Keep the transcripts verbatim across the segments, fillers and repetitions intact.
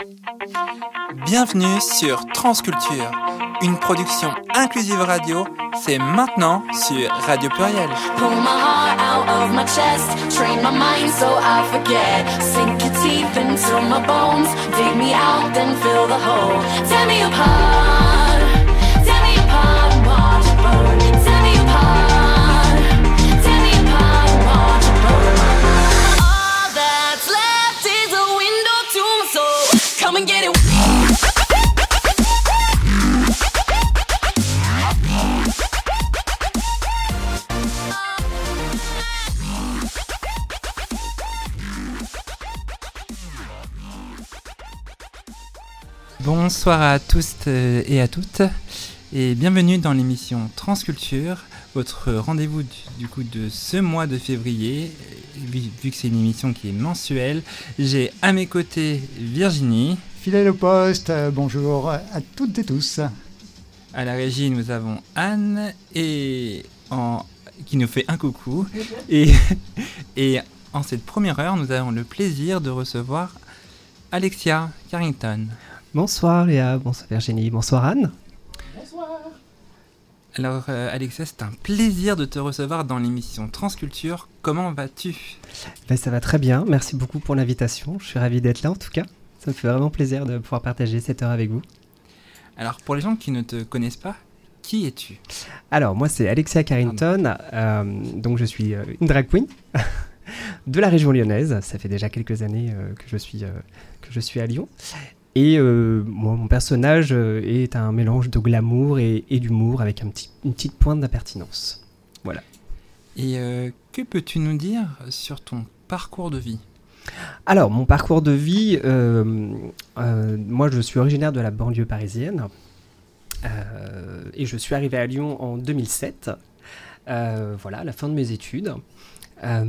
Bienvenue sur Transculture, une production inclusive radio, c'est maintenant sur Radio Pluriel. Pull my heart out of my chest, train my mind so I forget. Sink your teeth into my bones, dig me out, then fill the hole. Tear me apart, tear me apart and watch it burn. Tear me apart, tear me apart and watch it burn. All that's left is a window to my soul. Come and get it. Bonsoir à tous et à toutes et bienvenue dans l'émission Transculture, votre rendez-vous du, du coup de ce mois de février. Vu, vu que c'est une émission qui est mensuelle, j'ai à mes côtés Virginie. Fidèle au poste, euh, bonjour à toutes et tous. À la régie, nous avons Anne et en, qui nous fait un coucou. Et, et en cette première heure, nous avons le plaisir de recevoir Alexia Carrington. Bonsoir Léa, bonsoir Virginie, bonsoir Anne. Bonsoir. Alors euh, Alexia, c'est un plaisir de te recevoir dans l'émission Transculture. Comment vas-tu ? Ben, ça va très bien, merci beaucoup pour l'invitation. Je suis ravi d'être là en tout cas. Ça me fait vraiment plaisir de pouvoir partager cette heure avec vous. Alors pour les gens qui ne te connaissent pas, qui es-tu ? Alors moi c'est Alexia Carrington, euh, donc je suis euh, une drag queen de la région lyonnaise. Ça fait déjà quelques années euh, que, je suis, euh, que je suis à Lyon. Et euh, moi, mon personnage euh, est un mélange de glamour et, et d'humour avec un petit, une petite pointe d'impertinence. Voilà. Et euh, que peux-tu nous dire sur ton parcours de vie ? Alors, mon parcours de vie, euh, euh, moi je suis originaire de la banlieue parisienne euh, et je suis arrivé à Lyon en deux mille sept, euh, voilà, à la fin de mes études. Euh,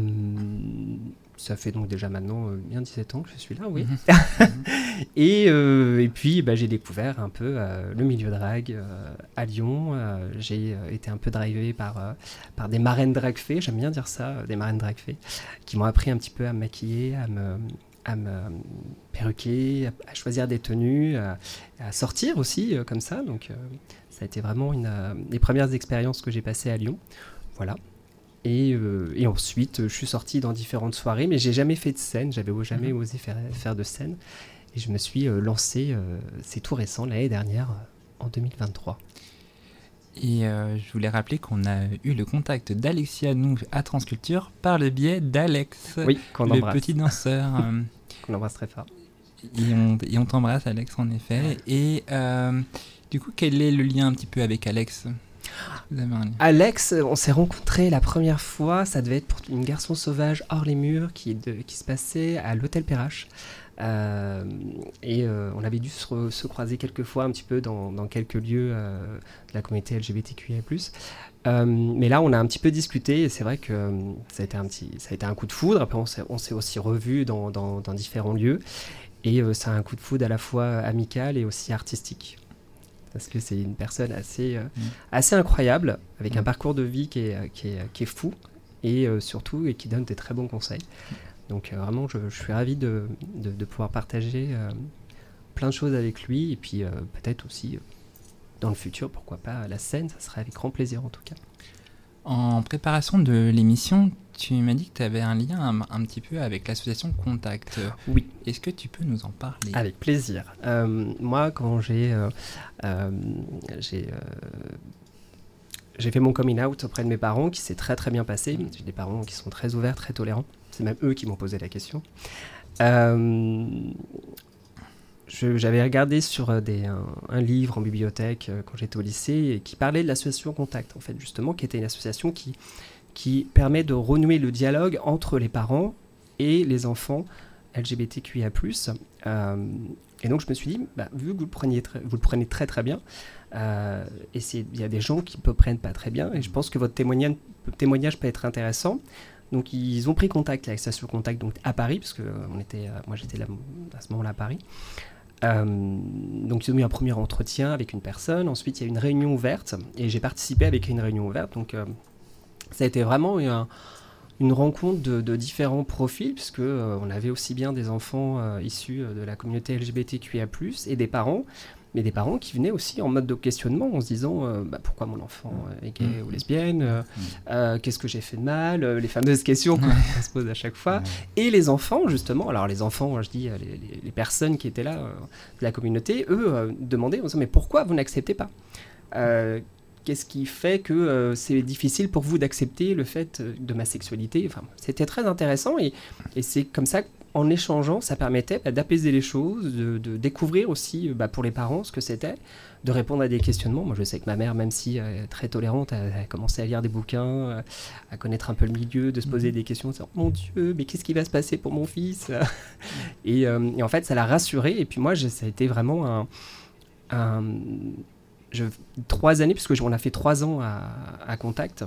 ça fait donc déjà maintenant euh, bien dix-sept ans que je suis là, oui. Mmh. et, euh, et puis bah, j'ai découvert un peu euh, le milieu drag euh, à Lyon. Euh, j'ai euh, été un peu drivé par, euh, par des marraines drag fées, j'aime bien dire ça, euh, des marraines drag fées, qui m'ont appris un petit peu à me maquiller, à me, à me perruquer, à, à choisir des tenues, à, à sortir aussi euh, comme ça. Donc euh, ça a été vraiment une euh, des premières expériences que j'ai passées à Lyon. Voilà. Et, euh, et ensuite, je suis sorti dans différentes soirées, mais j'ai jamais fait de scène, j'avais jamais mmh. osé faire, faire de scène. Et je me suis euh, lancé, euh, c'est tout récent, l'année dernière, euh, en deux mille vingt-trois. Et euh, je voulais rappeler qu'on a eu le contact d'Alexia, nous, à Transculture, par le biais d'Alex, oui, qu'on le embrasse. petit danseur. euh, qu'on embrasse très fort. Et on, et on t'embrasse, Alex, en effet. Et euh, du coup, quel est le lien un petit peu avec Alex ? Alex, on s'est rencontrés la première fois, ça devait être pour une garçon sauvage hors les murs qui, de, qui se passait à l'hôtel Perrache. Euh, et euh, on avait dû se, se croiser quelques fois un petit peu dans, dans quelques lieux euh, de la communauté L G B T Q I A plus. Euh, mais là, on a un petit peu discuté et c'est vrai que euh, ça, a été un petit, ça a été un coup de foudre. Après, on s'est, on s'est aussi revus dans, dans, dans différents lieux. Et euh, c'est un coup de foudre à la fois amical et aussi artistique. Parce que c'est une personne assez, euh, mmh. assez incroyable, avec mmh. un parcours de vie qui est, qui est, qui est fou, et euh, surtout et qui donne des très bons conseils. Donc euh, vraiment, je, je suis ravi de, de, de pouvoir partager euh, plein de choses avec lui, et puis euh, peut-être aussi, euh, dans le futur, pourquoi pas, la scène, ça serait avec grand plaisir en tout cas. En préparation de l'émission, tu m'as dit que tu avais un lien un, un petit peu avec l'association Contact. Oui. Est-ce que tu peux nous en parler ? Avec plaisir. Euh, moi, quand j'ai, euh, euh, j'ai, euh, j'ai fait mon coming out auprès de mes parents, qui s'est très très bien passé, j'ai des parents qui sont très ouverts, très tolérants. C'est même eux qui m'ont posé la question. Euh, je, j'avais regardé sur des, un, un livre en bibliothèque euh, quand j'étais au lycée et qui parlait de l'association Contact, en fait, justement, qui était une association qui, qui permet de renouer le dialogue entre les parents et les enfants L G B T Q I A plus. Euh, et donc, je me suis dit, bah, vu que vous le, preniez très, vous le prenez très très bien, euh, et il y a des gens qui ne le prennent pas très bien, et je pense que votre témoignage, témoignage peut être intéressant. Donc, ils ont pris contact avec l'association Contact donc, à Paris, parce que on était, euh, moi j'étais là, à ce moment-là à Paris. Euh, donc ils ont eu un premier entretien avec une personne, ensuite il y a une réunion ouverte et j'ai participé avec une réunion ouverte, donc euh, ça a été vraiment un, une rencontre de, de différents profils, puisque euh, on avait aussi bien des enfants euh, issus de la communauté L G B T Q I A plus, et des parents, mais des parents qui venaient aussi en mode de questionnement en se disant euh, bah, pourquoi mon enfant est gay mmh. ou lesbienne, euh, mmh. euh, qu'est-ce que j'ai fait de mal, euh, les fameuses questions qu'on se pose à chaque fois. Mmh. Et les enfants, justement, alors les enfants, je dis, les, les, les personnes qui étaient là euh, de la communauté, eux, euh, demandaient, en disant, mais pourquoi vous n'acceptez pas euh, Qu'est-ce qui fait que euh, c'est difficile pour vous d'accepter le fait de ma sexualité? Enfin, c'était très intéressant et, et c'est comme ça qu'en échangeant, ça permettait bah, d'apaiser les choses, de, de découvrir aussi bah, pour les parents ce que c'était, de répondre à des questionnements. Moi, je sais que ma mère, même si euh, très tolérante, a, a commencé à lire des bouquins, euh, à connaître un peu le milieu, de se poser mmh. des questions, de se dire, mon Dieu, mais qu'est-ce qui va se passer pour mon fils? et, euh, et en fait, ça l'a rassurée. Et puis moi, je, ça a été vraiment un... un Je, trois années, puisque on a fait trois ans à, à Contact,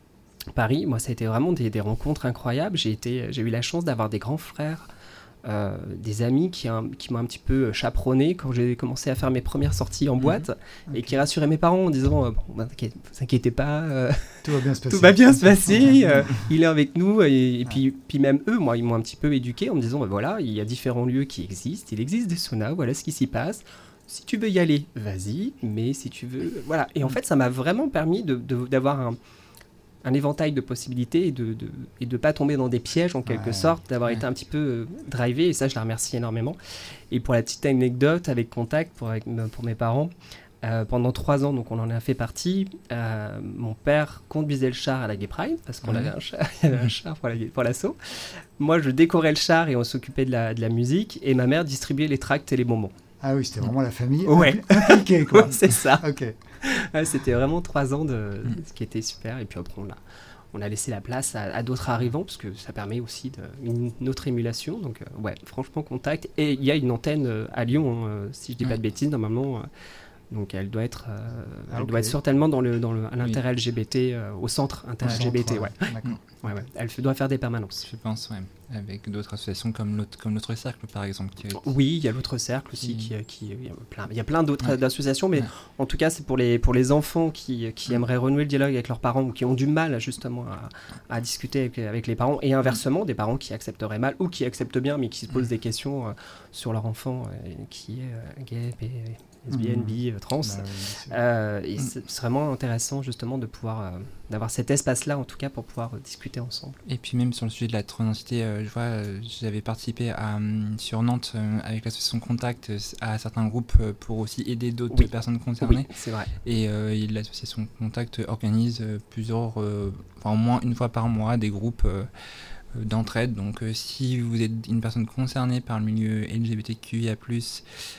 Paris. Moi, ça a été vraiment des, des rencontres incroyables. J'ai, été, j'ai eu la chance d'avoir des grands frères, euh, des amis qui, un, qui m'ont un petit peu chaperonné quand j'ai commencé à faire mes premières sorties en boîte, mmh. okay. et qui rassuraient mes parents en disant euh, bon, bah, ne vous inquiétez pas, euh, tout va bien se passer. Tout va bien se passer euh, il est avec nous. Et, et puis, puis même eux, moi, ils m'ont un petit peu éduqué en me disant bah, voilà, il y a différents lieux qui existent, il existe des saunas, voilà ce qui s'y passe. Si tu veux y aller, vas-y, mais si tu veux... Voilà. Et en fait, ça m'a vraiment permis de, de, d'avoir un, un éventail de possibilités et de de, et de pas tomber dans des pièges, en quelque ouais, sorte, d'avoir ouais. été un petit peu euh, drivé. Et ça, je la remercie énormément. Et pour la petite anecdote, avec Contact, pour, avec, pour mes parents, euh, pendant trois ans, donc on en a fait partie, euh, mon père conduisait le char à la Gay Pride, parce qu'on ouais. avait un char, il y avait un char pour, la, pour l'assaut. Moi, je décorais le char et on s'occupait de la, de la musique. Et ma mère distribuait les tracts et les bonbons. Ah oui, c'était vraiment la famille ouais. impliquée, quoi. Ouais, c'est ça. Okay. Ouais, c'était vraiment trois ans, de, ce qui était super. Et puis après, on a, on a laissé la place à, à d'autres arrivants, parce que ça permet aussi de, une, une autre émulation. Donc, euh, ouais, franchement, Contact. Et il y a une antenne euh, à Lyon, hein, si je dis ouais. pas de bêtises, normalement. Euh, donc, elle doit être, euh, elle okay. doit être certainement dans le, dans le, à l'intérêt oui. L G B T, euh, au centre intérêt L G B T, ouais. ouais, ouais. Elle doit faire des permanences. Je pense, ouais. Avec d'autres associations comme l'autre, comme l'autre cercle, par exemple. Qui, qui... Oui, il y a l'autre cercle aussi, qui, qui, qui, il, y a plein, il y a plein d'autres ouais. associations, mais ouais. en tout cas, c'est pour les, pour les enfants qui, qui ouais. aimeraient renouer le dialogue avec leurs parents ou qui ont du mal, justement, à, à discuter avec, avec les parents, et inversement, des parents qui accepteraient mal ou qui acceptent bien, mais qui se posent ouais. des questions euh, sur leur enfant euh, qui est euh, gay, gay, lesbienne, mmh. bi, trans. Bah, oui, euh, et c'est, c'est vraiment intéressant, justement, de pouvoir, euh, d'avoir cet espace-là, en tout cas, pour pouvoir euh, discuter ensemble. Et puis même sur le sujet de la transidentité, euh, je vois, euh, j'avais participé à, um, sur Nantes euh, avec l'association Contact euh, à certains groupes euh, pour aussi aider d'autres oui. personnes concernées. Oui, c'est vrai. Et, euh, et l'association Contact organise euh, plusieurs, euh, enfin au moins une fois par mois, des groupes euh, d'entraide. Donc euh, si vous êtes une personne concernée par le milieu L G B T Q I A plus,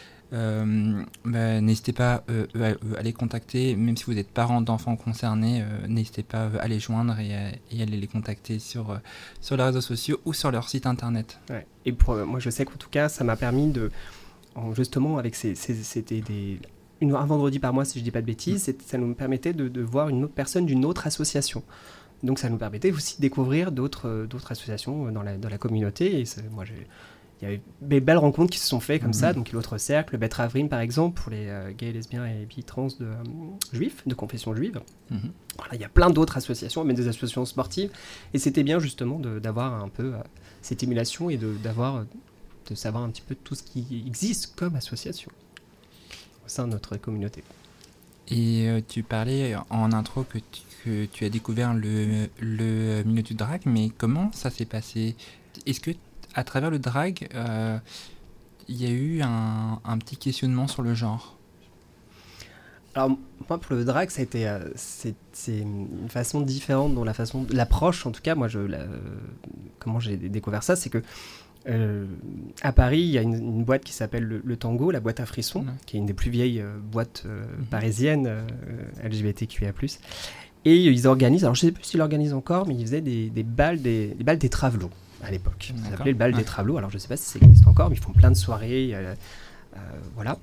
Euh, bah, n'hésitez pas euh, à, à les contacter, même si vous êtes parent d'enfants concernés, euh, n'hésitez pas à les joindre et à, et à les contacter sur, euh, sur les réseaux sociaux ou sur leur site internet. Ouais. Et pour, moi je sais qu'en tout cas ça m'a permis de, justement avec ces, ces, c'était des, une, un vendredi par mois si je dis pas de bêtises, mmh. ça nous permettait de, de voir une autre personne d'une autre association. Donc ça nous permettait aussi de découvrir d'autres, d'autres associations dans la, dans la communauté. Et moi j'ai Il y avait des belles rencontres qui se sont faites comme mmh. ça, donc l'autre cercle, le Betravrim par exemple, pour les euh, gays, lesbiens et bi, trans de, euh, juifs, de confession juive. Mmh. Voilà, il y a plein d'autres associations, même des associations sportives, et c'était bien justement de, d'avoir un peu euh, cette émulation et de, d'avoir, de savoir un petit peu tout ce qui existe comme association au sein de notre communauté. Et euh, tu parlais en intro que tu, que tu as découvert le, le milieu du drag, mais comment ça s'est passé ? Est-ce que à travers le drag, il euh, y a eu un, un petit questionnement sur le genre. Alors moi pour le drag, ça a été, euh, c'est, c'est une façon différente dans la façon, l'approche en tout cas. Moi, je, la, euh, comment j'ai découvert ça, c'est que euh, à Paris, il y a une, une boîte qui s'appelle le, le Tango, la boîte à frissons, ouais. qui est une des plus vieilles euh, boîtes euh, mm-hmm. parisiennes euh, L G B T Q I A plus. Et ils organisent, alors je ne sais plus s'ils l'organisent encore, mais ils faisaient des, des balles, des, des balles des travelots. À l'époque, ça s'appelait le bal ouais. des travelots. Alors je ne sais pas si ça existe encore, mais ils font plein de soirées, euh, euh, voilà.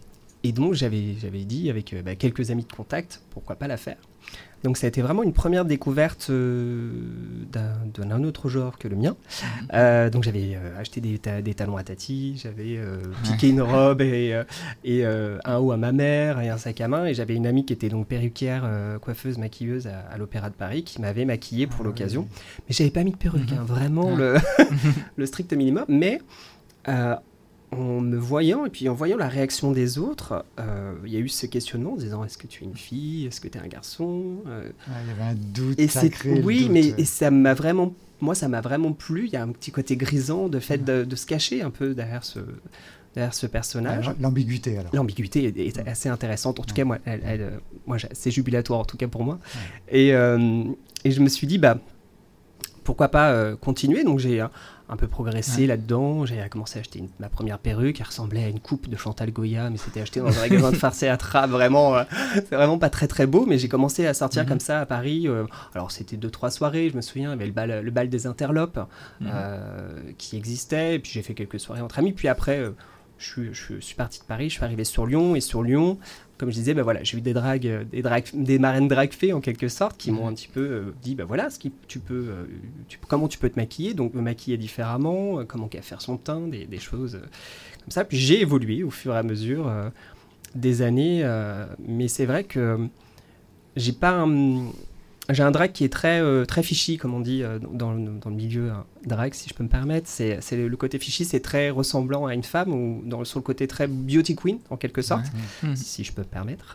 et donc j'avais, j'avais dit avec euh, bah, quelques amis de contact, pourquoi pas la faire. Donc ça a été vraiment une première découverte euh, d'un, d'un autre genre que le mien. Mmh. Euh, donc j'avais euh, acheté des, ta- des talons à Tati, j'avais euh, piqué une robe et, euh, et euh, un haut à ma mère et un sac à main. Et j'avais une amie qui était donc perruquière, euh, coiffeuse, maquilleuse à, à l'Opéra de Paris qui m'avait maquillée pour ah, l'occasion. Oui. Mais j'avais pas mis de perruque, mmh. hein, vraiment mmh. le, le strict minimum. Mais euh, en me voyant et puis en voyant la réaction des autres, euh, il y a eu ce questionnement en disant est-ce que tu es une fille, est-ce que tu es un garçon euh, ah, il y avait un doute et sacré. C'est, oui, doute. mais et ça m'a vraiment, moi ça m'a vraiment plu. Il y a un petit côté grisant de fait de, de se cacher un peu derrière ce, derrière ce personnage. Alors, l'ambiguïté alors. L'ambiguïté est, est assez intéressante. En tout ouais. cas, moi, elle, elle, moi, c'est jubilatoire en tout cas pour moi. Ouais. Et, euh, et je me suis dit bah pourquoi pas euh, continuer. Donc j'ai euh, un peu progressé ouais. là-dedans. J'ai commencé à acheter une, ma première perruque qui ressemblait à une coupe de Chantal Goya, mais c'était acheté dans un magasin de farce et attrape. Vraiment, euh, c'est vraiment pas très très beau, mais j'ai commencé à sortir mm-hmm. comme ça à Paris. Euh, alors c'était deux trois soirées, je me souviens, il y avait le bal, le bal des interlopes mm-hmm. euh, qui existait, et puis j'ai fait quelques soirées entre amis. Puis après, euh, je, suis, je suis parti de Paris, je suis arrivé sur Lyon, et sur Lyon, comme je disais, bah voilà, j'ai eu des dragues, des, dragues, des marraines drag fées en quelque sorte qui mmh. m'ont un petit peu euh, dit, bah voilà, ce qui, tu peux, euh, tu, comment tu peux te maquiller, donc me maquiller différemment, euh, comment faire son teint, des, des choses euh, comme ça. Puis j'ai évolué au fur et à mesure euh, des années, euh, mais c'est vrai que j'ai pas un, j'ai un drag qui est très, euh, très fishy, comme on dit euh, dans, dans le milieu hein, drag, si je peux me permettre. C'est, c'est le, le côté fishy, c'est très ressemblant à une femme, ou dans, sur le côté très beauty queen, en quelque sorte, ouais. si, si je peux me permettre.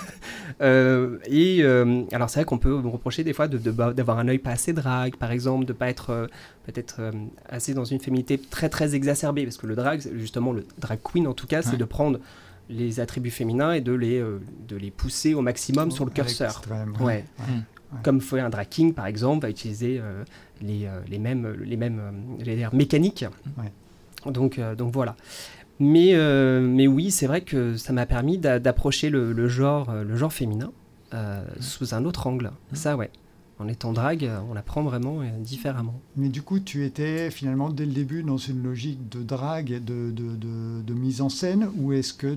euh, et euh, alors c'est vrai qu'on peut me reprocher des fois de, de, d'avoir un œil pas assez drag, par exemple, de pas être euh, peut-être euh, assez dans une féminité très très exacerbée, parce que le drag, justement le drag queen en tout cas, ouais. c'est de prendre les attributs féminins et de les, euh, de les pousser au maximum oh, sur le curseur. Ouais. Ouais. Ouais. Ouais. Comme fait un drag king par exemple va utiliser euh, les, euh, les mêmes, les mêmes euh, j'allais dire, mécaniques. Ouais. Donc, euh, donc voilà. Mais, euh, mais oui, c'est vrai que ça m'a permis d'a- d'approcher le, le, genre, le genre féminin euh, ouais. sous un autre angle. Ouais. Ça, ouais. En étant drague, on l'apprend vraiment euh, différemment. Mais du coup, tu étais finalement dès le début dans une logique de drague, de, de, de, de mise en scène, ou est-ce que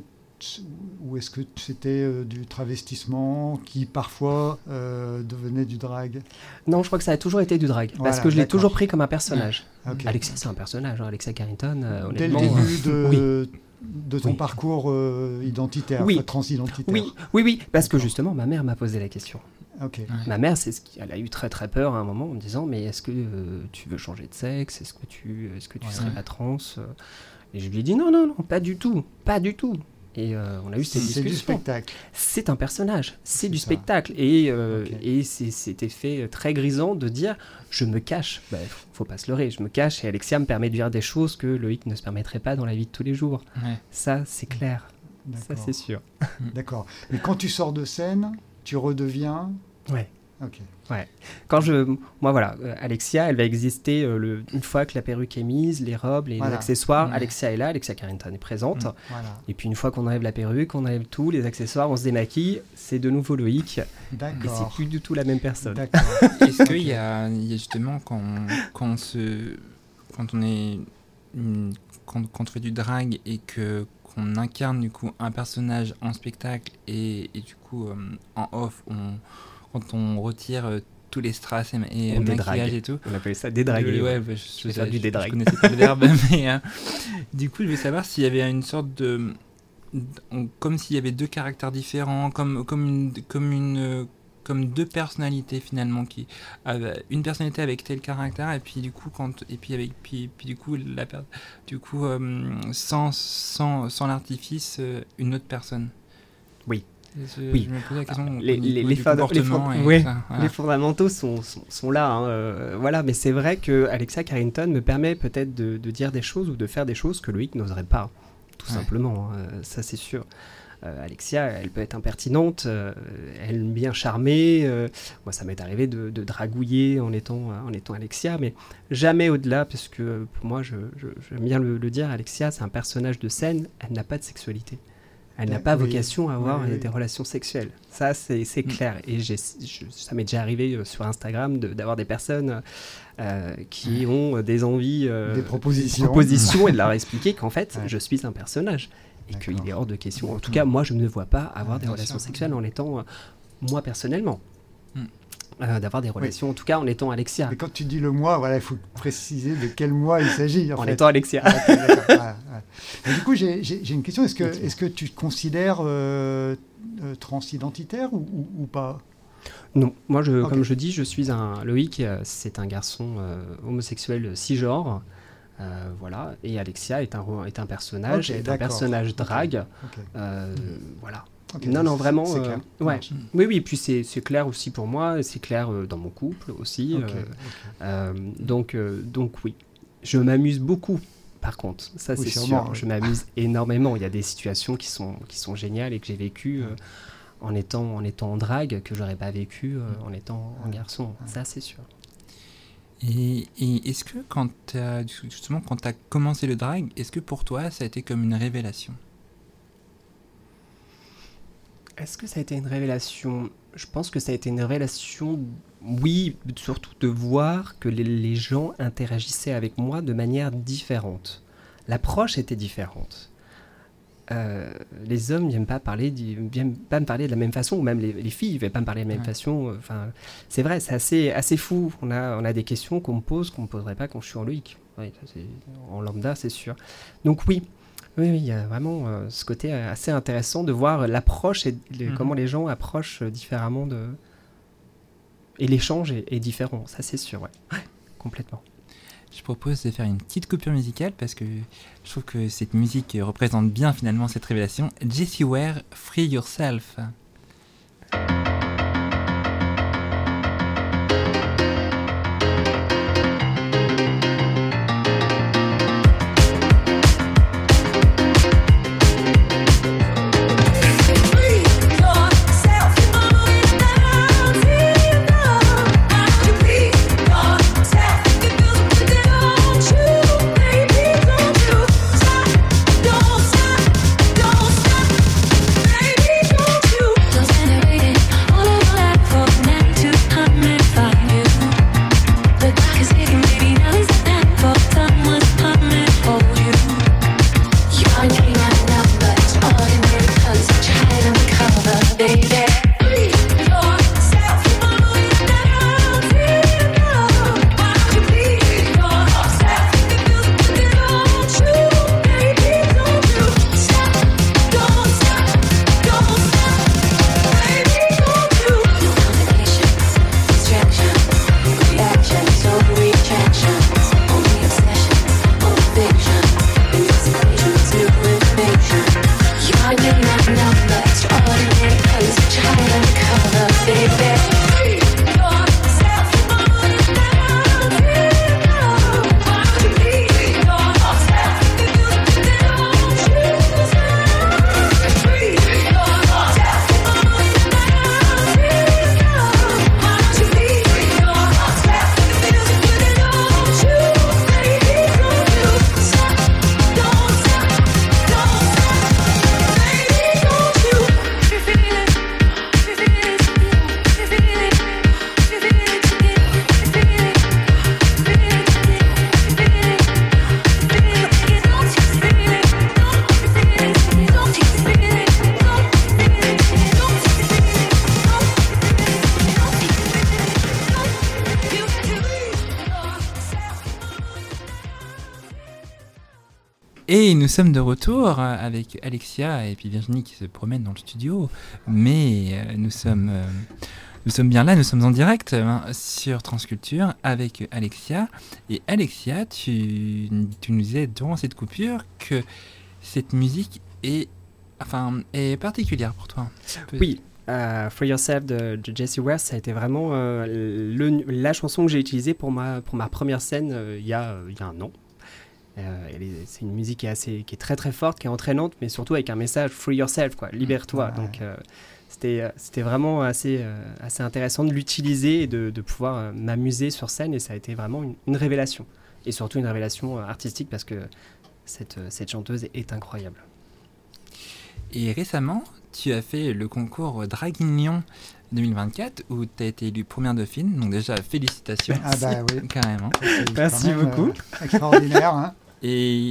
ou est-ce que c'était euh, du travestissement qui parfois euh, devenait du drag ? Non, je crois que ça a toujours été du drag, voilà, parce que je l'ai d'accord. toujours pris comme un personnage. Okay. Alexia, c'est un personnage, hein. Alexia Carrington, euh, dès le début euh... de, oui. de ton oui. parcours euh, identitaire, oui. transidentitaire. Oui, oui, oui, parce que justement, ma mère m'a posé la question. Okay. Ma mère, c'est ce qui, elle a eu très très peur à un moment en me disant, mais est-ce que euh, tu veux changer de sexe ? Est-ce que tu, est-ce que tu ouais. serais pas trans ? Et je lui ai dit non, non, non, pas du tout, pas du tout. Et euh, on a eu cette c'est discussion. C'est du spectacle. C'est un personnage, c'est, c'est du ça. spectacle. Et, euh, okay. et c'est, c'était fait très grisant de dire je me cache. Bah, faut pas se leurrer, je me cache et Alexia me permet de dire des choses que Loïc ne se permettrait pas dans la vie de tous les jours. Ouais. Ça, c'est clair. D'accord. Ça, c'est sûr. D'accord. Mais quand tu sors de scène, tu redeviens. Ouais. Ok. Ouais. Quand je, moi voilà, euh, Alexia, elle va exister euh, le, une fois que la perruque est mise, les robes, les, voilà. les accessoires. Mmh. Alexia est là, Alexia Carrington est présente. Mmh. Voilà. Et puis une fois qu'on enlève la perruque, on enlève tout, les accessoires, on se démaquille, c'est de nouveau Loïc. D'accord. Et c'est plus du tout la même personne. D'accord. Est-ce qu'il y a, il y a justement quand, quand on se, quand on est, quand, quand on fait du drag et que qu'on incarne du coup un personnage en spectacle et, et du coup euh, en off, on quand on retire euh, tous les strass et, et maquillage et tout. On appelle ça dédraguer. Euh, ouais, bah, je, je, je, faire du je, je connaissais pas le verbe, mais euh, du coup, je voulais savoir s'il y avait une sorte de... On, comme s'il y avait deux caractères différents, comme, comme, une, comme, une, comme deux personnalités finalement, qui, euh, une personnalité avec tel caractère, et puis du coup, quand, et puis avec, puis, puis du coup, la, du coup euh, sans, sans, sans l'artifice, euh, une autre personne. Oui. Je, oui. je me pose la question les, les, les, fond- les, fond- ouais, ça, voilà. les fondamentaux sont, sont, sont là. Hein, euh, voilà, mais c'est vrai que Alexia Carrington me permet peut-être de, de dire des choses ou de faire des choses que Loïc n'oserait pas, tout ouais. simplement. Hein, ça, c'est sûr. Euh, Alexia, elle peut être impertinente, euh, elle aime bien charmer. Euh, moi, ça m'est arrivé de, de dragouiller en étant, en étant Alexia, mais jamais au-delà, parce que pour moi, je, je, j'aime bien le, le dire, Alexia, c'est un personnage de scène, elle n'a pas de sexualité. Elle n'a pas oui, vocation à avoir oui, oui. des relations sexuelles. Ça, c'est, c'est clair. Et j'ai, je, ça m'est déjà arrivé euh, sur Instagram de, d'avoir des personnes euh, qui ont des envies, euh, des propositions. propositions et de leur expliquer qu'en fait, ouais. je suis un personnage. et qu'il est hors de question. En tout cas, moi, je ne vois pas avoir des relations sexuelles en étant, euh, moi personnellement, mm. euh, d'avoir des relations, oui. en tout cas en étant Alexia. Mais quand tu dis le moi, voilà, il faut préciser de quel moi il s'agit. En, en fait. étant Alexia. Ah, okay, voilà, voilà. Du coup, j'ai, j'ai, j'ai une question. Est-ce que, est-ce que tu te considères euh, euh, transidentitaire ou, ou, ou pas ? Non, moi, je, okay. comme je dis, je suis un Loïc, euh, c'est un garçon euh, homosexuel cisgenre. Euh, voilà, et Alexia est un, est un personnage, okay, est un personnage drague. Okay. Euh, mmh. Voilà. Okay, non, non, vraiment. C'est clair. Euh, ouais. Mmh. Oui, oui, puis c'est, c'est clair aussi pour moi, c'est clair euh, dans mon couple aussi. Okay, euh, okay. Euh, donc, euh, donc, oui. Je m'amuse beaucoup, par contre, ça oui, c'est sûr. Oui. Je m'amuse énormément. Il y a des situations qui sont, qui sont géniales et que j'ai vécues euh, en, étant, en étant en drague, que je n'aurais pas vécu euh, en étant en garçon. Mmh. Ça, c'est sûr. Et, et est-ce que quand tu as justement quand tu as commencé le drag, est-ce que pour toi ça a été comme une révélation ? Est-ce que ça a été une révélation ? Je pense que ça a été une révélation, oui, surtout de voir que les, les gens interagissaient avec moi de manière différente. L'approche était différente. Euh, les hommes n'aiment pas parler, n'aiment pas me parler de la même façon, ou même les, les filles ne viennent pas me parler de la même ouais. façon. Enfin, c'est vrai, c'est assez, assez fou. On a, on a des questions qu'on me pose qu'on ne me poserait pas quand je suis en Loïc. Ouais, ça, c'est, en lambda, c'est sûr. Donc oui, oui, oui, il y a vraiment euh, ce côté assez intéressant de voir l'approche et les, mm-hmm. comment les gens approchent différemment de... Et l'échange est, est différent, ça c'est sûr, ouais. Ouais, complètement. Je propose de faire une petite coupure musicale parce que je trouve que cette musique représente bien finalement cette révélation. Jessie Ware, Free Yourself. Et nous sommes de retour avec Alexia et puis Virginie qui se promènent dans le studio, mais nous sommes, euh, nous sommes bien là, nous sommes en direct hein, sur Transculture avec Alexia. Et Alexia, tu, tu nous disais durant cette coupure que cette musique est, enfin, est particulière pour toi. Oui. Uh, Free Yourself de, de Jessie Ware, ça a été vraiment euh, le, la chanson que j'ai utilisée pour ma, pour ma première scène euh, il y a, euh, y a un an. Euh, elle est, c'est une musique qui est, assez, qui est très très forte, qui est entraînante, mais surtout avec un message Free Yourself, quoi, libère-toi. Ouais. Donc euh, c'était, c'était vraiment assez, euh, assez intéressant de l'utiliser et de, de pouvoir euh, m'amuser sur scène, et ça a été vraiment une, une révélation. Et surtout une révélation euh, artistique parce que cette, euh, cette chanteuse est incroyable. Et récemment, tu as fait le concours Drag in Lyon deux mille vingt-quatre où tu as été élue première dauphine. Donc déjà, félicitations. Ah bah oui. Carrément. Merci beaucoup. Euh, extraordinaire. Hein. Et du coup,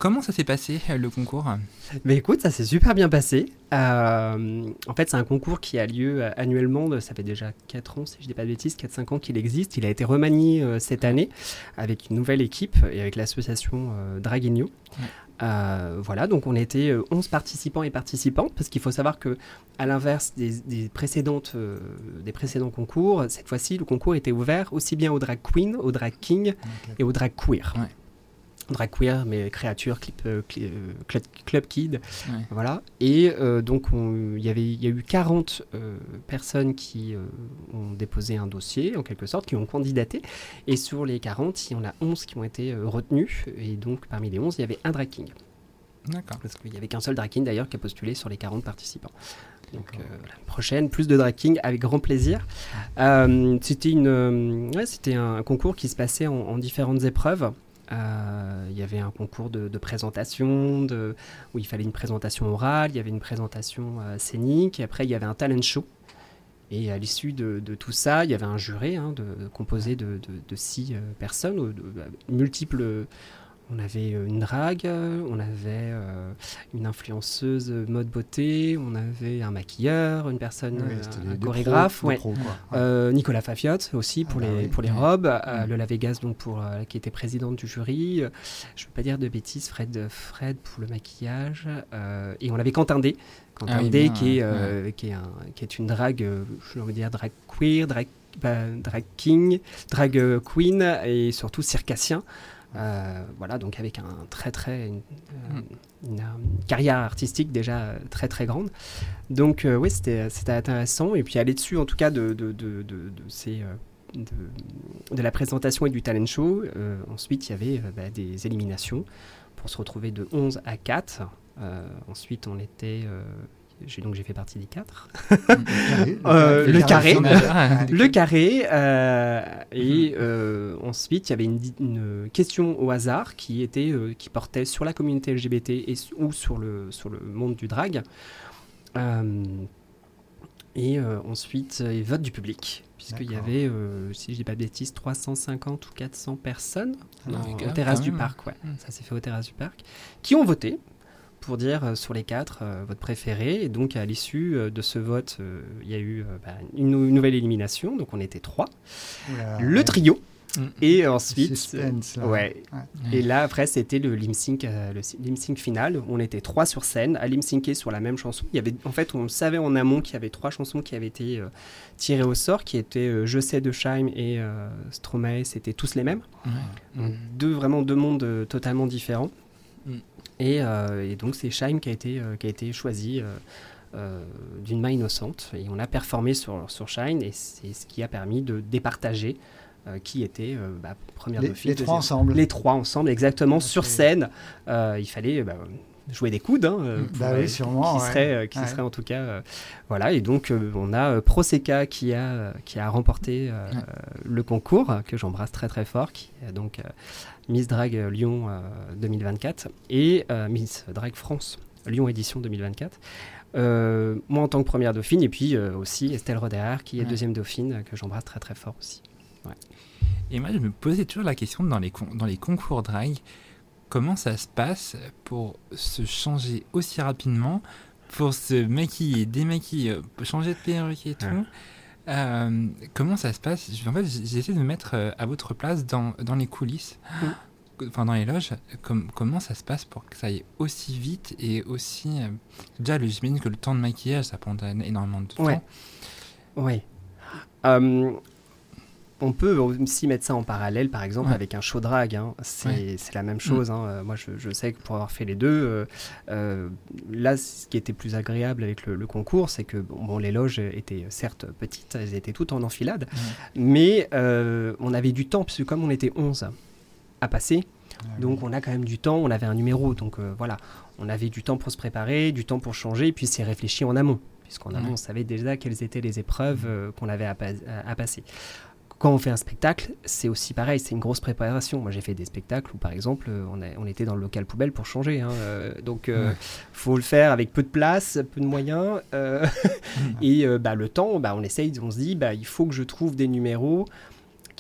comment ça s'est passé, le concours ? Mais écoute, ça s'est super bien passé. Euh, en fait, c'est un concours qui a lieu annuellement. Ça fait déjà quatre ans, si je ne dis pas de bêtises, quatre cinq ans qu'il existe. Il a été remanié euh, cette année avec une nouvelle équipe et avec l'association euh, Draguigno. Ouais. Euh, voilà, donc on était onze participants et participantes, parce qu'il faut savoir que, à l'inverse des, des, précédentes, euh, des précédents concours, cette fois-ci, le concours était ouvert aussi bien aux drag queens, aux drag kings okay. et aux drag queer. Ouais. Drag queer, mais créatures, clip, euh, cl- club, club kid, ouais. Voilà. Et euh, donc il y avait, il y a eu quarante euh, personnes qui euh, ont déposé un dossier, en quelque sorte, qui ont candidaté. Et sur les quarante, il y en a onze qui ont été euh, retenus. Et donc parmi les onze, il y avait un drag king. D'accord. Parce qu'il n'y avait qu'un seul drag king d'ailleurs qui a postulé sur les quarante participants. Donc euh, la prochaine, plus de drag king avec grand plaisir. Euh, c'était, une, euh, ouais, c'était un concours qui se passait en, en différentes épreuves. Il euh, y avait un concours de, de présentation, de, où il fallait une présentation orale, il y avait une présentation euh, scénique, et après il y avait un talent show. Et à l'issue de, de tout ça, il y avait un jury hein, de, de, composé de, de, de six euh, personnes, de, de, de multiples. On avait une drague, on avait euh, une influenceuse mode beauté, on avait un maquilleur, une personne, oui, euh, un des, chorégraphe, des pros, ouais. des pros, quoi. Euh, Nicolas Fafiotte aussi pour, ah bah les, oui, pour les oui. robes, mmh. euh, Lola Vegas donc pour, euh, qui était présidente du jury, je ne veux pas dire de bêtises, Fred, Fred pour le maquillage, euh, et on avait Quentin D, Quentin ah oui, D bien, qui, est, euh, ouais. qui, est un, qui est une drague, je veux dire drag queer, drag, bah, drag king, drag queen et surtout circassien. Euh, voilà, donc avec un très très une, euh, une, une carrière artistique déjà très très grande. Donc euh, oui, c'était c'était intéressant. Et puis aller dessus, en tout cas, de de de de, de ces euh, de, de la présentation et du talent show. Euh, ensuite, il y avait euh, bah, des éliminations pour se retrouver de onze à quatre. Euh, ensuite, on était euh, J'ai, donc j'ai fait partie des quatre. Le carré. Le carré. Euh, et euh, ensuite, il y avait une, une question au hasard qui, était, euh, qui portait sur la communauté L G B T et, ou sur le, sur le monde du drag. Euh, et euh, ensuite, euh, vote du public. Puisqu'il y avait, euh, si je ne dis pas de bêtises, trois cent cinquante ou quatre cents personnes ah, dans, aux terrasses du parc. Ouais. Mmh. Ça s'est fait aux terrasses du parc. Qui ont voté pour dire euh, sur les quatre euh, votre préféré. Et donc à l'issue euh, de ce vote, il euh, y a eu euh, bah, une, une nouvelle élimination. Donc on était trois. Oula, le ouais. trio. Mmh. Et ensuite, suspense, là. Ouais. ouais. Et là après c'était le lip sync, euh, le lip sync final. On était trois sur scène à lip syncer sur la même chanson. Il y avait, en fait, on savait en amont qu'il y avait trois chansons qui avaient été euh, tirées au sort, qui étaient euh, Je sais de Scheim et euh, Stromae. C'était tous les mêmes. Mmh. Donc, deux vraiment deux mondes euh, totalement différents. Mmh. Et, euh, et donc c'est Scheim qui a été, euh, qui a été choisi euh, euh, d'une main innocente. Et on a performé sur, sur Scheim et c'est ce qui a permis de départager euh, qui était euh, bah, première les, de file. Les trois ensemble. Les trois ensemble, exactement, okay. Sur scène. Euh, il fallait bah, jouer des coudes. Hein, pour, bah oui, sûrement. Qui, ouais. serait, euh, qui ouais. serait en tout cas... Euh, voilà, et donc euh, on a euh, Proseka qui a, qui a remporté euh, ouais. le concours, que j'embrasse très très fort, qui est donc... Euh, Miss Drag Lyon euh, deux mille vingt-quatre et euh, Miss Drag France Lyon édition deux mille vingt-quatre. Euh, moi en tant que première dauphine et puis euh, aussi Estelle Roderer qui est ouais. deuxième dauphine que j'embrasse très très fort aussi. Ouais. Et moi je me posais toujours la question dans les, con- dans les concours drag, comment ça se passe pour se changer aussi rapidement, pour se maquiller, démaquiller, changer de perruque et tout. Ouais. Euh, comment ça se passe ? En fait, j'essaie de me mettre euh, à votre place dans, dans les coulisses, mmh. enfin dans les loges. Com- comment ça se passe pour que ça aille aussi vite et aussi... Euh, déjà, j'imagine que le temps de maquillage, ça prend énormément de temps. Ouais. Oui. Euh, on peut aussi mettre ça en parallèle, par exemple, ouais. avec un show drag. Hein. C'est, ouais. c'est la même chose. Mmh. Hein. Moi, je, je sais que pour avoir fait les deux, euh, euh, là, ce qui était plus agréable avec le, le concours, c'est que bon, bon, les loges étaient certes petites, elles étaient toutes en enfilade, mmh. mais euh, on avait du temps, puisque comme on était onze à passer, ah, donc oui. on a quand même du temps, on avait un numéro, donc euh, voilà, on avait du temps pour se préparer, du temps pour changer, et puis c'est réfléchi en amont, puisqu'en amont, mmh. on savait déjà quelles étaient les épreuves euh, qu'on avait à, pa- à, à passer. Quand on fait un spectacle, c'est aussi pareil, c'est une grosse préparation. Moi, j'ai fait des spectacles où, par exemple, on, a, on était dans le local poubelle pour changer. Hein, euh, donc, il euh, ouais. faut le faire avec peu de place, peu de moyens. Euh, et euh, bah, le temps, bah, on essaye, on se dit, bah, il faut que je trouve des numéros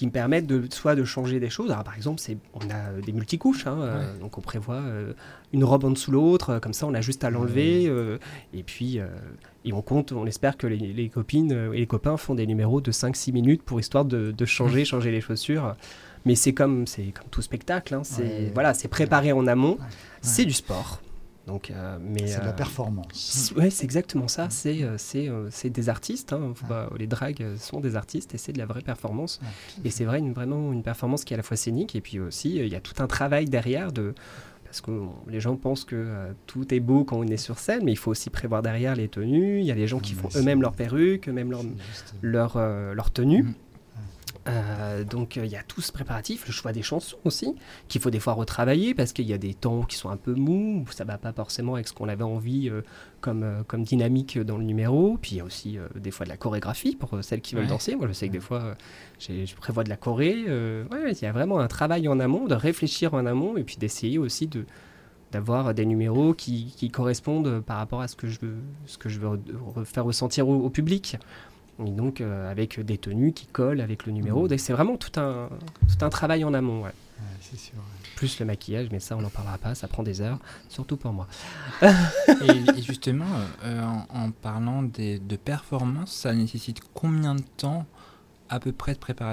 qui me permettent de, soit de changer des choses. Alors, par exemple, c'est, on a des multicouches, hein, euh, donc on prévoit euh, une robe en dessous l'autre, comme ça on a juste à l'enlever, euh, et puis euh, et on compte, on espère que les, les copines et les copains font des numéros de cinq six minutes pour histoire de, de changer, changer les chaussures. Mais c'est comme, c'est comme tout spectacle, hein, c'est, ouais. voilà, c'est préparé en amont, ouais. c'est du sport. Donc, euh, mais, c'est de euh, la performance. Oui, c'est exactement ça. C'est, euh, c'est, euh, c'est des artistes. Hein. Faut pas, les drags sont des artistes et c'est de la vraie performance. Ouais. Et c'est vrai, une, vraiment une performance qui est à la fois scénique et puis aussi, il euh, y a tout un travail derrière de... Parce que bon, les gens pensent que euh, tout est beau quand on est sur scène, mais il faut aussi prévoir derrière les tenues. Il y a les gens qui font eux-mêmes leurs perruques, eux-mêmes leur, leur, euh, leur tenue. Mmh. Euh, donc il euh, y a tout ce préparatif, le choix des chansons aussi, qu'il faut des fois retravailler parce qu'il y a des temps qui sont un peu mous, ça va pas forcément avec ce qu'on avait envie euh, comme, euh, comme dynamique dans le numéro. Puis il y a aussi euh, des fois de la chorégraphie pour euh, celles qui veulent ouais. danser. Moi je sais que des fois euh, j'ai, je prévois de la choré. Euh, ouais, il y a vraiment un travail en amont, de réfléchir en amont et puis d'essayer aussi de, d'avoir des numéros qui, qui correspondent par rapport à ce que je veux, ce que je veux re- faire ressentir au, au public. Et donc euh, avec des tenues qui collent avec le numéro. Mmh. Donc, c'est vraiment tout un, tout un travail en amont. Ouais. Ouais, c'est sûr, ouais. Plus le maquillage, mais ça on n'en parlera pas, ça prend des heures, surtout pour moi. et, et justement, euh, en, en parlant des, de performance, ça nécessite combien de temps à peu près de préparation ?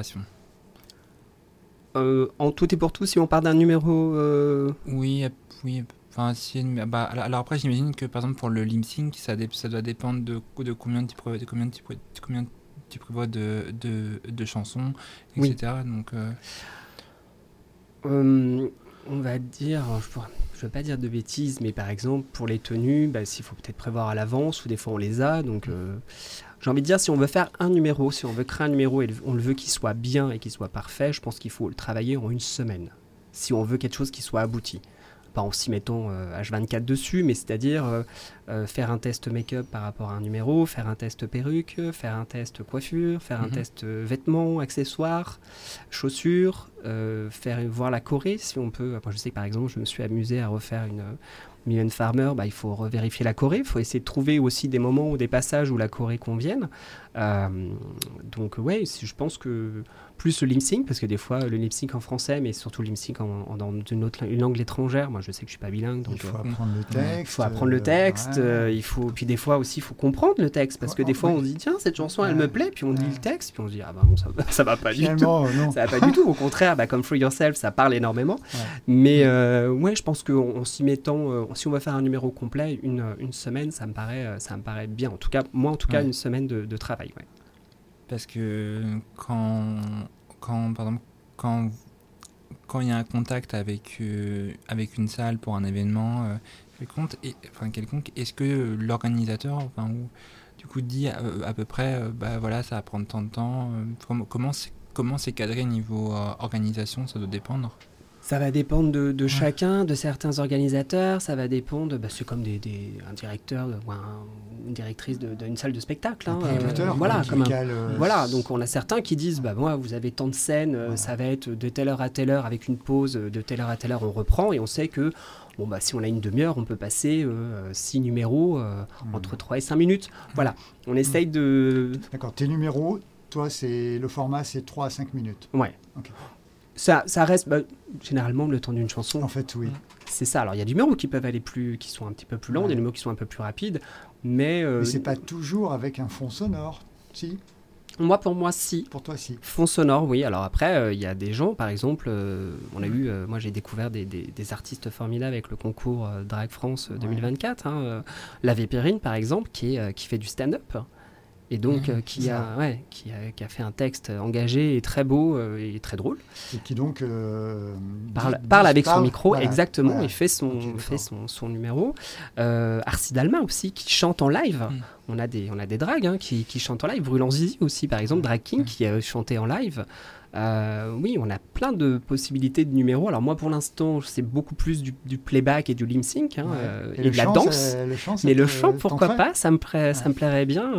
euh, En tout et pour tout, si on part d'un numéro... Euh... Oui, oui. Enfin, si, bah, alors après, j'imagine que par exemple pour le lip sync, ça, dé, ça doit dépendre de, de combien tu prévois, de combien tu, combien tu prévois de, de, de chansons, et cetera. Oui. Donc, euh... Euh, on va dire, je ne veux pas dire de bêtises, mais par exemple pour les tenues, bah, s'il faut peut-être prévoir à l'avance, ou des fois on les a. Donc, euh, j'ai envie de dire, si on veut faire un numéro, si on veut créer un numéro et on le veut qu'il soit bien et qu'il soit parfait, je pense qu'il faut le travailler en une semaine. Si on veut quelque chose qui soit abouti. Pas en s'y mettant euh, H vingt-quatre dessus, mais c'est-à-dire euh, euh, faire un test make-up par rapport à un numéro, faire un test perruque, faire un test coiffure, faire mm-hmm. un test euh, vêtements, accessoires, chaussures, euh, faire voir la choré si on peut. Moi, je sais que par exemple, je me suis amusé à refaire une euh, Mylène Farmer, bah, il faut revérifier la choré, il faut essayer de trouver aussi des moments ou des passages où la choré convienne. Euh, donc ouais, je pense que plus le lip sync, parce que des fois le lip sync en français, mais surtout le lip sync en, en, dans une autre une langue étrangère. Moi, je sais que je suis pas bilingue, donc il faut euh, apprendre le texte. Il faut apprendre le texte. Ouais. Euh, il faut, puis des fois aussi, il faut comprendre le texte, parce que des fois, on se dit tiens, cette chanson, elle ouais. me plaît, puis on ouais. lit le texte, puis on se dit ah ben non, ça, ça va pas Finalement, du tout. Non. Ça va pas du tout. Au contraire, bah, comme Free Yourself, ça parle énormément. Ouais. Mais euh, ouais, je pense qu'en en s'y mettant, euh, si on va faire un numéro complet, une une semaine, ça me paraît, ça me paraît bien. En tout cas, moi, en tout cas, ouais. une semaine de, de travail. Ouais. Parce que quand, quand, par exemple, quand, quand il y a un contact avec, euh, avec une salle pour un événement euh, quelconque, et, enfin, quelconque, est-ce que l'organisateur, enfin, ou, du coup, dit à, à peu près, euh, bah voilà, ça va prendre tant de temps. Euh, comment, comment, c'est, comment c'est cadré niveau euh, organisation, ça doit dépendre ? Ça va dépendre de, de ouais. chacun, de certains organisateurs. Ça va dépendre, bah, c'est comme des, des, un directeur ou un, une directrice de, d'une salle de spectacle. Hein, un producteur, euh, voilà, comme un, euh, voilà, donc on a certains qui disent, bah, moi, vous avez tant de scènes, euh, ouais. ça va être de telle heure à telle heure avec une pause, de telle heure à telle heure on reprend et on sait que bon, bah, si on a une demi-heure, on peut passer euh, six numéros euh, mmh. entre trois et cinq minutes. Voilà, on mmh. essaye de... D'accord, tes numéros, toi, c'est, le format, c'est trois à cinq minutes. Ouais. Okay. Ça, ça reste bah, généralement le temps d'une chanson. En fait, oui. C'est ça. Alors, il y a des numéros qui peuvent aller plus, qui sont un petit peu plus lents, ouais. des numéros qui sont un peu plus rapides, mais... Euh, mais c'est pas toujours avec un fond sonore, si ? Moi, pour moi, si. Pour toi, si. Fond sonore, oui. Alors après, il euh, y a des gens, par exemple, euh, on a eu... Euh, moi, j'ai découvert des, des, des artistes formidables avec le concours euh, Drag France deux mille vingt-quatre. Ouais. Hein, euh, La Vépérine, par exemple, qui, est, euh, qui fait du stand-up. Et donc, mmh, euh, qui, a, ouais, qui, a, qui a fait un texte engagé et très beau euh, et très drôle. Et qui donc... Euh, parle, dit, parle avec parle, son micro, voilà, exactement, voilà. et fait son, okay, fait son, son numéro. Euh, Arcy Dalma aussi, qui chante en live. Mmh. On a des, on a des drags hein, qui, qui chantent en live. Brûlant Zizi aussi, par exemple, Drag King, mmh. qui a chanté en live. Euh, oui, on a plein de possibilités de numéros. Alors moi, pour l'instant, c'est beaucoup plus du, du playback et du lip sync hein, ouais. euh, et, et de la chant, danse. Le chant, mais le chant, pourquoi pas, ça me, pla- ouais. ça me plairait bien.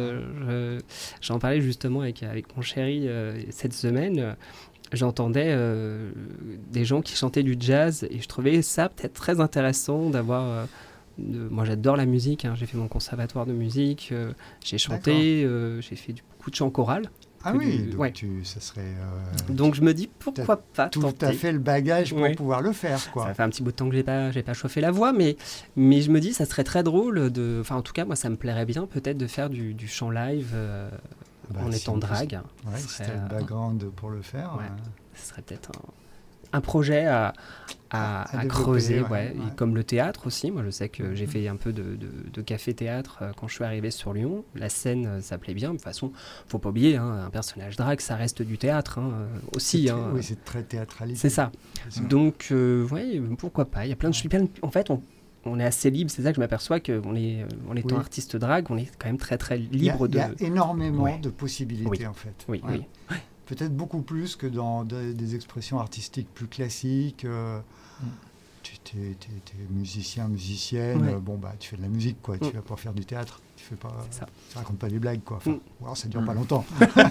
Euh, je, j'en parlais justement avec, avec mon chéri euh, cette semaine. J'entendais euh, des gens qui chantaient du jazz et je trouvais ça peut-être très intéressant d'avoir... Euh, de, moi, j'adore la musique. Hein, j'ai fait mon conservatoire de musique. Euh, j'ai chanté. Euh, j'ai fait du, beaucoup de chant choral. Ah que oui, du- donc ouais. tu, ça serait euh, Donc je me dis pourquoi pas tout tenter. à fait le bagage pour Ouais. pouvoir le faire, quoi. Ça fait un petit bout de temps que j'ai pas, j'ai pas chauffé la voix, mais, mais je me dis ça serait très drôle de, enfin en tout cas moi ça me plairait bien peut-être de faire du, du chant live euh, Bah, en si étant en drague. Ouais, Ce si serait, t'as le euh, background pour le faire. ouais. euh, Ce serait peut-être un, un projet à, à, À à développer, creuser, ouais, ouais. ouais. Et comme le théâtre aussi, moi je sais que j'ai Mhm. fait un peu de, de, de café-théâtre euh, quand je suis arrivé sur Lyon. La scène, euh, ça plaît bien. De toute façon, faut pas oublier, hein, un personnage drague, ça reste du théâtre hein, euh, aussi. c'est hein. très- oui, c'est très théâtralisé. C'est ça. C'est ça. Donc, euh, ouais, pourquoi pas. Il y a plein de Ouais. choses. plein de- En fait, on, on est assez libre. C'est ça que je m'aperçois qu'en est, en étant Oui. artiste drague, on est quand même très très Il y a, libre il y a de. énormément Ouais. de possibilités, Oui. en fait. Oui, Ouais. oui. Peut-être beaucoup plus que dans de- des expressions artistiques plus classiques. euh, Mm. Tu es, musicien, musicienne, Ouais. euh, bon, bah, tu fais de la musique, quoi. Tu Mm. vas pas faire du théâtre. Tu fais pas, C'est ça. tu racontes pas des blagues, quoi. Enfin, Mm. ou alors ça dure Mm. pas longtemps.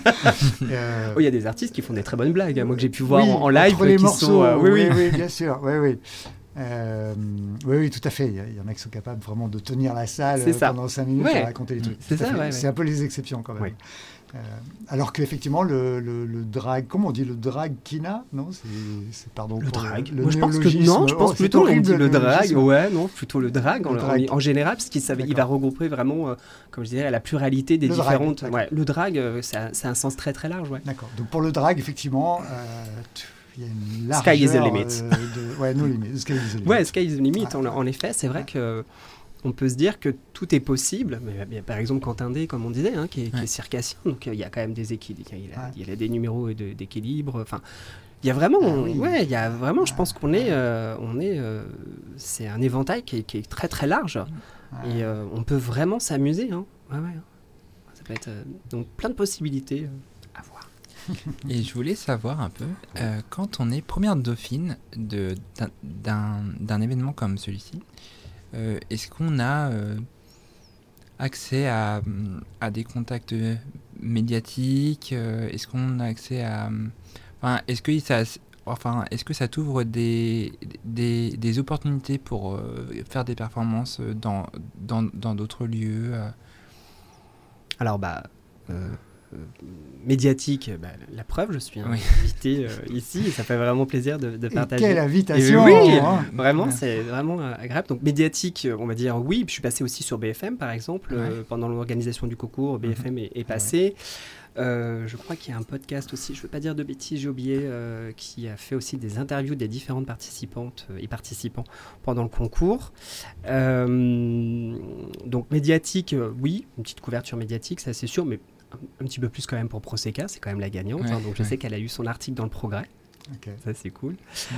Euh, Oh, il y a des artistes qui font des très bonnes blagues. hein, Moi que j'ai pu voir oui, en, en live, entre les qui morceaux, sont. euh, oui, oui. oui, bien sûr, oui, oui. Euh, oui, oui, tout à fait. Il y, a- il y en a qui sont capables vraiment de tenir la salle C'est euh, ça. pendant cinq minutes Ouais. à raconter les trucs. C'est Tout à ça, fait. ouais, C'est ouais. un peu les exceptions quand même. Ouais. Euh, alors qu'effectivement, le, le, le drag, comment on dit le drag kina Non, c'est, c'est pardon Le pour drag. le Moi, je pense que néologisme. non, je pense Oh, c'est plutôt on horrible, dit le drag. néologisme. Ouais, non, plutôt le drag, en, Le drag. en- en général, parce qu'il savait- il va D'accord. regrouper vraiment, euh, comme je disais, la pluralité des Le drag, différentes. d'accord. Ouais, le drag, euh, c'est un, c'est un sens très très large, ouais. D'accord. Donc pour le drag, effectivement, euh, tu- il y a une largeur. Sky is the limit. euh, de, ouais, no limit. Sky is the limit. Ouais, sky is the limit. Ah, en, ouais. en effet, c'est vrai Ouais. que on peut se dire que tout est possible. Mais, mais par exemple, Quentin D, comme on disait, hein, qui, est, qui Ouais. est circassien, donc euh, il y a quand même des équilibres. Il y a, Ouais. il y a des numéros et de- d'équilibre. Enfin, il y a vraiment, Ah oui. ouais, il y a vraiment. Je pense qu'on est, Ouais. euh, on est, euh, c'est un éventail qui est, qui est très très large Ouais. et euh, on peut vraiment s'amuser. Hein. Ouais, ouais. Ça peut être euh, donc plein de possibilités euh, à voir. Et je voulais savoir un peu, euh, quand on est première dauphine de, d'un, d'un, d'un événement comme celui-ci, euh, est-ce qu'on a euh, accès à, à des contacts médiatiques euh, Est-ce qu'on a accès à... Enfin, est-ce que ça, enfin, est-ce que ça t'ouvre des, des, des opportunités pour euh, faire des performances dans, dans, dans d'autres lieux euh Alors bah. euh, euh, médiatique, bah, la preuve, je suis Oui. invité euh, ici et ça fait vraiment plaisir de, de Et partager. quelle invitation Et oui, hein. Vraiment, Ouais. c'est vraiment euh, agréable. Donc médiatique, euh, on va dire oui. Puis je suis passé aussi sur B F M, par exemple, euh, pendant l'organisation du concours. B F M est, est passé. Euh, je crois qu'il y a un podcast aussi, je ne veux pas dire de bêtises, j'ai oublié, euh, qui a fait aussi des interviews des différentes participantes euh, et participants pendant le concours. Euh, donc médiatique, euh, oui, une petite couverture médiatique, ça c'est sûr, mais un, un petit peu plus quand même pour Proseca, c'est quand même la gagnante. Ouais, hein, donc je ouais. sais qu'elle a eu son article dans le Progrès. Ok. Ça, c'est cool.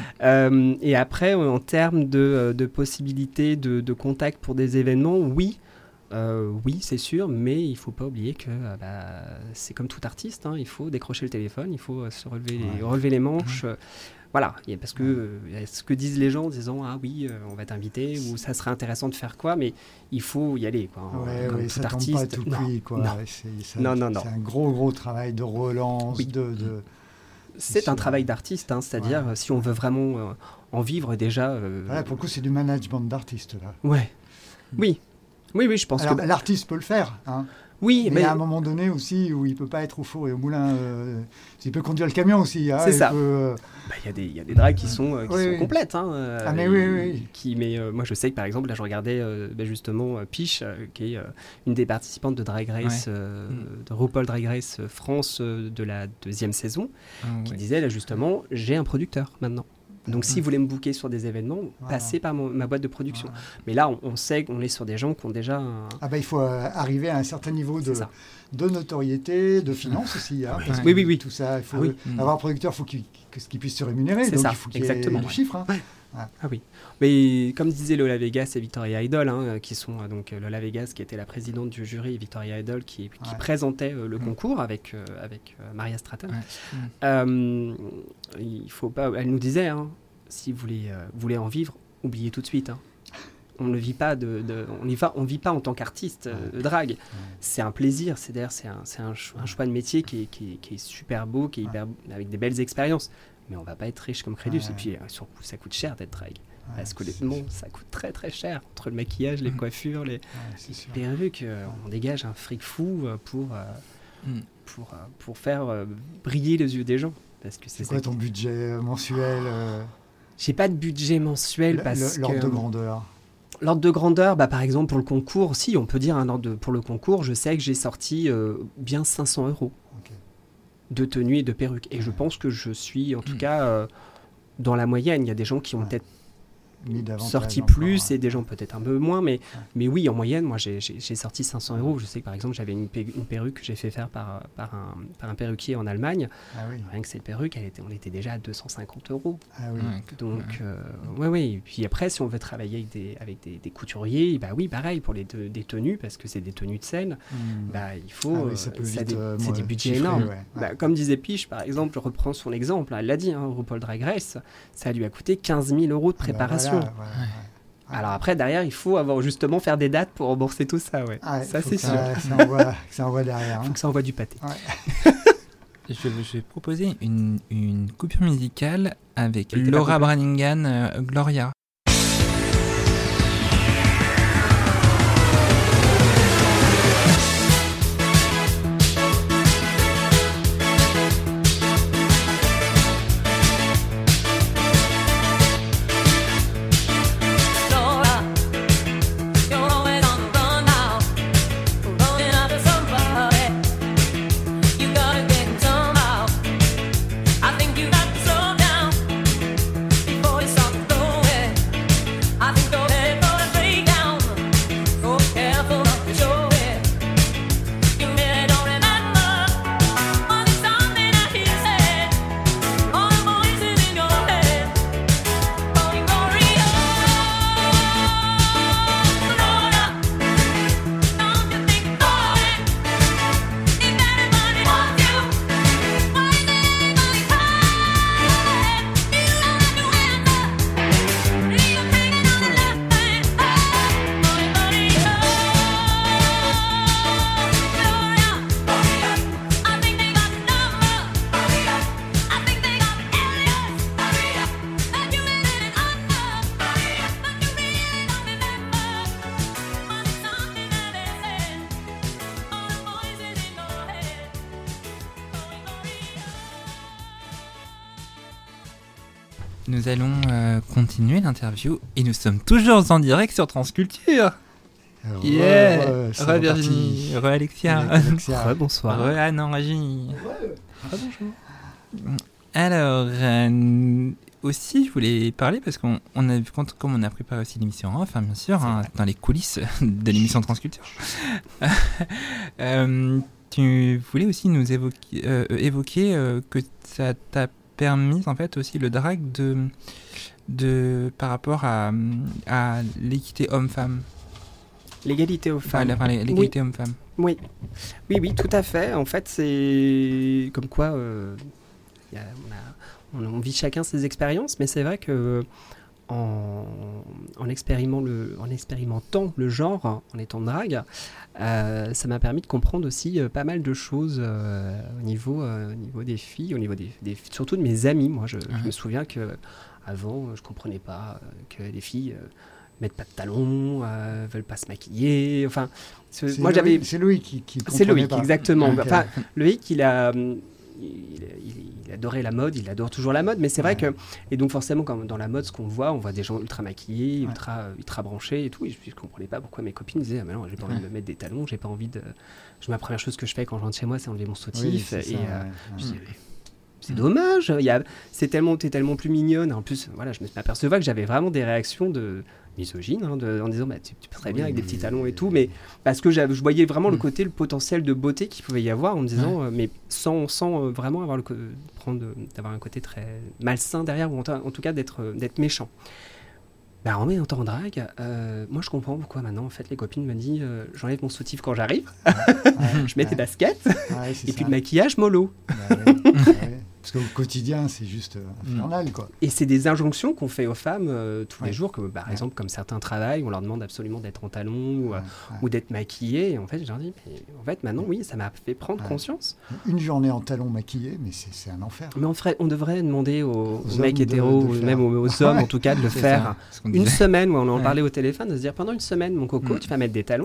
Euh, et après, en termes de, de possibilités de, de contact pour des événements, oui. Euh, oui, c'est sûr, mais il ne faut pas oublier que euh, bah, c'est comme tout artiste, hein, il faut décrocher le téléphone, il faut euh, se relever les, Ouais. relever les manches. euh, voilà, et parce que euh, il y a ce que disent les gens en disant ah oui, euh, on va t'inviter ou ça serait intéressant de faire quoi, mais il faut y aller. Quoi, hein, Ouais, comme ouais, tout ça tombe artiste. pas tout non, cuit, quoi. non. C'est, ça- Non, non, non. c'est un gros, gros travail de relance, Oui. de, de... C'est sûr. un travail d'artiste, hein, c'est-à-dire Ouais. euh, si on veut vraiment euh, en vivre déjà. euh, Voilà, pour le coup, c'est du management d'artiste, là. Ouais. Oui. Oui, oui, je pense Alors, que. l'artiste peut le faire, hein, Oui, mais mais à un moment donné aussi où il peut pas être au four et au moulin, euh, il peut conduire le camion aussi. Hein, C'est il ça. peut, euh, bah, il y a des, il y a des drags qui sont, euh, qui Oui, sont oui. complètes. Hein, euh, Ah, mais et- oui, oui. Qui, mais euh, moi, je sais que par exemple, là, je regardais euh, bah, justement euh, Piche, euh, qui est euh, une des participantes de Drag Race, Ouais. euh, Mm. de RuPaul Drag Race France euh, de la deuxième saison, Ah, qui ouais. disait là justement, j'ai un producteur maintenant. Donc, si vous voulez me booker sur des événements, Voilà. passez par mon- ma boîte de production. voilà. Mais là, on, on sait qu'on est sur des gens qui ont déjà un... Ah bah, il faut euh, arriver à un certain niveau de, C'est ça. de notoriété, de finance aussi. Hein, parce Ouais. que Oui, oui, oui. Tout ça, il faut Ah oui. Mm. avoir un producteur, il faut qu'il, que ce qu'il puisse se rémunérer. C'est Donc ça, il faut qu'il y ait exactement, du ouais. chiffre. Hein. Ah oui, mais comme disait Lola Vegas et Victoria Idol, hein, qui sont euh, donc euh, Lola Vegas qui était la présidente du jury et Victoria Idol qui, qui Ouais. présentait euh, le Mm. concours avec, euh, avec euh, Maria Stratton. Ouais. Mm. Euh, il faut pas, elle nous disait, hein, si vous voulez, euh, vous voulez en vivre, oubliez tout de suite. Hein. On ne vit pas de, de- on y va, on vit pas en tant qu'artiste euh, de drague. C'est un plaisir, c'est d'ailleurs c'est un, c'est un, cho- un choix de métier qui est, qui est- qui est super beau, qui est hyper, avec des belles expériences. Mais on va pas être riche comme Crédus. Ouais. Et puis euh, surtout, ça coûte cher d'être drague. Ouais, Parce que c'est- honnêtement, ça coûte très très cher. Entre le maquillage, les Mhm. coiffures, les, ouais, c'est les sûr. perruques, euh, on dégage un fric fou euh, pour, euh, Mm. pour, euh, pour faire euh, briller les yeux des gens. Parce que c'est C'est quoi ça ton qui- budget mensuel euh, J'ai pas de budget mensuel le- parce le- L'ordre que... de grandeur. L'ordre de grandeur, bah, par exemple pour le concours, si on peut dire un ordre de- pour le concours, je sais que j'ai sorti euh, bien cinq cents euros Ok. de tenues et de perruques. Et je pense que je suis en tout Mm. cas euh, dans la moyenne. Il y a des gens qui ont Ouais. peut-être Mis davantage sorti encore, plus ouais. et des gens peut-être un peu moins, mais, mais oui, en moyenne, moi j'ai, j'ai, j'ai sorti cinq cents euros. Je sais que par exemple, j'avais une, pe- une perruque que j'ai fait faire par, par, un, par un perruquier en Allemagne. Ah oui. Rien que cette perruque, elle était, on était déjà à deux cent cinquante euros. Ah oui. Ouais. Donc, Ouais. euh, ouais, ouais. Et puis après, si on veut travailler avec des, avec des, des couturiers, bah oui, pareil, pour les te- des tenues, parce que c'est des tenues de scène, Hmm. bah il faut. Ah oui, euh, ça peut ça vite, des- euh, c'est moi, des budgets chiffrer, énormes. ouais, ouais. Bah, comme disait Piche, par exemple, je reprends son exemple, hein, elle l'a dit, hein, RuPaul Drag Race, ça lui a coûté quinze mille euros de Ah bah préparation. voilà, voilà, ouais. Alors après, derrière, il faut avoir justement faire des dates pour rembourser tout ça, ouais. Ah ouais, ça, faut c'est que sûr. Ça, ça envoie, que ça envoie derrière. Il hein. faut que ça envoie du pâté. Je, je vais proposer une, une coupure musicale avec Elle était pas Laura coupée. Branigan, euh, Gloria. Laura, you're always on the run now, running after somebody. You gotta get in somehow. I think you got to slow down before you start to go away. I think you're headed for a breakdown. So careful not to show it. You really don't remember. Was it something that he said? All the voices in your head. Going Gloria, Laura, don't you think about it? If anybody wants you, why is anybody crying? You don't have to answer. Leave 'em hanging on the left hand. Going Gloria, Laura, I think they got the number. I think they got alias. That you really didn't under. But you really don't remember. Was it something that they said? All the voices in your head. Going Gloria. Nous allons euh, continuer l'interview et nous sommes toujours en direct sur Transculture. Re- Yeah, re- c'est re Virginie, reparti. re Alexia, Avec Alexia. Ouais, bonsoir. re Anne Enragie. Alors, euh, aussi, je voulais parler parce qu'on on a vu, quand, comme on a préparé aussi l'émission en off, hein, bien sûr, hein, dans les coulisses de l'émission Transculture. euh, tu voulais aussi nous évoquer, euh, évoquer euh, que ça t'a permis en fait aussi le drag de, de par rapport à, à l'équité homme-femme, L'égalité aux enfin, femmes. la- enfin, l'égalité homme-femme. Oui, oui, oui, tout à fait. En fait, c'est comme quoi euh, y a- on, a- on- on vit chacun ses expériences, mais c'est vrai que en, en, expériment le- en expérimentant le genre, en étant drague, euh, ça m'a permis de comprendre aussi euh, pas mal de choses euh, au, niveau, euh, au niveau des filles, au niveau des, des- surtout de mes amis. Moi, je, je Ouais. me souviens que avant, je comprenais pas euh, que les filles euh, mettent pas de talons, euh, veulent pas se maquiller. Enfin, ce- C'est moi Loïc- j'avais. C'est Loïc qui, qui C'est comprenait Loïc, pas. exactement. Ok. Enfin, Loïc, il a, hum, il, il- il adorait la mode, il adore toujours la mode, mais c'est vrai Ouais. que, et donc forcément, comme dans la mode, ce qu'on voit, on voit des gens ultra maquillés, Ouais. ultra, euh, ultra branchés et tout, et je ne comprenais pas pourquoi mes copines disaient, ah mais non, j'ai pas envie de me mettre des talons, j'ai pas envie de... Je, ma première chose que je fais quand je rentre chez moi, c'est enlever mon Oui, soutif, c'est et ça, euh, ouais. je Ouais. disais, mais c'est dommage, il y a, c'est tellement, t'es tellement plus mignonne, en plus, voilà, je me m'apercevais que j'avais vraiment des réactions de misogynes, hein, de- en disant, bah, tu, tu serais bien avec des petits talons et tout, mais parce que j'avais- je voyais vraiment le Mm. côté, le potentiel de beauté qu'il pouvait y avoir en me disant, euh, mais sans, sans euh, vraiment avoir le co- prendre, euh, d'avoir un côté très malsain derrière, ou en, ta- en tout cas d'être euh, d'être méchant. Bah, en étant en drague, euh, moi je comprends pourquoi maintenant en fait les copines me disent euh, j'enlève mon soutif quand j'arrive, Ouais, je mets tes ouais. baskets Ouais, c'est et ça. puis le maquillage mollo. Bah ouais, ouais. Parce qu'au quotidien, c'est juste euh, infernal, quoi. Et c'est des injonctions qu'on fait aux femmes euh, tous Ouais. les jours, que, par Ouais. exemple comme certains travaillent, on leur demande absolument d'être en talons ou, Ouais, euh, ouais. ou d'être maquillées. Et en fait je leur dis mais en fait maintenant oui ça m'a fait prendre Ouais. conscience. Une journée en talons maquillés, mais c'est c'est un enfer. Mais on, ferait, on devrait demander aux, aux Aux mecs hommes de- hétéros, de ou faire. même aux, aux hommes en tout cas de le C'est faire. ça, ce qu'on Une disait. semaine où on en Ouais. parlait au téléphone, de se dire pendant une semaine mon coco Mm. tu vas mettre des talons,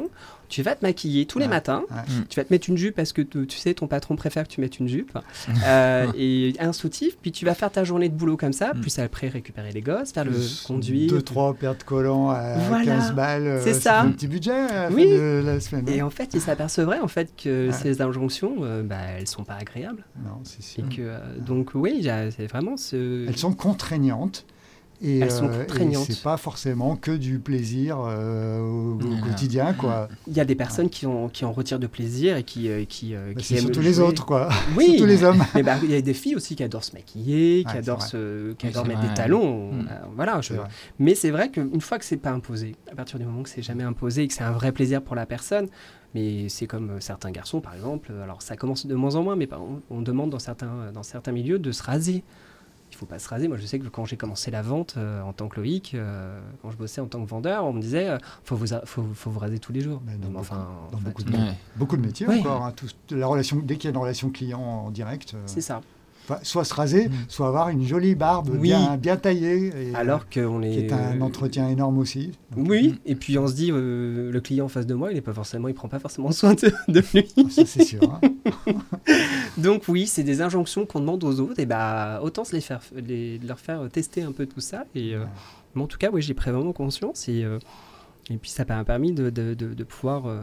tu vas te maquiller tous Ouais, les matins, ouais. tu vas te mettre une jupe parce que tu, tu sais, ton patron préfère que tu mettes une jupe, euh, et un soutif, puis tu vas faire ta journée de boulot comme ça, Mm. puis après récupérer les gosses, faire Plus le conduire. Deux, trois paires de collants à Voilà. quinze balles. euh, C'est ça. fait un petit budget à la Oui. fin de la semaine. Et hein. en fait, ils s'apercevraient en fait que Ouais. ces injonctions, euh, bah, elles sont pas agréables. Non, c'est Et sûr. que, euh, donc oui, il y a- c'est vraiment ce... Elles sont contraignantes. Et, Elles sont euh, et contraignantes. c'est pas forcément que du plaisir euh, au, au Voilà. quotidien, quoi. Il y a des personnes qui, ont, qui en retirent de plaisir et qui, euh, qui, euh, Bah, qui c'est aiment surtout les jouer. autres, quoi. Oui, Surtout les hommes. mais bah, il y a des filles aussi qui adorent se maquiller, qui Ouais, adorent, c'est se, qui Oui, adorent c'est mettre vrai. des talons. Mm. Euh, voilà, je- C'est vrai. Mais c'est vrai qu'une fois que c'est pas imposé, à partir du moment que c'est jamais imposé et que c'est un vrai plaisir pour la personne, mais c'est comme euh, certains garçons par exemple, alors ça commence de moins en moins, mais par exemple, on demande dans certains, dans certains milieux de se raser. Il faut pas se raser. Moi, je sais que quand j'ai commencé la vente euh, en tant que Loïc, euh, quand je bossais en tant que vendeur, on me disait euh, faut, vous a- faut, faut vous raser tous les jours. Mais dans Mais beaucoup- enfin, dans en fait, beaucoup de- Ouais. Beaucoup de métiers Ouais. encore. hein, tout- la relation, dès qu'il y a une relation client en direct, euh, c'est ça. enfin, soit se raser, Mm. soit avoir une jolie barbe Oui. bien, bien taillée. Et, Alors qu'on euh, est. qui est un euh, entretien énorme aussi. Donc, Oui, et puis on se dit, euh, le client en face de moi, il est pas forcément, il prend pas forcément soin de, de lui. euh, ça, c'est sûr. hein. Donc oui, c'est des injonctions qu'on demande aux autres, et bah autant se les faire, les, leur faire tester un peu tout ça. Et euh, Ouais. mais en tout cas, oui, j'ai pris vraiment conscience, et euh, et puis ça m'a permis de, de, de, de pouvoir euh,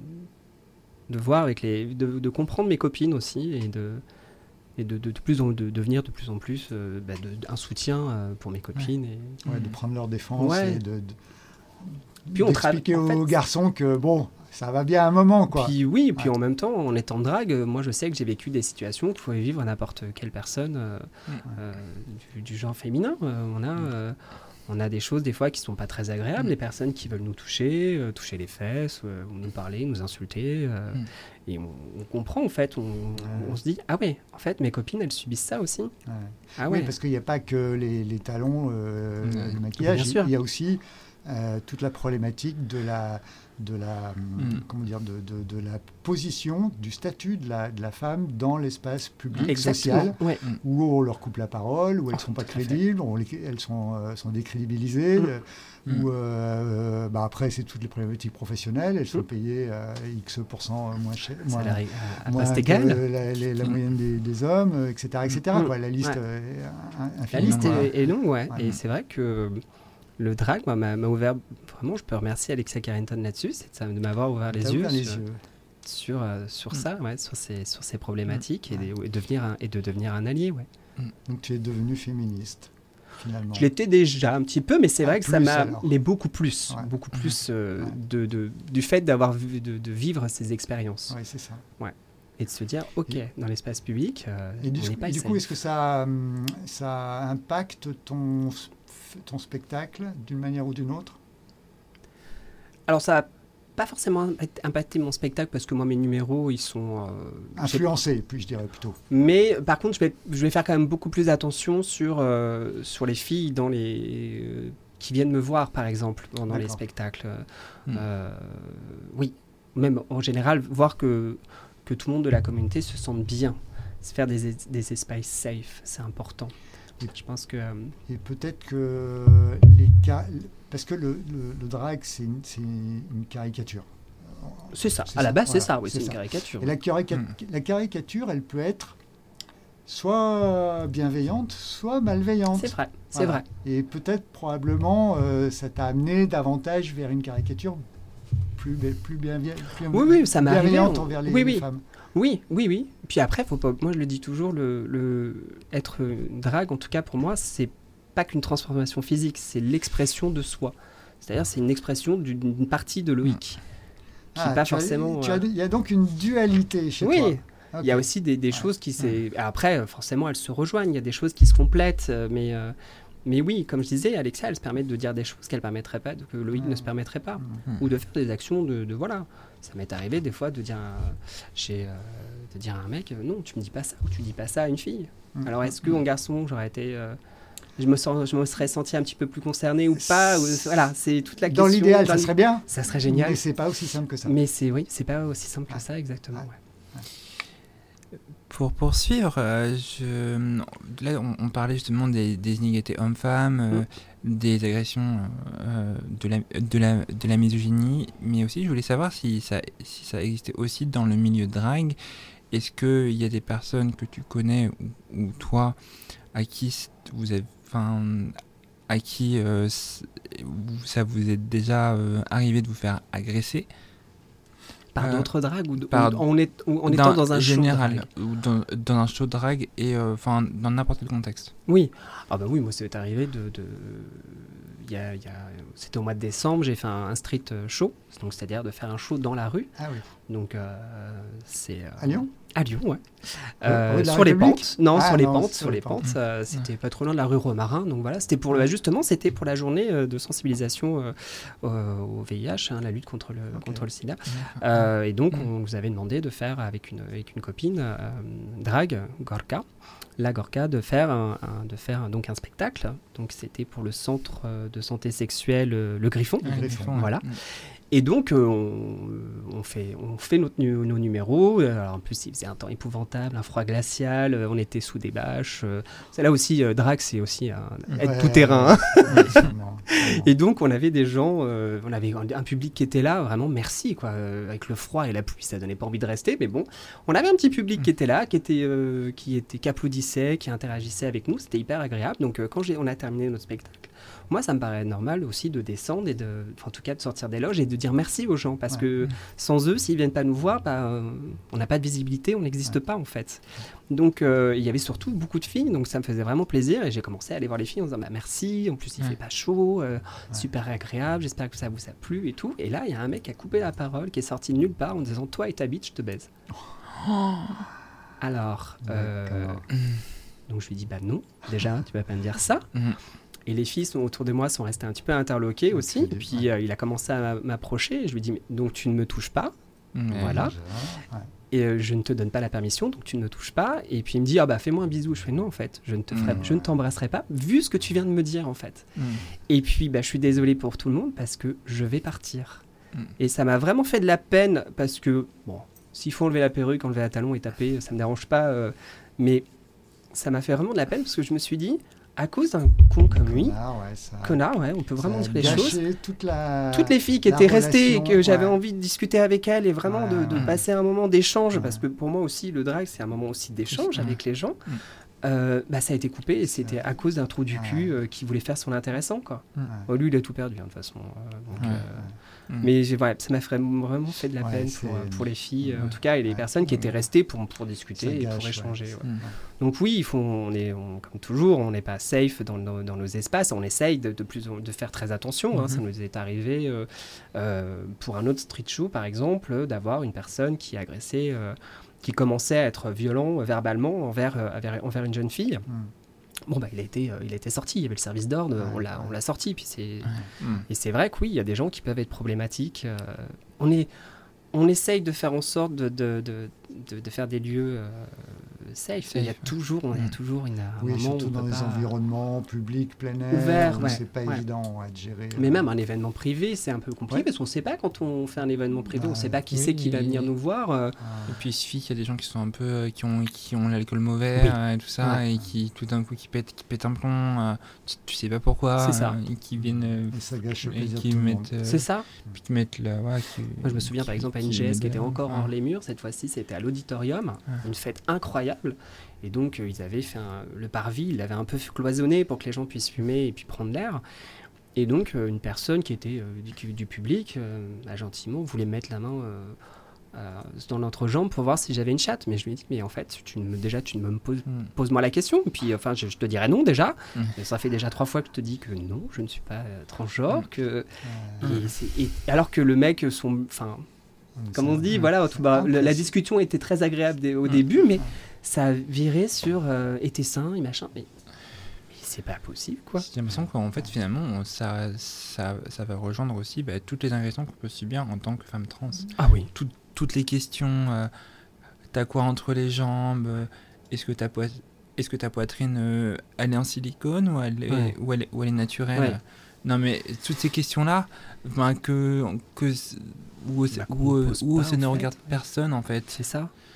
de voir avec les, de, de comprendre mes copines aussi, et de et de, de, de plus en, de devenir de plus en plus euh, bah, de, un soutien euh, pour mes copines. Et, Ouais, de prendre leur défense Ouais. et de, de Puis on tra- d'expliquer en aux fait- garçons que bon, ça va bien un moment, quoi. Puis oui, puis Ouais. en même temps, en étant de drague, euh, moi je sais que j'ai vécu des situations que pouvait vivre n'importe quelle personne euh, Mm. euh, du, du genre féminin. Euh, on, a, euh, on a des choses des fois qui sont pas très agréables, Mm. des personnes qui veulent nous toucher, euh, toucher les fesses, euh, ou nous parler, nous insulter. euh, Mm. Et on, on comprend en fait, on, on se dit, ah ouais, en fait mes copines elles subissent ça aussi. Ouais. Ah Oui, ouais, parce qu'il n'y a pas que les, les talons, euh, Ouais. le maquillage, Bien sûr. il y a aussi euh, toute la problématique de la, de la, Mm. comment dire, de, de, de la position, du statut de la, de la femme dans l'espace public, social, exactement. Ouais. où on leur coupe la parole, où elles ne Ah, sont pas tout à fait. crédibles, on les- elles sont, euh, sont décrédibilisées, Mm. euh, Mm. où euh, bah après c'est toutes les problématiques professionnelles, elles sont Mm. payées euh, X pourcent moins cher. Ça moins- a l'air à, à moins poste que égal. La, la- la moyenne des, des hommes, euh, et cetera, et cetera Mm. quoi. La liste Ouais. euh, est in- La infinie, liste quoi. est, est longue, ouais. Ouais. Et c'est vrai que le drag moi, m'a m'a ouvert, vraiment, je peux remercier Alexa Carrington là-dessus, c'est de ça- de m'avoir ouvert les T'as yeux ouvert les sur, yeux. sur, euh, sur Mm. ça, ouais, sur ces, sur ces problématiques, Mm. et, de, et devenir un, et de devenir un allié. Ouais. Donc tu es devenue féministe, finalement. Je l'étais déjà un petit peu, mais c'est Ah, vrai que ça plus, m'a... alors. Mais beaucoup plus, Ouais. beaucoup plus euh, Ouais. de, de- du fait d'avoir vu- de, de vivre ces expériences. Oui, c'est ça. Et de se dire, ok, Et- dans l'espace public, euh, Et du, on n'est pas du coup, safe. est-ce que ça, hum, ça impacte ton, s- ton spectacle d'une manière ou d'une autre? Alors ça n'a pas forcément impact- impacté mon spectacle, parce que moi, mes numéros, ils sont... euh, j'ai- Influencé, puis je dirais plutôt. Mais par contre, je vais, je vais faire quand même beaucoup plus attention sur, euh, sur les filles dans les, euh, qui viennent me voir, par exemple, pendant les D'accord. spectacles. Mm. Euh, oui, même en général, voir que, que tout le monde de la communauté se sente bien. Se faire des, es- des espaces safe, c'est important. Oui. Je pense que... euh, Et peut-être que les cas... Parce que le, le, le drag, c'est une, c'est une caricature. c'est ça, C'est à la ça, base, c'est voilà, ça, oui, c'est c'est une ça. caricature. Et la, carica- Mm. la caricature, elle peut être soit bienveillante, soit malveillante. C'est vrai, c'est Voilà. vrai. Et peut-être, probablement, euh, ça t'a amené davantage vers une caricature plus, bi- plus, bien, plus Oui, oui, ça m'est arrivé, bienveillante on- envers les, oui, les oui. femmes. Oui, oui, oui. Puis après, faut pas... moi je le dis toujours, le, le... être une drague, en tout cas pour moi, c'est pas qu'une transformation physique, c'est l'expression de soi. C'est-à-dire, c'est une expression d'une d'une partie de Loïc. Qui Ah, est pas tu as- forcément. tu as- euh, Il y a donc une dualité chez Oui, toi. il y a Ok. aussi des, des Ouais. choses qui. s'est- Après, euh, forcément, elles se rejoignent, il y a des choses qui se complètent, euh, mais. euh, Mais oui, comme je disais, Alexa, elle se permet de dire des choses qu'elle permettrait pas, que Loïc Mm. ne se permettrait pas. Mm. Mm. Ou de faire des actions de, de voilà. Ça m'est arrivé des fois de dire à, chez, euh, de dire à un mec, euh, non, tu me dis pas ça, ou tu dis pas ça à une fille. Mm. Alors est-ce que en garçon, j'aurais été, euh, je me sens, je me serais senti un petit peu plus concerné ou pas ou- Voilà, c'est toute la Dans question. l'idéal, dans ça l'i- serait bien, ça serait génial. mais c'est pas aussi simple que ça. Mais c'est oui, c'est pas aussi simple que Ouais. ça exactement. Ouais. ouais. Pour poursuivre, euh, je... là on, on parlait justement des, des inégalités hommes-femmes, euh, mmh. des agressions, euh, de, la, de, la, de la misogynie, mais aussi je voulais savoir si ça, si ça existait aussi dans le milieu drag. Est-ce qu'il y a des personnes que tu connais ou, ou toi à qui vous avez, enfin, à qui euh, ça vous est déjà euh, arrivé de vous faire agresser? Par euh, d'autres dragues ou, de, par, ou en, est, ou en étant dans un général, show drag ou dans, dans un show drag et enfin euh, dans n'importe quel contexte. Oui, ah bah oui, moi c'est arrivé de, de... Il y a, il y a... c'était au mois de décembre, j'ai fait un, un street show, donc c'est-à-dire de faire un show dans la rue. Ah oui. Donc euh, c'est euh... à Lyon. À Lyon, ouais. Euh, euh, oui, sur les pentes. Non, ah, sur les non, pentes, sur sur les les pentes. pentes. Euh, c'était ouais. pas trop loin de la rue Romarin. Donc voilà, c'était pour le, justement, c'était pour la journée euh, de sensibilisation euh, euh, au V I H, hein, la lutte contre le okay. contre le SIDA. Euh, et donc, on nous avait demandé de faire avec une avec une copine euh, drag Gorka, la Gorka, de faire un, un de faire un, donc un spectacle. Donc c'était pour le centre de santé sexuelle euh, le Griffon. Le Griffon, voilà. Ouais. Et donc, euh, on, on fait, on fait notre, nos numéros. Alors, en plus, il faisait un temps épouvantable, un froid glacial. Euh, on était sous des bâches. Euh, c'est là aussi, euh, drag, c'est aussi un, être ouais, tout terrain. Ouais, vraiment, vraiment. Et donc, on avait des gens, euh, on avait un public qui était là, vraiment merci, quoi. Euh, avec le froid et la pluie, ça donnait pas envie de rester. Mais bon, on avait un petit public qui était là, qui, était, euh, qui, était, qui applaudissait, qui interagissait avec nous. C'était hyper agréable. Donc, euh, quand j'ai, on a terminé notre spectacle, moi, ça me paraît normal aussi de descendre et de, en tout cas, de sortir des loges et de dire merci aux gens parce ouais. que sans eux, s'ils viennent pas nous voir, bah, euh, on n'a pas de visibilité, on n'existe ouais. pas en fait. Donc, euh, il y avait surtout beaucoup de filles, donc ça me faisait vraiment plaisir et j'ai commencé à aller voir les filles en disant bah, merci, en plus il ouais. fait pas chaud, euh, ouais. super agréable, j'espère que ça vous a plu et tout. Et là, il y a un mec qui a coupé la parole, qui est sorti de nulle part en disant toi et ta bite, je te baise. Oh. Alors, euh, donc je lui dis bah non, déjà, tu vas pas me dire ça. Mm. Et les filles sont, autour de moi sont restées un petit peu interloquées aussi. Okay, puis ouais. euh, il a commencé à m'approcher. Et je lui dis, mais, donc tu ne me touches pas. Mmh, voilà. Ouais. Et euh, je ne te donne pas la permission, donc tu ne me touches pas. Et puis il me dit, ah bah fais-moi un bisou. Je fais non, en fait, je ne, te ferai, mmh. je ne t'embrasserai pas, vu ce que tu viens de me dire, en fait. Mmh. Et puis bah, je suis désolée pour tout le monde parce que je vais partir. Mmh. Et ça m'a vraiment fait de la peine parce que, bon, s'il faut enlever la perruque, enlever la talon et taper, ça ne me dérange pas. Euh, mais ça m'a fait vraiment de la peine parce que je me suis dit, à cause d'un con comme lui, connard, ouais, ça, connard, ouais, on peut vraiment dire les choses. Toute la, Toutes les filles qui étaient restées et que ouais. j'avais envie de discuter avec elles et vraiment ouais, de, de ouais. passer un moment d'échange, ouais. parce que pour moi aussi, le drag, c'est un moment aussi d'échange ouais. avec les gens. Ouais. Euh, bah, ça a été coupé et c'était ouais. à cause d'un trou du cul euh, qui voulait faire son intéressant, quoi. Ouais. Bon, lui, il a tout perdu, hein, de toute façon. Euh, donc, ouais. euh, ouais. Mais ouais, ça m'a vraiment fait de la ouais, peine pour, pour les filles, ouais. en tout cas, et les ouais. personnes qui étaient restées pour, pour discuter gâche, et pour échanger. Ouais. Ouais. Ouais. Donc oui, il faut, on est, on, comme toujours, on n'est pas safe dans, dans, dans nos espaces, on essaye de, de, plus, de faire très attention. Mm-hmm. Hein, ça nous est arrivé euh, euh, pour un autre street show, par exemple, d'avoir une personne qui a agressé... Euh, qui commençait à être violent verbalement envers, euh, envers, envers une jeune fille. Mm. Bon, bah, il a été, euh, il a été sorti, il y avait le service d'ordre, ouais, on, l'a, ouais. on l'a sorti. Puis c'est... Ouais. Mm. Et c'est vrai que oui, il y a des gens qui peuvent être problématiques. Euh, on, est, on essaye de faire en sorte de, de, de, de, de faire des lieux euh, safe. safe. Il y a toujours, on a toujours une, un oui, moment surtout où dans les pas... environnements publics, plein air, ouvert, ouais, c'est pas ouais. évident ouais, de gérer. Mais euh... même un événement privé, c'est un peu compliqué ouais. parce qu'on ne sait pas quand on fait un événement privé, ouais. on ne sait pas qui oui, c'est qui va venir nous voir. Euh... Et puis il suffit qu'il y a des gens qui sont un peu, qui ont, qui ont l'alcool mauvais oui. euh, et tout ça, ouais. et qui tout d'un coup qui pètent, qui pètent un plomb, euh, tu, tu sais pas pourquoi, c'est ça. Euh, et qui viennent, euh, et ça gâche le et plaisir qui de tout mettent, le monde. Euh, c'est ça. Puis qui mettent là, ouais, qui, Moi je me souviens qui, par exemple à une G S qui était encore hors les murs. Cette fois-ci, c'était à l'auditorium, ouais. une fête incroyable. Et donc, euh, ils avaient fait un, le parvis, ils l'avaient un peu cloisonné pour que les gens puissent fumer et puis prendre l'air. Et donc, euh, une personne qui était euh, du, du public, euh, bah, gentiment, voulait mettre la main euh, euh, dans l'entrejambe pour voir si j'avais une chatte. Mais je lui ai dit, mais en fait, tu ne me, déjà, tu ne me poses, mm. pose-moi la question. Et puis, enfin, je, je te dirais non déjà. Mm. Et ça fait déjà trois fois que je te dis que non, je ne suis pas euh, transgenre. Mm. Que, mm. et c'est, et, alors que le mec, son, enfin, comme on se dit, mmh. voilà, tout, bah, la, la discussion était très agréable dé, au mmh. début, mais ça a viré sur euh, était sain et machin. Mais, mais c'est pas possible, quoi. J'ai l'impression qu'en fait, finalement, ça, ça, ça va rejoindre aussi bah, toutes les agressions qu'on peut subir en tant que femme trans. Ah oui. Tout, toutes les questions, euh, t'as quoi entre les jambes, euh, est-ce que ta, poi- est-ce que ta poitrine, euh, elle est en silicone ou elle est, ouais. ou elle, ou elle est naturelle ouais. Non, mais toutes ces questions-là, ben, que... que où, bah, où, où ça ne regarde fait. personne en fait. C'est ça.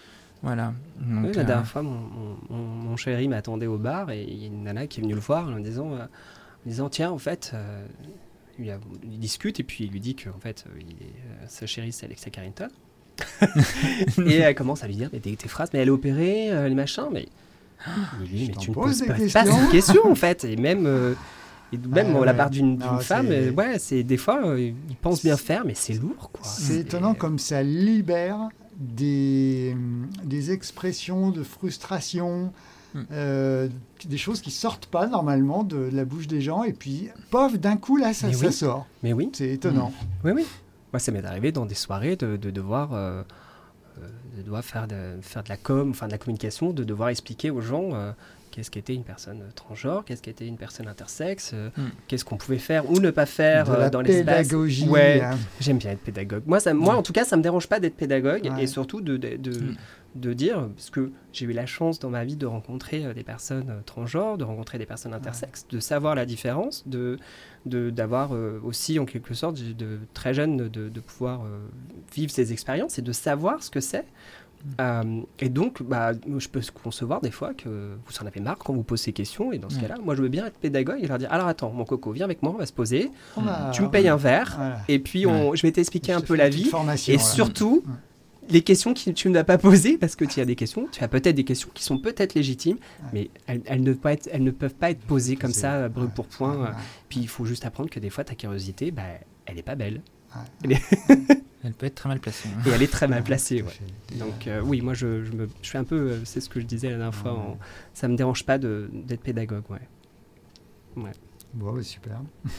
Voilà. Donc, Oui, la euh, dernière fois, mon, mon, mon chéri m'attendait au bar et il y a une nana qui est venue le voir en disant, euh, en disant tiens, en fait, euh, il, a- il discute et puis il lui dit que en fait, euh, il est, euh, sa chérie, c'est Alexa Carrington. Et elle commence à lui dire mais tes, tes phrases, mais elle est opérée, euh, les machins, mais. Il lui dit, Je mais t'en tu ne pose poses des pas, questions. pas cette question en fait. Et même, euh, et même Ouais, euh, la ouais. part d'une Non, d'une femme, c'est- euh, ouais, c'est des fois, euh, ils pensent bien faire, mais c'est lourd quoi. C'est étonnant comme ça libère des, des expressions de frustration, Mm. euh, des choses qui sortent pas normalement de la bouche des gens, et puis, pof, d'un coup, là, ça, Mais ça oui. sort. Mais oui. C'est étonnant. Oui, oui. Moi, ça m'est arrivé dans des soirées de, de devoir, euh, euh, de devoir faire, de, faire de la com, enfin de la communication, de devoir expliquer aux gens euh, qu'est-ce qu'était une personne transgenre, qu'est-ce qu'était une personne intersexe, euh, Mm. qu'est-ce qu'on pouvait faire ou ne pas faire De euh, la dans l'espace. pédagogie. Ouais, hein. j'aime bien être pédagogue. Moi, ça, moi, en tout cas, ça me dérange pas d'être pédagogue Ouais. et surtout de, de, de, Mm. de dire, parce que j'ai eu la chance dans ma vie de rencontrer euh, des personnes euh, transgenres, de rencontrer des personnes intersexes, de savoir la différence, de de- d'avoir euh, aussi en quelque sorte de, de très jeune de, de pouvoir euh, vivre ces expériences et de savoir ce que c'est. Euh, et donc, bah, je peux concevoir des fois que vous en avez marre quand vous posez ces questions. Et dans ce Ouais. cas-là, moi, je veux bien être pédagogue et leur dire alors attends, mon coco, viens avec moi, on va se poser. On a- Tu me payes un verre Voilà. et puis on, je vais t'expliquer Je un te peu fais la une petite vie. formation, Et là. surtout, Ouais. les questions que tu ne vas pas poser, parce que tu as des questions, tu as peut-être des questions qui sont peut-être légitimes, Ouais. mais elles, elles ne peuvent pas être, elles ne peuvent pas être posées comme C'est- ça, brûle ouais. pour point. Ouais, euh, ouais. Puis il faut juste apprendre que des fois, ta curiosité, bah, elle n'est pas belle. Ouais. Elle peut être très mal placée. hein. Et elle est très mal placée. Tout à Ouais. fait. Donc euh, oui, moi, je, je, me, je fais un peu, euh, c'est ce que je disais la dernière fois, Ouais. en- ça me dérange pas de- d'être pédagogue. Ouais. Bon, bah, super.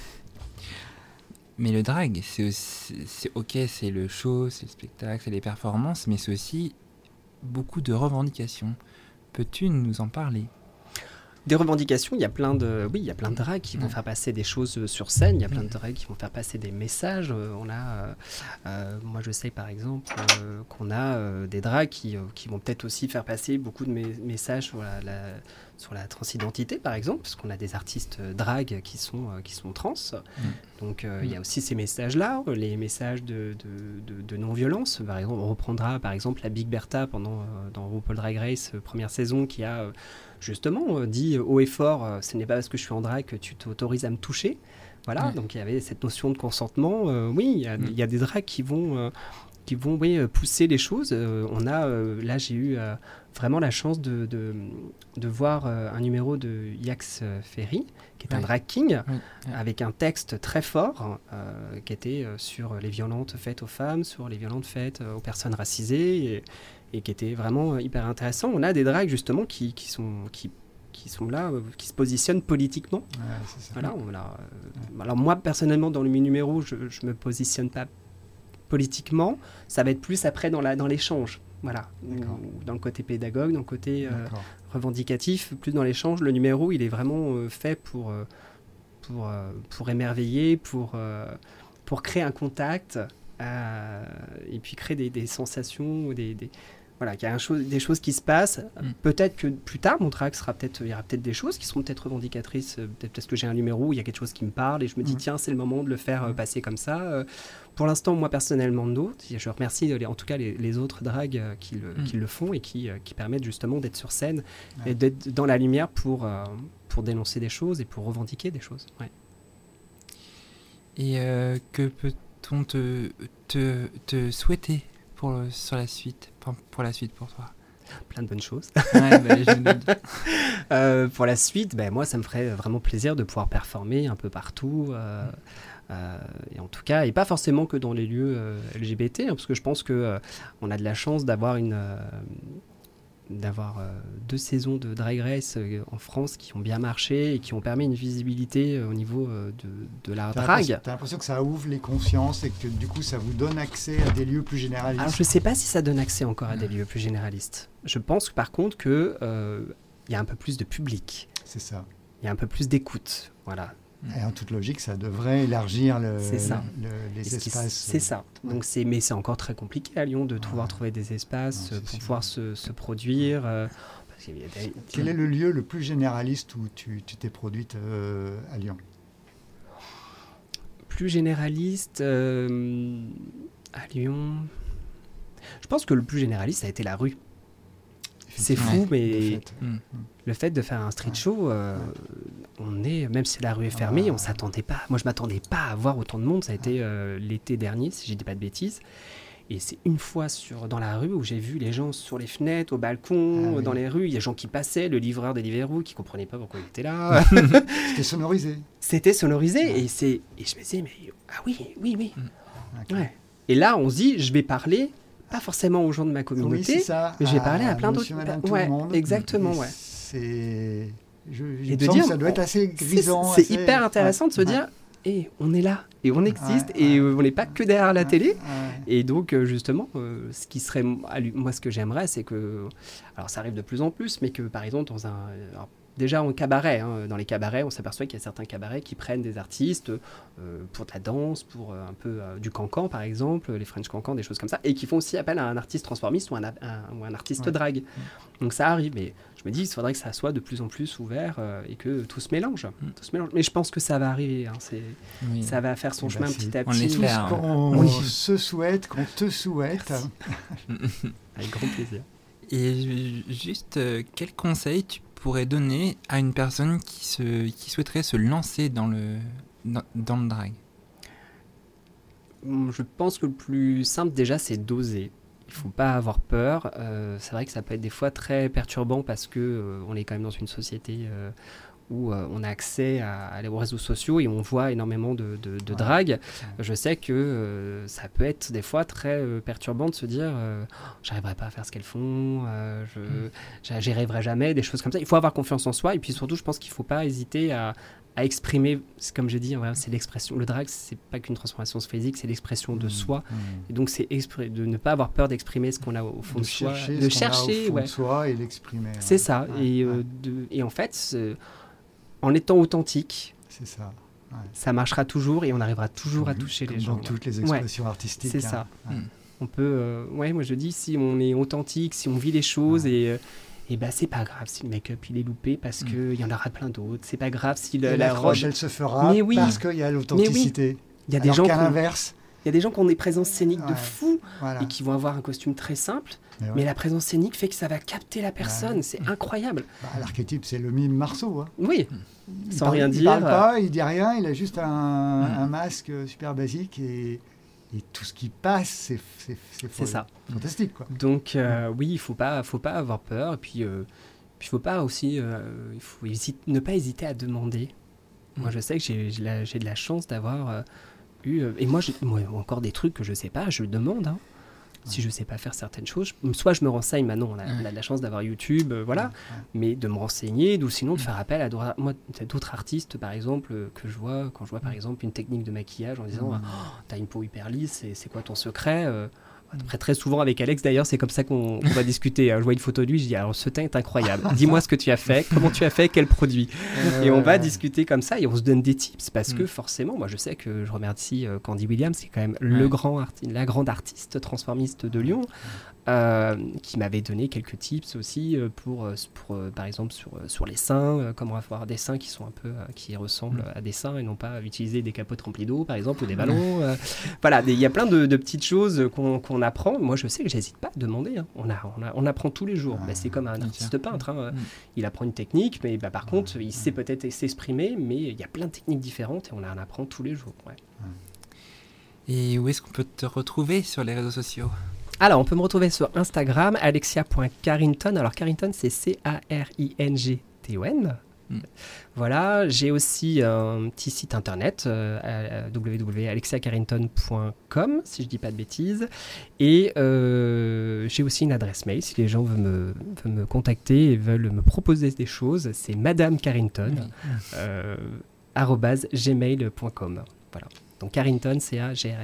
Mais le drag, c'est aussi, c'est ok, c'est le show, c'est le spectacle, c'est les performances, mais c'est aussi beaucoup de revendications. Peux-tu nous en parler? Des revendications, il y a plein de, oui, il y a plein de drags qui vont Ouais. faire passer des choses euh, sur scène. Il y a plein de drags qui vont faire passer des messages. Euh, on a, euh, euh, moi, je sais par exemple euh, qu'on a euh, des drags qui, euh, qui vont peut-être aussi faire passer beaucoup de mes- messages sur la, la- sur la transidentité, par exemple, parce qu'on a des artistes euh, drag qui sont euh, qui sont trans. Donc euh, il y a aussi ces messages-là, euh, les messages de, de, de- de non-violence. Par exemple, on reprendra par exemple la Big Bertha pendant euh, dans RuPaul Drag Race euh, première saison qui a euh, justement euh, dit haut et fort, euh, ce n'est pas parce que je suis en drague que tu t'autorises à me toucher. Voilà, Ouais. donc il y avait cette notion de consentement. Euh, oui, il y, a- Mm. il y a des drags qui vont, euh, qui vont oui, euh, pousser les choses. Euh, on a, euh, là j'ai eu euh, vraiment la chance de, de, de voir euh, un numéro de Yax euh, Ferry, qui est un Ouais. drag king, Oui. Ouais. avec un texte très fort euh, qui était euh, sur les violences faites aux femmes, sur les violences faites euh, aux personnes racisées, et, et qui était vraiment euh, hyper intéressant. On a des drags justement qui, qui, sont, qui, qui sont là, euh, qui se positionnent politiquement. Ouais, c'est ça. Voilà, on a, euh, alors moi personnellement dans le numéro, je ne me positionne pas politiquement, ça va être plus après dans, la, dans l'échange. Voilà, D'accord. Ou dans le côté pédagogue, dans le côté euh, D'accord. revendicatif, plus dans l'échange. Le numéro, il est vraiment euh, fait pour, euh, pour, euh, pour émerveiller, pour, euh, pour créer un contact, euh, et puis créer des, des sensations, des, des, voilà, qu'il y a un chose, des choses qui se passent. Mm. Peut-être que plus tard, mon track sera peut-être, il y aura peut-être des choses qui seront peut-être revendicatrices, euh, peut-être parce que j'ai un numéro où il y a quelque chose qui me parle et je me dis Mm. tiens, c'est le moment de le faire euh, passer comme ça. Euh, pour l'instant, moi personnellement, non. Je remercie euh, les- en tout cas les, les autres drags euh, qui, le, Mm. qui le font et qui, euh, qui permettent justement d'être sur scène Ouais. et d'être dans la lumière pour, euh, pour dénoncer des choses et pour revendiquer des choses. Ouais. Et euh, que peut-on te, te, te souhaiter pour, le- sur la suite, pour, pour la suite pour toi? Plein de bonnes choses. Ouais, bah, je me doute. Euh, pour la suite, ben, moi, ça me ferait vraiment plaisir de pouvoir performer un peu partout. euh, euh, et en tout cas, et pas forcément que dans les lieux euh, L G B T, hein, parce que je pense que euh, on a de la chance d'avoir une euh, d'avoir euh, deux saisons de Drag Race euh, en France qui ont bien marché et qui ont permis une visibilité euh, au niveau euh, de, de la T'as l'impression- drague. t'as l'impression que ça ouvre les consciences et que du coup ça vous donne accès à des lieux plus généralistes. Alors, je ne sais pas si ça donne accès encore à des lieux plus généralistes. Je pense par contre qu'il euh, y a un peu plus de public, C'est ça. il y a un peu plus d'écoute. Voilà. Et en toute logique, ça devrait élargir le, C'est ça. le- Et les ce qui- espaces. C'est ça. Donc c'est, mais c'est encore très compliqué à Lyon de pouvoir Ouais. trouver des espaces Non, euh, c'est pour sûr. pouvoir se, se produire. euh, parce qu'il y a des- Quel est le lieu le plus généraliste où tu tu t'es produite euh, à Lyon? Plus généraliste euh, à Lyon. Je pense que le plus généraliste, ça a été la rue. C'est fou, mais fait. Mm. le fait de faire un street show, euh, on est, même si la rue est fermée, Ah. on s'attendait pas. Moi, je m'attendais pas à voir autant de monde. Ça a été euh, l'été dernier, si je dis pas de bêtises. Et c'est une fois sur, dans la rue où j'ai vu les gens sur les fenêtres, au balcon, Ah oui. dans les rues. Il y a des gens qui passaient, le livreur Deliveroo qui comprenait pas pourquoi il était là. C'était sonorisé. C'était sonorisé. Et, c'est, et je me disais, mais ah oui, oui, oui. Ok. Ouais. Et là, on se dit, je vais parler, pas forcément aux gens de ma Oui, communauté, c'est ça. mais je vais parler à plein monsieur, d'autres- madame, tout ouais, le monde. exactement, Et ouais. C'est... Je, je Et me de sens dire, que ça doit être assez C'est- grisant. C'est assez- hyper intéressant ouais, de se ouais, dire, et on est là, et on existe, Ouais, et ouais. euh, on n'est pas que derrière la ouais, télé. ouais. Et donc, euh, justement, euh, ce qui serait, moi, ce que j'aimerais, c'est que, alors ça arrive de plus en plus, mais que, par exemple, dans un, alors, déjà en cabaret, hein, dans les cabarets, on s'aperçoit qu'il y a certains cabarets qui prennent des artistes euh, pour de la danse, pour euh, un peu euh, du cancan, par exemple, les French cancan, des choses comme ça, et qui font aussi appel à un artiste transformiste ou un, un- ou un artiste Ouais. drague. Donc ça arrive, mais je me dis, il faudrait que ça soit de plus en plus ouvert euh, et que tout se mélange, Mm. tout se mélange. Mais je pense que ça va arriver, hein, c'est, Oui. ça va faire son Eh ben, chemin c'est- petit à on petit. Tout l'espère. ce qu'on Oui. se souhaite, qu'on te souhaite. Avec grand plaisir. Et ju- juste, euh, quel conseil tu pourrais donner à une personne qui, se, qui souhaiterait se lancer dans le, dans, dans le drag? Hum, Je pense que le plus simple déjà, c'est d'oser. Il faut pas avoir peur. Euh, c'est vrai que ça peut être des fois très perturbant parce que euh, on est quand même dans une société euh, où euh, on a accès à, à- aux réseaux sociaux et on voit énormément de, de, de Ouais. drague. Je sais que euh, ça peut être des fois très euh, perturbant de se dire euh, j'arriverai pas à faire ce qu'elles font, euh, je j'a- j'y arriverai jamais, des choses comme ça. Il faut avoir confiance en soi et puis surtout, je pense qu'il faut pas hésiter à à exprimer, c'est comme j'ai dit, voilà, c'est l'expression. Le drag, c'est pas qu'une transformation physique, c'est l'expression de soi. Mmh. Et donc, c'est expri- de ne pas avoir peur d'exprimer ce qu'on a au fond de, De soi, chercher, de ce qu'on a chercher, au fond ouais. de soi et l'exprimer. C'est ouais. ça. Ouais, et, euh, ouais, de- et en fait, c'est- en étant authentique, c'est ça. Ouais. ça marchera toujours et on arrivera toujours à Comme- toucher les comme gens. Dans toutes les Ouais. expressions artistiques. C'est hein. ça. Ouais. Mm. On peut, euh, ouais, moi je dis, si on est authentique, si on vit les choses, et, euh, et ben c'est pas grave si le make-up il est loupé parce Mm. qu'il y en aura plein d'autres. C'est pas grave si le- Et la l'accroche, robe. elle se fera Mais oui. parce qu'il y a l'authenticité. Il y a des Alors gens qu'à qui ont- l'inverse, il y a des gens qui ont des présences scéniques de Ouais. fou voilà. et qui vont avoir un costume très simple, Mais ouais. mais la présence scénique fait que ça va capter la personne. Ouais. C'est incroyable. Bah, l'archétype, c'est le mime Marceau. Hein. Oui, Il sans parle- rien il dire. parle pas, il dit rien, il a juste un, Mm. un masque super basique et, et tout ce qui passe, c'est c'est- c'est C'est ça. fantastique. Quoi. Donc euh, oui, il faut pas, faut pas avoir peur. Et puis, euh, puis il faut pas aussi, euh, il faut hési- ne pas hésiter à demander. Moi, je sais que j'ai j'ai la- j'ai de la chance d'avoir euh, eu. euh, et moi, j'ai moi, encore des trucs que je sais pas, je demande. hein. Si je sais pas faire certaines choses, je- soit je me renseigne. Maintenant, on a, on a de la chance d'avoir YouTube, euh, voilà. Ouais. Mais de me renseigner, ou sinon de faire appel à dra- moi, t'as d'autres artistes, par exemple, euh, que je vois, quand je vois par exemple une technique de maquillage en disant Mm. ah, t'as une peau hyper lisse, c'est, c'est quoi ton secret euh, Après, très souvent avec Alex d'ailleurs, c'est comme ça qu'on, qu'on va discuter. Je vois une photo de lui, je dis alors ce teint est incroyable, dis-moi ce que tu as fait, comment tu as fait, quel produit. Et on va Euh, discuter comme ça et on se donne des tips parce que Mm. forcément, moi je sais que je remercie euh, Candy Williams, c'est quand même Ouais. le grand arti- la grande artiste transformiste de Lyon, euh, qui m'avait donné quelques tips aussi euh, pour, euh, pour euh, par exemple sur, euh, sur les seins, euh, comment avoir des seins qui sont un peu euh, qui ressemblent Mm. à des seins et non pas utiliser des capotes remplies d'eau par exemple ou des ballons. euh, voilà, des- il y a plein de, de petites choses qu'on, qu'on apprend. Moi je sais que j'hésite pas à demander. hein. On, a, on, a- on apprend tous les jours. Ah, Bah, c'est comme un bien artiste sûr. peintre. hein. Mm. Il apprend une technique, mais bah, par contre il sait peut-être s'exprimer, mais il y a plein de techniques différentes et on en apprend tous les jours. ouais. Et où est-ce qu'on peut te retrouver sur les réseaux sociaux? Alors, on peut me retrouver sur Instagram, alexia point carrington. Alors, Carrington, c'est C A R I N G T O N. Mm. Voilà, j'ai aussi un petit site internet, euh, w w w point alexia carrington point com, si je dis pas de bêtises. Et euh, j'ai aussi une adresse mail, si les gens veulent me, veulent me contacter et veulent me proposer des choses, c'est madame carrington, euh, arobase gmail point com. Voilà. Donc Carrington, C A G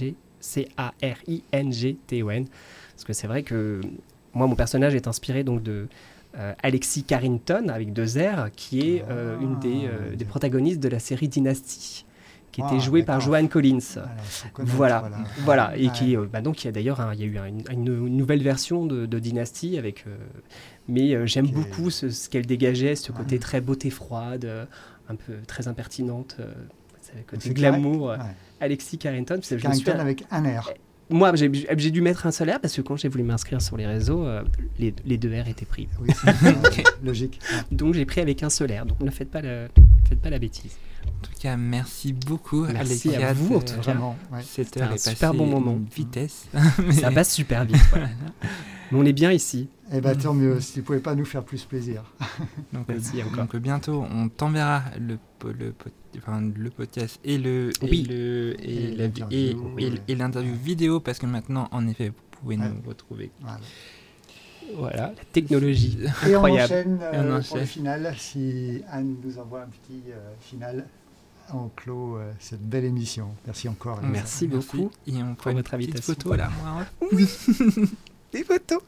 R I N G T O N. Parce que c'est vrai que moi, mon personnage est inspiré donc de euh, Alexis Carrington, avec deux R, qui est euh, Ah, une des, euh, ok. des protagonistes de la série Dynasty, qui était Ah, jouée par d'accord. Joanne Collins. Voilà, faut connaître, Voilà, voilà, et Ouais. qui, euh, bah donc il y a d'ailleurs, un- il y a eu un- une, une nouvelle version de, de Dynasty avec, euh, mais euh, j'aime Ok. beaucoup ce, ce qu'elle dégageait, ce côté Ouais. très beauté froide, euh, un peu très impertinente, euh, c'est le côté c'est glamour. euh, Ouais. Alexis Carrington, parce que je me Carrington suis- avec un R. moi, j'ai, j'ai dû mettre un seul R parce que quand j'ai voulu m'inscrire sur les réseaux, euh, les, les deux R étaient pris. Oui, c'est logique. Donc j'ai pris avec un seul R. Donc ne faites pas, le, faites pas la bêtise. En tout cas, merci beaucoup. Merci Alexia, à vous, en de- tout cas. Vraiment. Ouais. Cette C'était heure un est super passée bon moment. à une vitesse. Ça passe super vite. Voilà. Mais on est bien ici. Eh bien, tant mieux. Si vous ne pouvez pas nous faire plus plaisir. Donc, Merci euh, encore. donc, euh, bientôt, on t'enverra le, po- le, po- enfin, le podcast et le Oui. et le et, Et la- l'interview, et- et- ouais. et l'interview vidéo parce que maintenant, en effet, vous pouvez Ouais. nous retrouver. Voilà. Voilà, la technologie. Et on Incroyable. enchaîne euh, Et on pour enchaîne. le final. Si Anne nous envoie un petit euh, final, on clôt euh, cette belle émission. Merci encore. Elsa. Merci beaucoup Et on pour fera une votre petite invitation. photo là. moi. Des photos.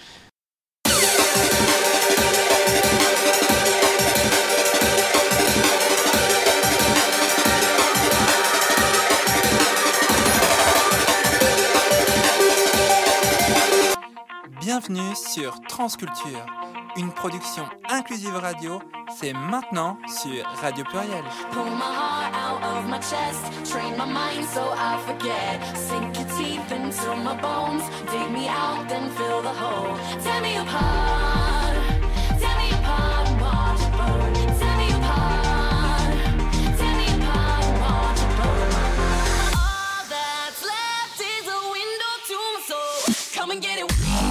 Bienvenue sur Transculture, une production inclusive radio. C'est maintenant sur Radio Pluriel. Pull my heart out of my chest, train my mind so I forget. Sink your teeth into my bones, dig me out, then fill the hole. Tear me apart, tear me apart and watch it burn. Tear me apart, tear me apart and watch it burn. All that's left is a window to my soul. Come and get it.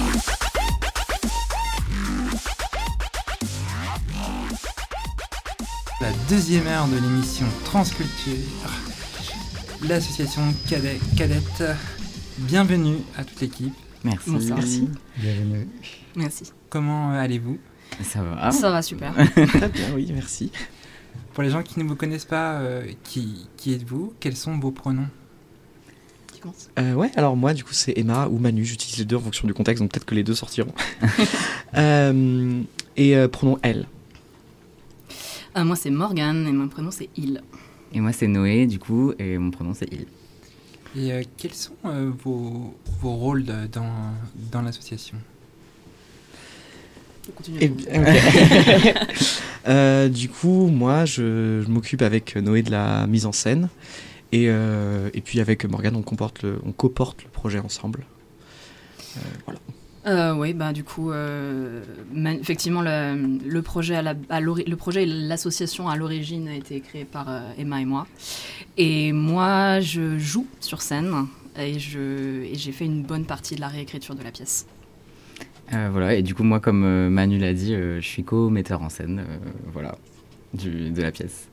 La deuxième heure de l'émission Transculture, l'association cadet, cadette. Bienvenue à toute l'équipe. Merci. Bonsoir. Merci. Bienvenue. Merci. Comment euh, allez-vous? Ça va. Ça va super. Très bien, oui, merci. Pour les gens qui ne vous connaissent pas, euh, qui, qui êtes-vous? Quels sont vos pronoms? Qui commence? Euh, ouais, alors moi, du coup, c'est Emma ou Manu. J'utilise les deux en fonction du contexte, donc peut-être que les deux sortiront. euh, et euh, pronom elle. Euh, moi c'est Morgane et mon prénom c'est Il. Et moi c'est Noé du coup et mon prénom c'est Il. Et euh, quels sont euh, vos, vos rôles de- dans, dans l'association? Continue. Eh bien, ok. Euh, du coup, moi, je, je m'occupe avec Noé de la mise en scène. Et, euh, et puis avec Morgane, on, comporte le, on coporte le projet ensemble. Euh, voilà. Euh, oui, bah du coup, euh, man- effectivement, le, le projet, à la, à l'ori- le projet et l'association à l'origine a été créé par euh, Emma et moi. Et moi, je joue sur scène et, je, et j'ai fait une bonne partie de la réécriture de la pièce. Euh, voilà, et du coup moi comme euh, Manu l'a dit, euh, je suis co-metteur en scène euh, voilà, du, de la pièce.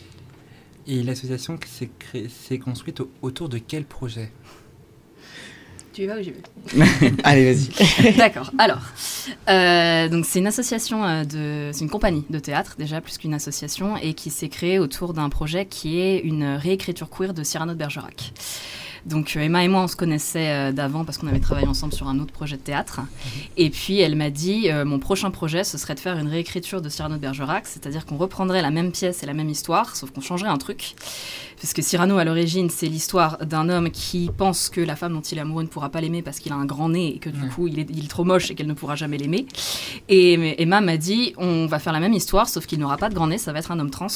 Et l'association s'est, créée- s'est construite au- autour de quel projet? Tu y vas ou j'y vais? Allez, vas-y. D'accord. Alors, euh, donc c'est une association euh, de, c'est une compagnie de théâtre déjà plus qu'une association et qui s'est créée autour d'un projet qui est une réécriture queer de Cyrano de Bergerac. Donc euh, Emma et moi on se connaissait euh, d'avant parce qu'on avait travaillé ensemble sur un autre projet de théâtre. Et puis elle m'a dit euh, mon prochain projet ce serait de faire une réécriture de Cyrano de Bergerac, c'est-à-dire qu'on reprendrait la même pièce et la même histoire, sauf qu'on changerait un truc. Parce que Cyrano à l'origine c'est l'histoire d'un homme qui pense que la femme dont il est amoureux ne pourra pas l'aimer parce qu'il a un grand nez et que du Ouais. coup il est, il est trop moche et qu'elle ne pourra jamais l'aimer. Et Emma m'a dit on va faire la même histoire sauf qu'il n'aura pas de grand nez, ça va être un homme trans.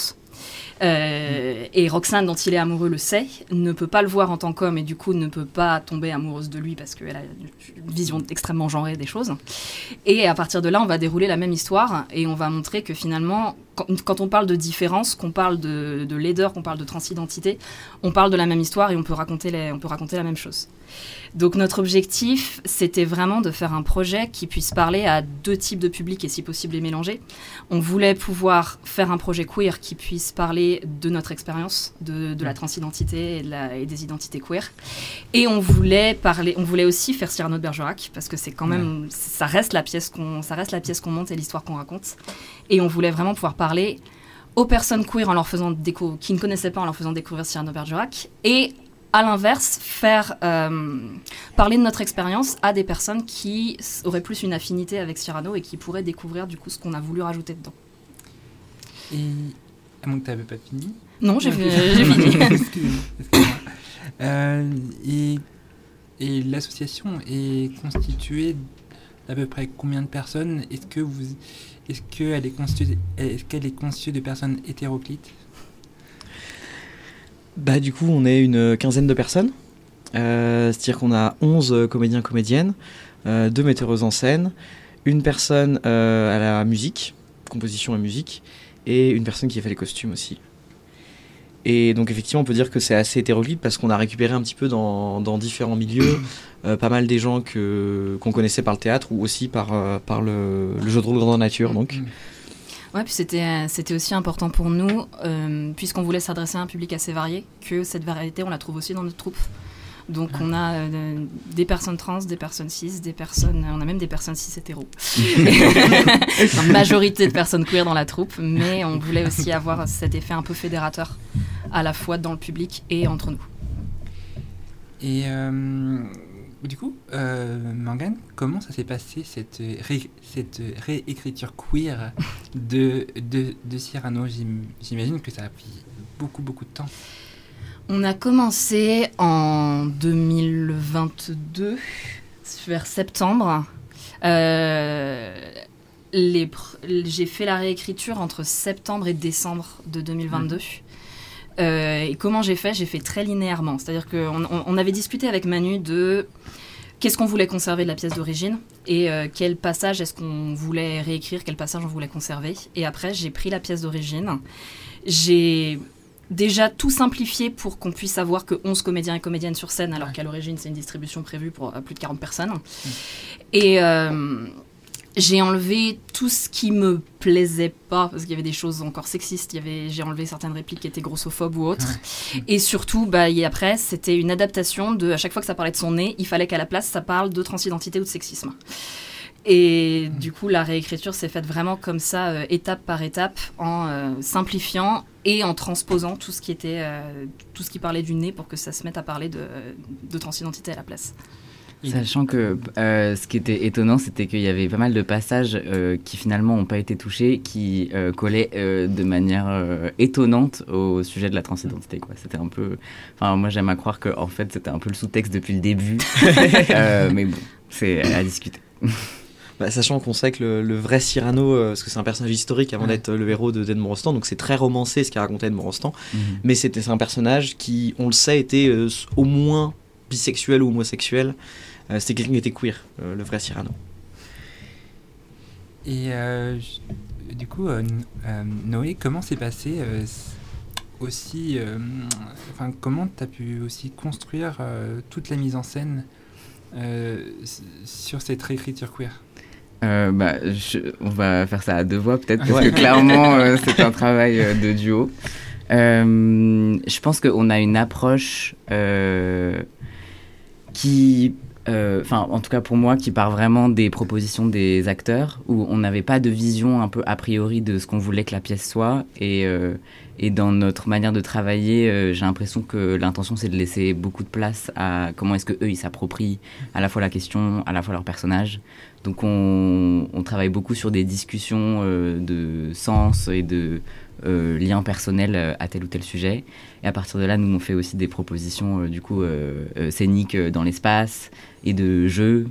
Euh, et Roxane, dont il est amoureux, le sait, ne peut pas le voir en tant qu'homme et du coup ne peut pas tomber amoureuse de lui parce qu'elle a une vision extrêmement genrée des choses. Et à partir de là, on va dérouler la même histoire et on va montrer que finalement, quand, quand on parle de différence, qu'on parle de, de laideur, qu'on parle de transidentité, on parle de la même histoire et on peut raconter, les, on peut raconter la même chose. Donc notre objectif, c'était vraiment de faire un projet qui puisse parler à deux types de publics et si possible les mélanger. On voulait pouvoir faire un projet queer qui puisse parler de notre expérience, de, de la transidentité et, de la, et des identités queer. Et on voulait parler, on voulait aussi faire Cyrano de Bergerac parce que c'est quand même, ça reste la pièce qu'on, ça reste la pièce qu'on monte et l'histoire qu'on raconte. Et on voulait vraiment pouvoir parler aux personnes queer en leur faisant déco- qui ne connaissaient pas en leur faisant découvrir Cyrano de Bergerac et à l'inverse, faire euh, parler de notre expérience à des personnes qui auraient plus une affinité avec Cyrano et qui pourraient découvrir du coup ce qu'on a voulu rajouter dedans. Et à moins que tu n'avais pas fini. Non, j'ai, Ok. j'ai fini. Excusez-moi. excusez-moi. Euh, et, et l'association est constituée d'à peu près combien de personnes? Est-ce que vous, est-ce qu'elle est constituée, est-ce qu'elle est constituée de personnes hétéroclites? Bah, du coup, on est une quinzaine de personnes. Euh, c'est-à-dire qu'on a onze comédiens comédiennes, euh, deux metteuses en scène, une personne euh, à la musique, composition et musique, et une personne qui a fait les costumes aussi. Et donc effectivement on peut dire que c'est assez hétéroclite parce qu'on a récupéré un petit peu dans, dans différents milieux euh, pas mal des gens que, qu'on connaissait par le théâtre ou aussi par, euh, par le, le jeu de rôle grandeur nature. Donc. Ouais, puis c'était, c'était aussi important pour nous, euh, puisqu'on voulait s'adresser à un public assez varié, que cette variété on la trouve aussi dans notre troupe. Donc on a euh, des personnes trans, des personnes cis, des personnes, on a même des personnes cis hétéros. Une majorité de personnes queer dans la troupe, mais on voulait aussi avoir cet effet un peu fédérateur, à la fois dans le public et entre nous. Et euh, du coup, euh, Morgane, comment ça s'est passé cette, ré, cette réécriture queer de, de, de Cyrano? J'im, J'imagine que ça a pris beaucoup beaucoup de temps. On a commencé en deux mille vingt-deux, vers septembre. Euh, les pr- j'ai fait la réécriture entre septembre et décembre de deux mille vingt-deux. Mmh. Euh, et comment j'ai fait? J'ai fait très linéairement. C'est-à-dire qu'on on, on avait discuté avec Manu de qu'est-ce qu'on voulait conserver de la pièce d'origine et euh, quel passage est-ce qu'on voulait réécrire, quel passage on voulait conserver. Et après, j'ai pris la pièce d'origine. J'ai déjà tout simplifié pour qu'on puisse avoir que onze comédiens et comédiennes sur scène, alors qu'à l'origine, c'est une distribution prévue pour euh, plus de quarante personnes. Mmh. Et euh, j'ai enlevé tout ce qui me plaisait pas, parce qu'il y avait des choses encore sexistes. Il y avait, j'ai enlevé certaines répliques qui étaient grossophobes ou autres. Mmh. Et surtout, bah, et après, c'était une adaptation de, à chaque fois que ça parlait de son nez, il fallait qu'à la place, ça parle de transidentité ou de sexisme. Et du coup, la réécriture s'est faite vraiment comme ça, euh, étape par étape, en euh, simplifiant et en transposant tout ce qui était, euh, tout ce qui parlait du nez pour que ça se mette à parler de, de transidentité à la place. Sachant que euh, ce qui était étonnant, c'était qu'il y avait pas mal de passages euh, qui finalement n'ont pas été touchés, qui euh, collaient euh, de manière euh, étonnante au sujet de la transidentité, quoi. C'était un peu... Enfin, moi, j'aime à croire que en fait, c'était un peu le sous-texte depuis le début. euh, mais bon, c'est à discuter. Bah, sachant qu'on sait que le, le vrai Cyrano, euh, parce que c'est un personnage historique avant ouais. d'être le héros de d'Edmond Rostand, donc c'est très romancé ce qu'a raconté Edmond Rostand, mmh. mais c'était, c'est un personnage qui, on le sait, était euh, au moins bisexuel ou homosexuel. Euh, c'était quelqu'un qui était queer, euh, le vrai Cyrano. Et euh, du coup, euh, euh, Noé, comment s'est passé euh, aussi, euh, enfin, comment tu as pu aussi construire euh, toute la mise en scène euh, sur cette réécriture queer? Euh, bah, je, on va faire ça à deux voix peut-être, parce ouais. que clairement, euh, c'est un travail euh, de duo. Euh, je pense qu'on a une approche euh, qui, enfin, euh, en tout cas pour moi, qui part vraiment des propositions des acteurs, où on n'avait pas de vision un peu a priori de ce qu'on voulait que la pièce soit, et, euh, et dans notre manière de travailler, euh, j'ai l'impression que l'intention, c'est de laisser beaucoup de place à comment est-ce qu'eux, ils s'approprient à la fois la question, à la fois leur personnage. Donc on, on travaille beaucoup sur des discussions euh, de sens et de euh, liens personnels à tel ou tel sujet. Et à partir de là, nous, on fait aussi des propositions euh, du coup euh, euh, scéniques dans l'espace et de jeux.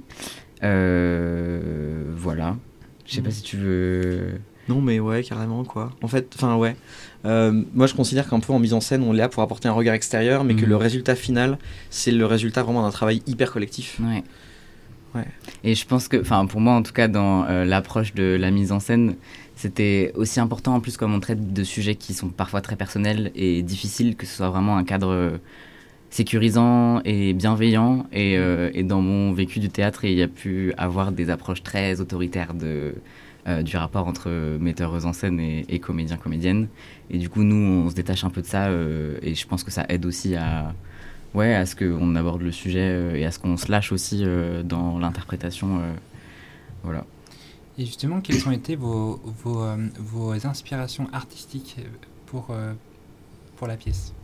Euh, voilà. Je sais mmh. pas si tu veux... Non, mais ouais, carrément, quoi. En fait, enfin, ouais. Euh, moi, je considère qu'un peu en mise en scène, on est là pour apporter un regard extérieur, mais mmh. que le résultat final, c'est le résultat vraiment d'un travail hyper collectif. Ouais. Ouais. Et je pense que, enfin, pour moi en tout cas, dans euh, l'approche de la mise en scène, c'était aussi important en plus comme on traite de sujets qui sont parfois très personnels et difficiles, que ce soit vraiment un cadre sécurisant et bienveillant. Et, euh, et dans mon vécu du théâtre, il y a pu avoir des approches très autoritaires de, euh, du rapport entre metteurs en scène et, et comédiens, comédiennes. Et du coup, nous, on se détache un peu de ça euh, et je pense que ça aide aussi à... Ouais, à ce qu'on aborde le sujet euh, et à ce qu'on se lâche aussi euh, dans l'interprétation. Euh, voilà. Et justement, quelles ont été vos, vos, euh, vos inspirations artistiques pour, euh, pour la pièce?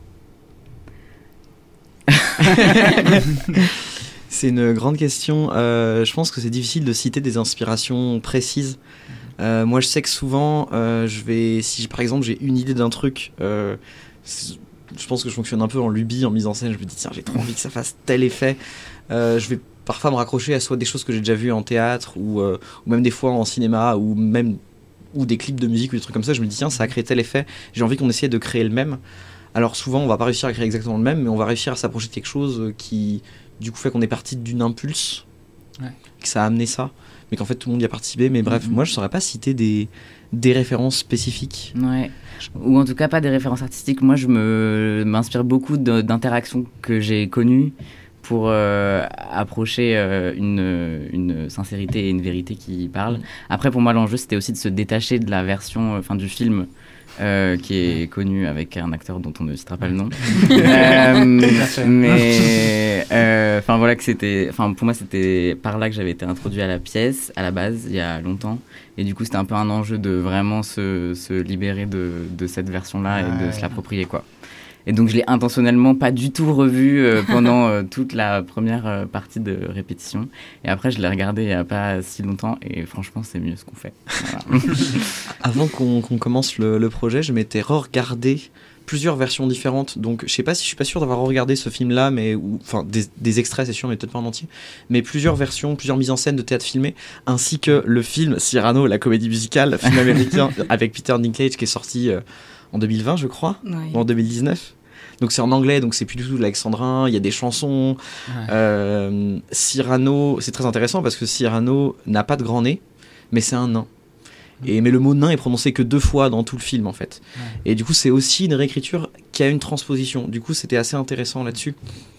C'est une grande question. Euh, je pense que c'est difficile de citer des inspirations précises. Euh, moi, je sais que souvent, euh, je vais, si par exemple j'ai une idée d'un truc... Euh, je pense que je fonctionne un peu en lubie, en mise en scène. Je me dis, tiens, j'ai trop envie que ça fasse tel effet. Euh, je vais parfois me raccrocher à soit des choses que j'ai déjà vues en théâtre ou, euh, ou même des fois en cinéma ou même ou des clips de musique ou des trucs comme ça. Je me dis, tiens, ça a créé tel effet. J'ai envie qu'on essaye de créer le même. Alors souvent, on va pas réussir à créer exactement le même, mais on va réussir à s'approcher de quelque chose qui, du coup, fait qu'on est parti d'une impulse, Ouais. que ça a amené ça, mais qu'en fait tout le monde y a participé. Mais bref, Mhm. moi je saurais pas citer des, des références spécifiques. Ouais. Ou en tout cas pas des références artistiques. Moi, je me m'inspire beaucoup de- d'interactions que j'ai connues pour euh, approcher euh, une, une sincérité et une vérité qui parlent. Après, pour moi, l'enjeu, c'était aussi de se détacher de la version, enfin, du film euh, qui est connu avec un acteur dont on ne citera pas le nom. Euh, Tout à fait. mais, euh, enfin, voilà que c'était, enfin, pour moi, c'était par là que j'avais été introduit à la pièce, à la base, il y a longtemps. Et du coup, c'était un peu un enjeu de vraiment se, se libérer de, de cette version-là et de Ouais. se l'approprier, quoi. Et donc, je l'ai intentionnellement pas du tout revu euh, pendant euh, toute la première euh, partie de répétition. Et après, je l'ai regardé il n'y a pas si longtemps. Et franchement, c'est mieux ce qu'on fait. Voilà. Avant qu'on qu'on commence le, le projet, je m'étais re-regardé plusieurs versions différentes. Donc, je sais pas si je suis pas sûr d'avoir regardé ce film-là, mais ou enfin des, des extraits, c'est sûr, mais peut-être pas en entier. Mais plusieurs versions, plusieurs mises en scène de théâtre filmé, ainsi que le film Cyrano, la comédie musicale, film américain avec Peter Dinklage qui est sorti euh, en deux mille vingt, je crois, Ouais. ou en deux mille dix-neuf. Donc c'est en anglais, donc c'est plus du tout de l'alexandrin, il y a des chansons. Ouais. Euh, Cyrano, c'est très intéressant parce que Cyrano n'a pas de grand nez, mais c'est un nain. Et, mais le mot nain est prononcé que deux fois dans tout le film en fait. Ouais. Et du coup c'est aussi une réécriture qui a une transposition. Du coup c'était assez intéressant là-dessus.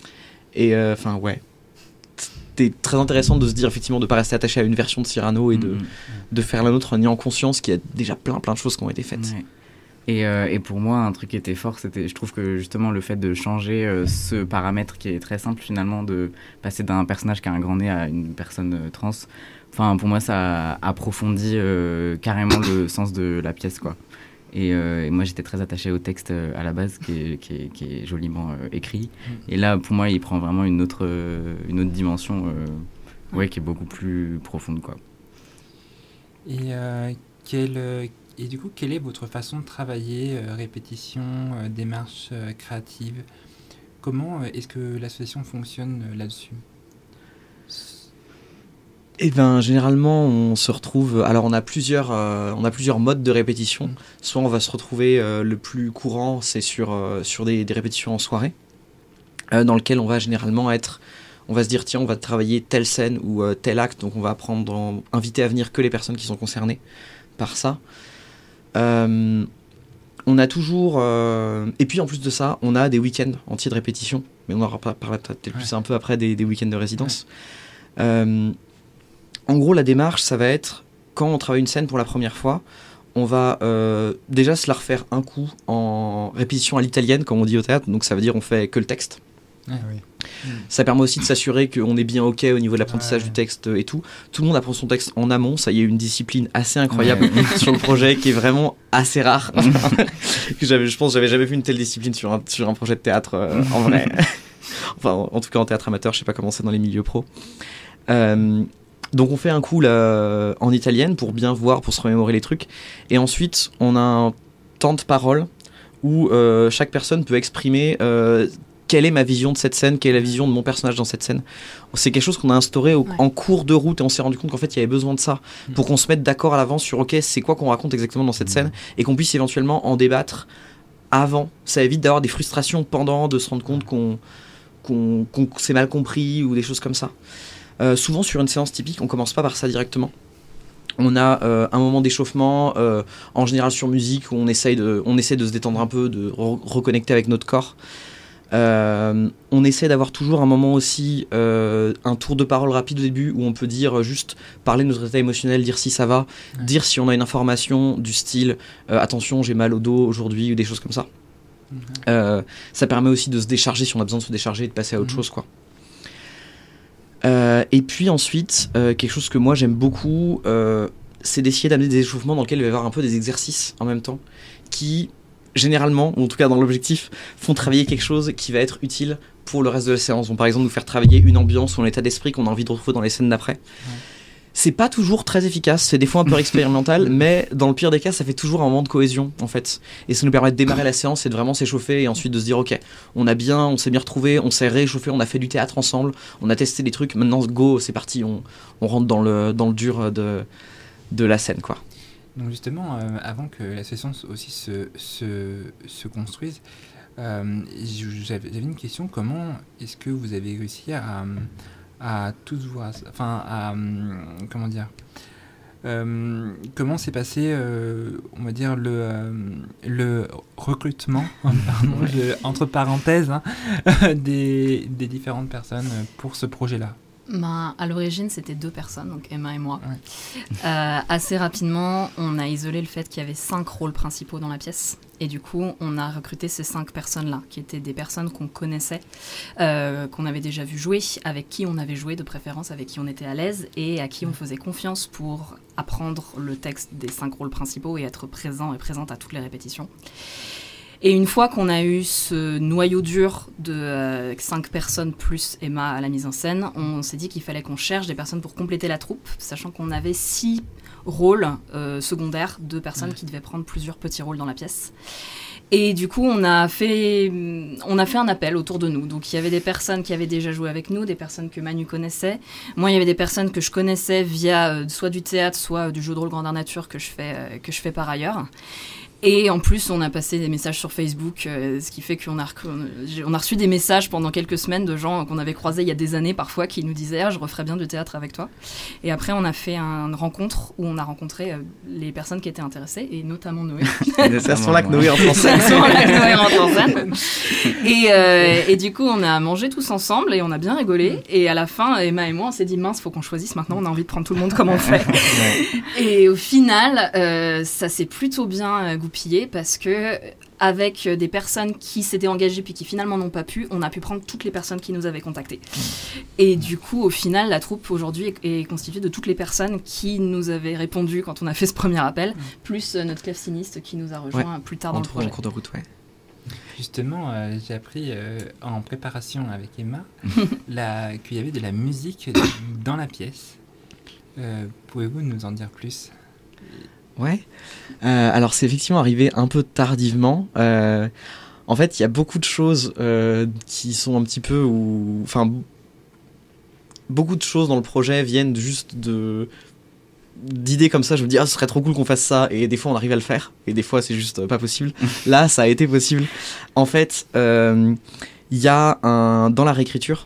Et enfin euh, ouais. C'était très intéressant de se dire effectivement de ne pas rester attaché à une version de Cyrano et de, Mhm. de faire la nôtre en ayant conscience qu'il y a déjà plein plein de choses qui ont été faites. Ouais. Et, euh, et pour moi, un truc qui était fort, c'était, je trouve que justement le fait de changer euh, ce paramètre qui est très simple finalement, de passer d'un personnage qui a un grand nez à une personne euh, trans. Enfin, pour moi, ça approfondit euh, carrément le sens de la pièce, quoi. Et, euh, et moi, j'étais très attachée au texte euh, à la base, qui est, qui est, qui est joliment euh, écrit. Et là, pour moi, il prend vraiment une autre, euh, une autre dimension, euh, ouais, qui est beaucoup plus profonde, quoi. Et, euh, quel, euh, et du coup, quelle est votre façon de travailler, euh, répétition, euh, démarche euh, créative? Comment euh, est-ce que l'association fonctionne euh, là-dessus? Et ben généralement on se retrouve. Alors on a plusieurs, euh, on a plusieurs modes de répétition. Mm. Soit on va se retrouver euh, le plus courant, c'est sur euh, sur des, des répétitions en soirée, euh, dans lequel on va généralement être. On va se dire tiens on va travailler telle scène ou euh, tel acte, donc on va prendre, en- inviter à venir que les personnes qui sont concernées par ça. Euh, on a toujours euh, et puis en plus de ça, on a des week-ends entiers de répétition, mais on en reparlera peut-être plus Ouais. un peu après des, des week-ends de résidence. Euh, en gros, la démarche, ça va être quand on travaille une scène pour la première fois, on va euh, déjà se la refaire un coup en répétition à l'italienne, comme on dit au théâtre, donc ça veut dire on fait que le texte. Ah oui. Ça permet aussi de s'assurer qu'on est bien OK au niveau de l'apprentissage Ouais. du texte et tout. Tout le monde apprend son texte en amont, ça y est, une discipline assez incroyable Ouais. sur le projet qui est vraiment assez rare. Que j'avais, je pense que j'avais jamais vu une telle discipline sur un, sur un projet de théâtre euh, en vrai. Enfin, en, en tout cas en théâtre amateur, je sais pas comment c'est dans les milieux pro. Euh, donc on fait un coup là, en italienne pour bien voir, pour se remémorer les trucs. Et ensuite, on a un temps de parole où euh, chaque personne peut exprimer euh, quelle est ma vision de cette scène, quelle est la vision de mon personnage dans cette scène. C'est quelque chose qu'on a instauré au- Ouais. en cours de route et on s'est rendu compte qu'en fait il y avait besoin de ça pour qu'on se mette d'accord à l'avance sur ok c'est quoi qu'on raconte exactement dans cette scène et qu'on puisse éventuellement en débattre avant. Ça évite d'avoir des frustrations pendant, de se rendre compte qu'on qu'on, qu'on s'est mal compris ou des choses comme ça. Euh, souvent sur une séance typique, on commence pas par ça directement. On a euh, un moment d'échauffement, euh, en général sur musique, où on essaye de, on essaie de se détendre un peu, de re- reconnecter avec notre corps. Euh, on essaie d'avoir toujours un moment aussi, euh, un tour de parole rapide au début, où on peut dire euh, juste parler de notre état émotionnel, dire si ça va, Ouais. dire si on a une information du style euh, attention j'ai mal au dos aujourd'hui ou des choses comme ça. Mhm. Euh, ça permet aussi de se décharger si on a besoin de se décharger et de passer à autre Mhm. chose quoi. Euh, et puis ensuite, euh, quelque chose que moi j'aime beaucoup, euh, c'est d'essayer d'amener des échauffements dans lesquels il va y avoir un peu des exercices en même temps, qui généralement, ou en tout cas dans l'objectif, font travailler quelque chose qui va être utile pour le reste de la séance. Vont par exemple nous faire travailler une ambiance ou un état d'esprit qu'on a envie de retrouver dans les scènes d'après. C'est pas toujours très efficace, c'est des fois un peu expérimental, mais dans le pire des cas, ça fait toujours un moment de cohésion en fait. Et ça nous permet de démarrer la séance et de vraiment s'échauffer et ensuite de se dire ok, on a bien, on s'est bien retrouvé, on s'est rééchauffé, on a fait du théâtre ensemble, on a testé des trucs, maintenant go, c'est parti, on, on rentre dans le, dans le dur de, de la scène quoi. Donc justement, euh, avant que l'association aussi se, se, se construise, Euh, j'avais, j'avais une question, comment est-ce que vous avez réussi à, à tous voir, enfin, à, comment dire, euh, comment s'est passé, euh, on va dire, le, euh, le recrutement, pardon, je, entre parenthèses, hein, des, des différentes personnes pour ce projet-là? Ben, à l'origine, c'était deux personnes, donc Emma et moi. Ouais. Euh, assez rapidement, on a isolé le fait qu'il y avait cinq rôles principaux dans la pièce. Et du coup, on a recruté ces cinq personnes-là, qui étaient des personnes qu'on connaissait, euh, qu'on avait déjà vu jouer, avec qui on avait joué de préférence, avec qui on était à l'aise et à qui on faisait confiance pour apprendre le texte des cinq rôles principaux et être présent et présente à toutes les répétitions. Et une fois qu'on a eu ce noyau dur de euh, cinq personnes plus Emma à la mise en scène, on s'est dit qu'il fallait qu'on cherche des personnes pour compléter la troupe, sachant qu'on avait six rôles euh, secondaires de personnes ouais. qui devaient prendre plusieurs petits rôles dans la pièce. Et du coup, on a fait, on a fait un appel autour de nous. Donc, il y avait des personnes qui avaient déjà joué avec nous, des personnes que Manu connaissait. Moi, il y avait des personnes que je connaissais via euh, soit du théâtre, soit du jeu de rôle grandeur nature que je fais, euh, que je fais par ailleurs. Et en plus, on a passé des messages sur Facebook, euh, ce qui fait qu'on a, on a reçu des messages pendant quelques semaines de gens qu'on avait croisés il y a des années parfois qui nous disaient ah, « je referais bien du théâtre avec toi ». Et après, on a fait une rencontre où on a rencontré euh, les personnes qui étaient intéressées, et notamment Noé. C'est à ce moment-là que Noé rentre en scène. C'est à ce moment-là que Noé rentre en scène. Et, euh, et du coup, on a mangé tous ensemble et on a bien rigolé. Et à la fin, Emma et moi, on s'est dit « mince, faut qu'on choisisse maintenant, on a envie de prendre tout le monde comme on fait ». Et au final, euh, ça s'est plutôt bien goûté parce que avec des personnes qui s'étaient engagées puis qui finalement n'ont pas pu, on a pu prendre toutes les personnes qui nous avaient contactés. Et du coup, au final, la troupe aujourd'hui est, est constituée de toutes les personnes qui nous avaient répondu quand on a fait ce premier appel, plus notre claveciniste qui nous a rejoint ouais, plus tard dans le projet. En cours de route, ouais. Justement, euh, j'ai appris euh, en préparation avec Emma la, qu'il y avait de la musique dans la pièce. Euh, pouvez-vous nous en dire plus ? Ouais, euh, alors c'est effectivement arrivé un peu tardivement. Euh, en fait, il y a beaucoup de choses euh, qui sont un petit peu... Où, enfin, beaucoup de choses dans le projet viennent juste de... d'idées comme ça. Je me dis, ah, ce serait trop cool qu'on fasse ça. Et des fois, on arrive à le faire. Et des fois, c'est juste pas possible. Là, ça a été possible. En fait, il euh, y a un... dans la réécriture,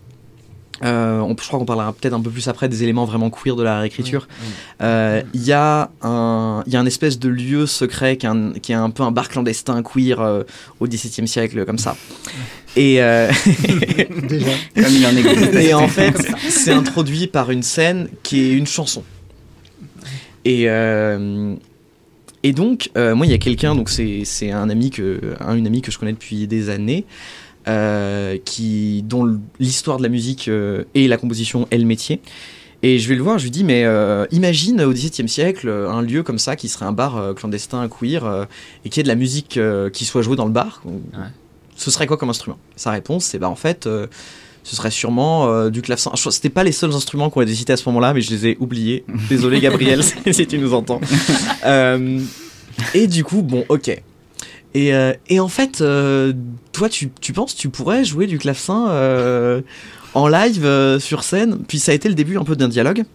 Euh, on, je crois qu'on parlera peut-être un peu plus après des éléments vraiment queer de la réécriture. Il oui, oui. euh, y a un, y a un espèce de lieu secret qui est un, qui est un peu un bar clandestin queer euh, au dix-septième siècle, comme ça. Et euh... déjà, comme il en existe. Et en fait, c'est introduit par une scène qui est une chanson. Et euh... et donc, euh, moi, il y a quelqu'un, donc c'est c'est un ami que, un, une amie que je connais depuis des années. Euh, qui, dont l'histoire de la musique euh, et la composition est le métier. Et je vais le voir, je lui dis, mais euh, imagine au dix-septième siècle un lieu comme ça qui serait un bar euh, clandestin queer euh, et qui ait de la musique euh, qui soit jouée dans le bar. Ouais. Ce serait quoi comme instrument ? Sa réponse, c'est bah en fait, euh, ce serait sûrement euh, du clavecin. Je, c'était pas les seuls instruments qu'on a décidé à ce moment-là, mais je les ai oubliés. Désolé Gabriel, si tu nous entends. Euh, et du coup, bon, ok. Et, euh, et en fait, euh, toi, tu, tu penses tu pourrais jouer du clavecin euh, en live euh, sur scène ? Puis ça a été le début un peu d'un dialogue.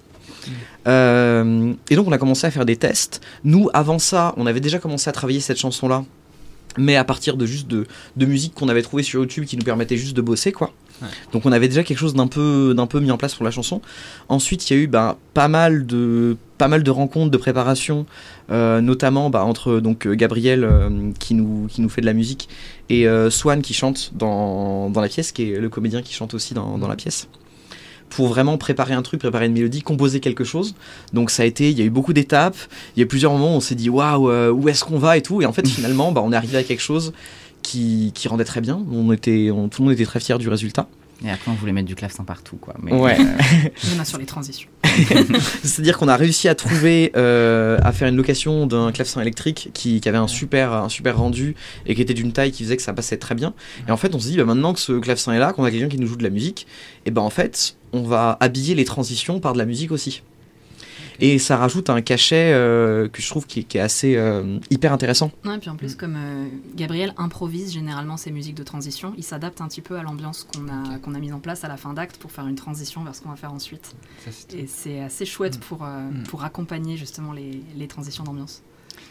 Euh, et donc on a commencé à faire des tests. Nous, avant ça, on avait déjà commencé à travailler cette chanson-là, mais à partir de juste de, de musique qu'on avait trouvée sur YouTube qui nous permettait juste de bosser, quoi. Ouais. Donc on avait déjà quelque chose d'un peu, d'un peu mis en place pour la chanson. Ensuite, il y a eu bah, pas mal de, pas mal de rencontres, de préparation, euh, notamment bah, entre donc Gabriel euh, qui nous, qui nous fait de la musique et euh, Swan qui chante dans, dans la pièce, qui est le comédien qui chante aussi dans, dans la pièce, pour vraiment préparer un truc, préparer une mélodie, composer quelque chose. Donc ça a été, il y a eu beaucoup d'étapes, il y a eu plusieurs moments où on s'est dit waouh, euh, où est-ce qu'on va et tout, et en fait finalement bah, on est arrivé à quelque chose qui, qui rendait très bien. On était, on, tout le monde était très fier du résultat. Et après on voulait mettre du clavecin partout, quoi. Mais ouais. Euh... on a sur les transitions. C'est-à-dire qu'on a réussi à trouver, euh, à faire une location d'un clavecin électrique qui, qui avait un super, un super rendu et qui était d'une taille qui faisait que ça passait très bien. Et en fait on s'est dit bah, maintenant que ce clavecin est là, qu'on a quelqu'un qui nous joue de la musique, et ben en fait on va habiller les transitions par de la musique aussi. Et ça rajoute un cachet euh, que je trouve qui, qui est assez euh, hyper intéressant. Ouais, et puis en plus, comme euh, Gabriel improvise généralement ses musiques de transition, il s'adapte un petit peu à l'ambiance qu'on a, okay. qu'on a mise en place à la fin d'acte pour faire une transition vers ce qu'on va faire ensuite. Ça, c'est et c'est assez chouette mmh. pour, euh, mmh. pour accompagner justement les, les transitions d'ambiance.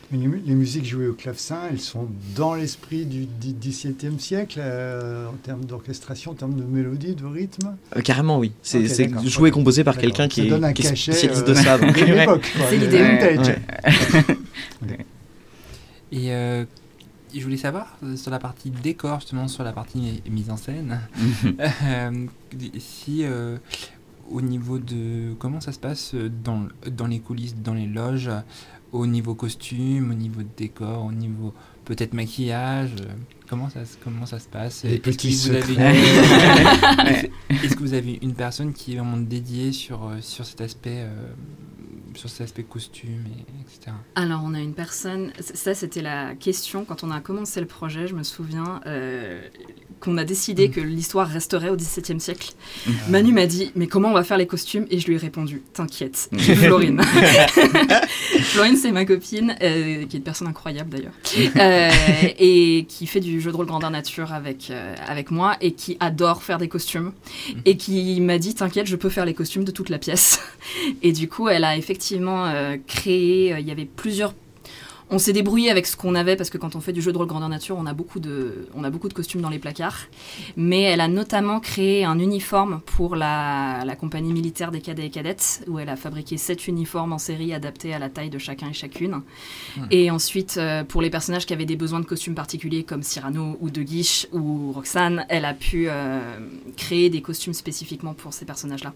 Mais les, les musiques jouées au clavecin, elles sont dans l'esprit du dix-septième siècle, euh, en termes d'orchestration, en termes de mélodie, de rythme. Euh, carrément, oui. C'est, Okay, c'est d'accord. joué et composé par D'accord. quelqu'un qui Ça est, donne un qui est cachet, spécialiste euh, de ça. donc. de l'époque, quoi. C'est Le l'idée. vintage. Ouais. Et euh, je voulais savoir, euh, sur la partie décor, justement, sur la partie mi- mise en scène, euh, si euh, au niveau de... Comment ça se passe dans, dans les coulisses, dans les loges, au niveau costume, au niveau de décor, au niveau peut-être maquillage, euh, comment ça, se- comment ça se passe? Les Est-ce petits que vous avez secrets. une- Est-ce que vous avez une personne qui est vraiment dédiée sur, euh, sur cet aspect... euh, sur cet aspect costume, et, etc. Alors, on a une personne, ça c'était la question quand on a commencé le projet, je me souviens euh, qu'on a décidé Mm. que l'histoire resterait au dix-septième siècle. Manu m'a dit, mais comment on va faire les costumes? Et je lui ai répondu, t'inquiète, j'ai Florine. Florine, c'est ma copine, euh, qui est une personne incroyable d'ailleurs, euh, et qui fait du jeu de rôle grandeur nature avec, euh, avec moi, et qui adore faire des costumes, et qui m'a dit, t'inquiète, je peux faire les costumes de toute la pièce. Et du coup, elle a effectivement euh, créé, euh, il y avait plusieurs... On s'est débrouillé avec ce qu'on avait, parce que quand on fait du jeu de rôle grandeur nature, on a beaucoup de, on a beaucoup de costumes dans les placards. Mais elle a notamment créé un uniforme pour la, la compagnie militaire des cadets et cadettes, où elle a fabriqué sept uniformes en série adaptés à la taille de chacun et chacune. Mmh. Et ensuite, euh, pour les personnages qui avaient des besoins de costumes particuliers, comme Cyrano ou De Guiche ou Roxane, elle a pu euh, créer des costumes spécifiquement pour ces personnages-là.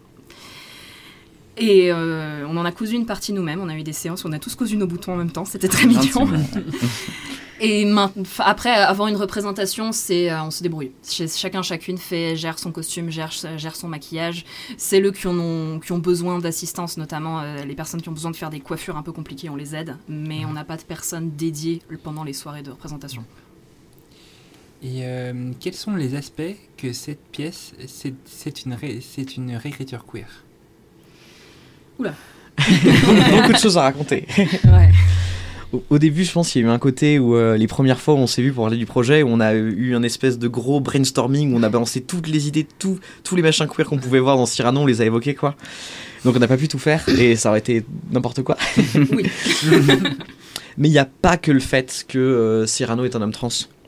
Et euh, on en a cousu une partie nous-mêmes, on a eu des séances, on a tous cousu nos boutons en même temps, c'était très mignon. Et maintenant, après, avoir une représentation, c'est euh, on se débrouille. Ch- chacun, chacune fait, gère son costume, gère, gère son maquillage. C'est eux qui, en ont, qui ont besoin d'assistance, notamment euh, les personnes qui ont besoin de faire des coiffures un peu compliquées, on les aide. Mais on n'a pas de personne dédiée pendant les soirées de représentation. Et euh, quels sont les aspects que cette pièce, c'est, c'est, une, ré, c'est une réécriture queer? Oula. Beaucoup de choses à raconter. Ouais. Au, au début, je pense qu'il y a eu un côté où euh, les premières fois où on s'est vu pour parler du projet, où on a eu un espèce de gros brainstorming, où on a balancé toutes les idées, tout, tous les machins queer qu'on pouvait voir dans Cyrano, on les a évoqués, quoi. Donc on n'a pas pu tout faire, et ça aurait été n'importe quoi. Oui. Mais il n'y a pas que le fait que euh, Cyrano est un homme trans.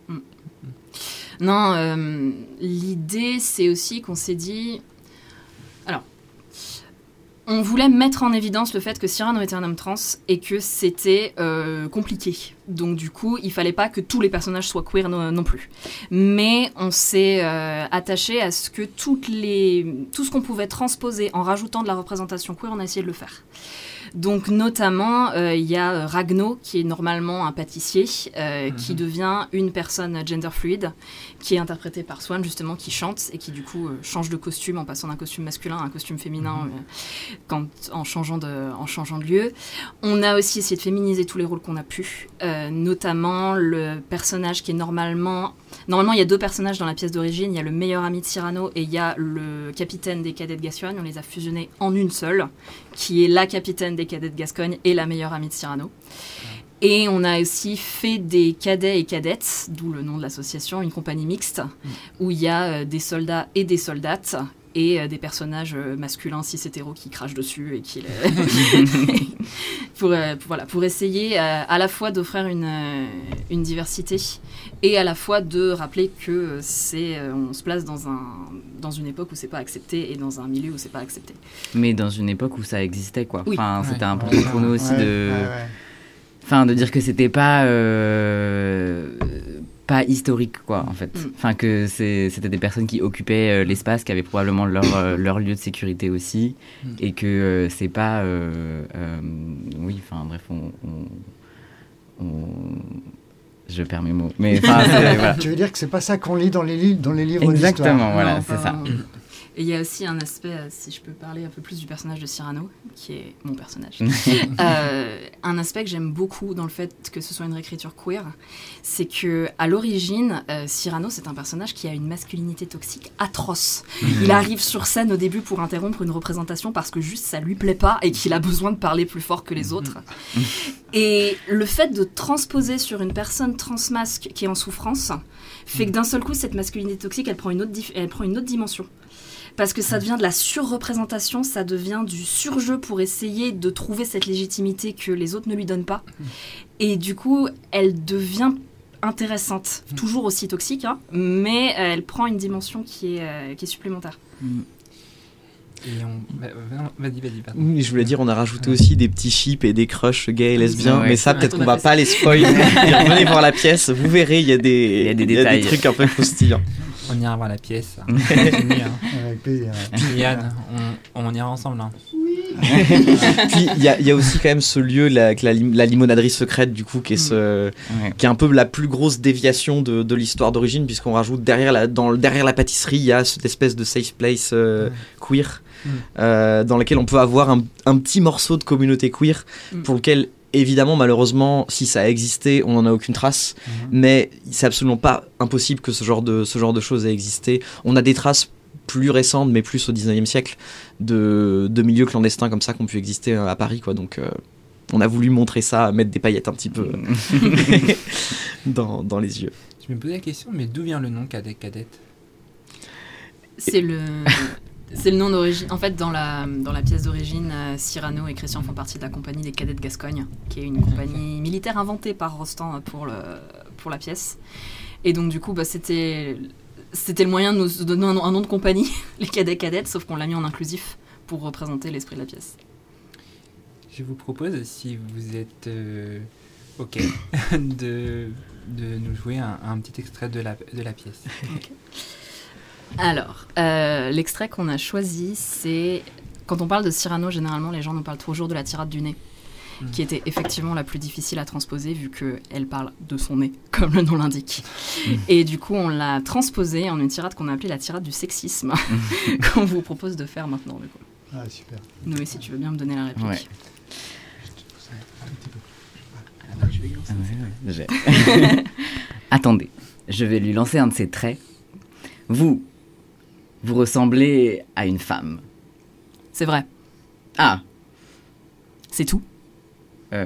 Non, euh, l'idée, c'est aussi qu'on s'est dit... Alors, on voulait mettre en évidence le fait que Cyrano était un homme trans et que c'était euh, compliqué. Donc du coup, il fallait pas que tous les personnages soient queer no- non plus. Mais on s'est euh, attaché à ce que toutes les... tout ce qu'on pouvait transposer en rajoutant de la représentation queer, on a essayé de le faire. Donc notamment, il euh, y a Ragno, qui est normalement un pâtissier, euh, mm-hmm. qui devient une personne gender fluide, qui est interprétée par Swan, justement, qui chante et qui du coup euh, change de costume en passant d'un costume masculin à un costume féminin mm-hmm. euh, quand, en, changeant de, en changeant de lieu. On a aussi essayé de féminiser tous les rôles qu'on a pu, euh, notamment le personnage qui est normalement... Normalement, il y a deux personnages dans la pièce d'origine. Il y a le meilleur ami de Cyrano et il y a le capitaine des cadets de Gascogne. On les a fusionnés en une seule, qui est la capitaine des cadets de Gascogne et la meilleure amie de Cyrano. Et on a aussi fait des cadets et cadettes, d'où le nom de l'association, une compagnie mixte, mmh. où il y a euh, des soldats et des soldates, et euh, des personnages euh, masculins cis-hétéros qui crachent dessus, et qui... pour, euh, pour, voilà, pour essayer euh, à la fois d'offrir une, euh, une diversité, et à la fois de rappeler que c'est, euh, on se place dans, un, dans une époque où c'est pas accepté, et dans un milieu où c'est pas accepté. Mais dans une époque où ça existait, quoi. Oui. Enfin, Ouais. c'était important pour nous aussi Ouais, de... ouais, ouais. Enfin, de dire que c'était pas... Euh... pas historique, quoi, en fait. Mm. Enfin, que c'est, c'était des personnes qui occupaient euh, l'espace, qui avaient probablement leur, euh, leur lieu de sécurité aussi, Mm. et que euh, c'est pas... Euh, euh, oui, enfin, bref, on... on, on... Je perds mes mots. Mais enfin, c'est... Voilà. Tu veux dire que c'est pas ça qu'on lit dans les, li- dans les livres Exactement, d'histoire. voilà, Non, c'est ça. enfin, Et il y a aussi un aspect, euh, si je peux parler un peu plus du personnage de Cyrano, qui est mon personnage. euh, un aspect que j'aime beaucoup dans le fait que ce soit une réécriture queer, c'est que à l'origine, euh, Cyrano, c'est un personnage qui a une masculinité toxique atroce. Il arrive sur scène au début pour interrompre une représentation parce que juste ça lui plaît pas et qu'il a besoin de parler plus fort que les autres. Et le fait de transposer sur une personne transmasque qui est en souffrance fait que d'un seul coup, cette masculinité toxique, elle prend une autre, dif- elle prend une autre dimension. Parce que ça devient de la surreprésentation, ça devient du surjeu pour essayer de trouver cette légitimité que les autres ne lui donnent pas. Et du coup, elle devient intéressante, mmh. toujours aussi toxique, hein, mais euh, elle prend une dimension qui est, euh, qui est supplémentaire. Mmh. Et on... bah, vas-y, vas-y, pardon. Oui, je voulais dire, on a rajouté ouais. aussi des petits chips et des crushs gays et lesbiens, ouais, mais ça, peut-être qu'on va ça. pas les spoiler. Venez voir la pièce, vous verrez, il y a des, il y a des, il y a des trucs un peu croustillants. On ira voir la pièce. Fini, hein. Avec plaisir. Puis Yann, on, on ira ensemble. Hein. Puis il y, y a aussi quand même ce lieu, la, la, la limonaderie secrète, du coup, qui est, ce, ouais. qui est un peu la plus grosse déviation de, de l'histoire d'origine, puisqu'on rajoute derrière la, dans, derrière la pâtisserie, il y a cette espèce de safe place euh, ouais. queer, mm. euh, dans lequel on peut avoir un, un petit morceau de communauté queer, mm. pour lequel, évidemment, malheureusement, si ça a existé, on n'en a aucune trace, mm. mais c'est absolument pas impossible que ce genre de, ce genre de choses ait existé. On a des traces plus récentes, mais plus au dix-neuvième siècle, de, de milieux clandestins comme ça qui ont pu exister à Paris, quoi. Donc euh, on a voulu montrer ça, mettre des paillettes un petit peu dans, dans les yeux. Je me posais la question, mais d'où vient le nom Cadet Cadette ? C'est le... C'est le nom d'origine. En fait, dans la, dans la pièce d'origine, euh, Cyrano et Christian font partie de la compagnie des Cadets de Gascogne, qui est une compagnie militaire inventée par Rostand pour, le, pour la pièce. Et donc, du coup, bah, c'était... C'était le moyen de nous donner un, un nom de compagnie, les cadets cadettes, sauf qu'on l'a mis en inclusif pour représenter l'esprit de la pièce. Je vous propose, si vous êtes euh, OK, de, de nous jouer un, un petit extrait de la, de la pièce. Okay. Alors, euh, l'extrait qu'on a choisi, c'est... Quand on parle de Cyrano, généralement, les gens nous parlent toujours de la tirade du nez, mmh. qui était effectivement la plus difficile à transposer, vu qu'elle parle de son nez, comme le nom l'indique. Mmh. Et du coup, on l'a transposée en une tirade qu'on a appelée la tirade du sexisme, mmh. qu'on vous propose de faire maintenant, du coup. Ah, super. Noé, si tu veux bien me donner la réplique. Ouais. Ah, je vais y lancer. Ah, ouais, ouais. Attendez, je vais lui lancer un de ses traits. Vous, vous ressemblez à une femme. C'est vrai. Ah. C'est tout. Euh...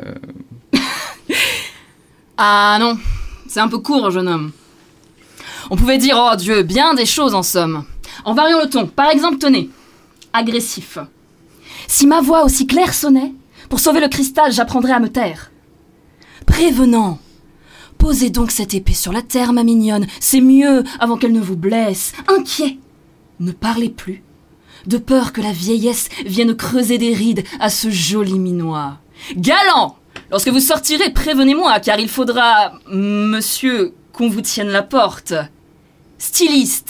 Ah non, c'est un peu court, jeune homme. On pouvait dire, oh Dieu, bien des choses en somme. En variant le ton, par exemple, tenez, agressif. Si ma voix aussi claire sonnait, pour sauver le cristal, j'apprendrais à me taire. Prévenant, posez donc cette épée sur la terre, ma mignonne, c'est mieux avant qu'elle ne vous blesse. Inquiet, ne parlez plus, de peur que la vieillesse vienne creuser des rides à ce joli minois. Galant, lorsque vous sortirez, prévenez-moi, car il faudra, monsieur, qu'on vous tienne la porte. Styliste.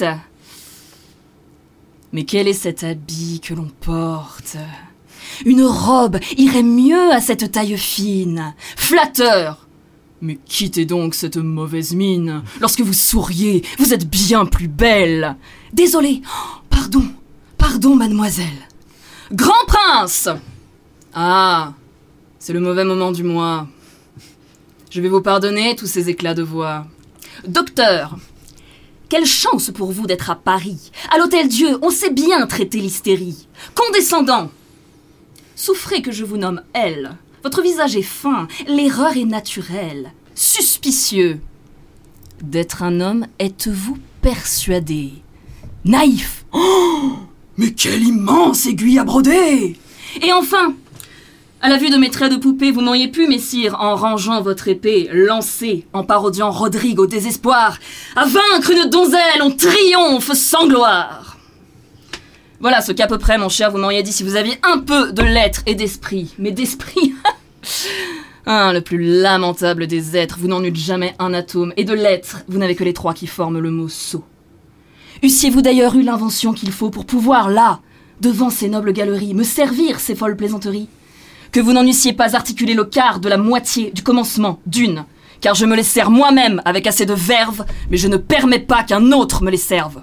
Mais quel est cet habit que l'on porte ? Une robe irait mieux à cette taille fine. Flatteur. Mais quittez donc cette mauvaise mine. Lorsque vous souriez, vous êtes bien plus belle. Désolé. Oh, pardon. Pardon, mademoiselle. Grand prince. Ah, c'est le mauvais moment du mois. Je vais vous pardonner tous ces éclats de voix. Docteur, quelle chance pour vous d'être à Paris. À l'Hôtel-Dieu, on sait bien traiter l'hystérie. Condescendant. Souffrez que je vous nomme elle. Votre visage est fin, l'erreur est naturelle. Suspicieux. D'être un homme, êtes-vous persuadé? Naïf. Oh, mais quelle immense aiguille à broder! Et enfin, à la vue de mes traits de poupée, vous m'auriez pu, messire, en rangeant votre épée, lancer, en parodiant Rodrigue au désespoir, à vaincre une donzelle, on triomphe sans gloire. Voilà ce qu'à peu près, mon cher, vous m'auriez dit si vous aviez un peu de lettres et d'esprit. Mais d'esprit... ah, le plus lamentable des êtres, vous n'en eûtes jamais un atome. Et de lettres, vous n'avez que les trois qui forment le mot sot. Eussiez-vous d'ailleurs eu l'invention qu'il faut pour pouvoir, là, devant ces nobles galeries, me servir ces folles plaisanteries? Que vous n'en eussiez pas articulé le quart de la moitié du commencement d'une, car je me les sers moi-même avec assez de verve, mais je ne permets pas qu'un autre me les serve.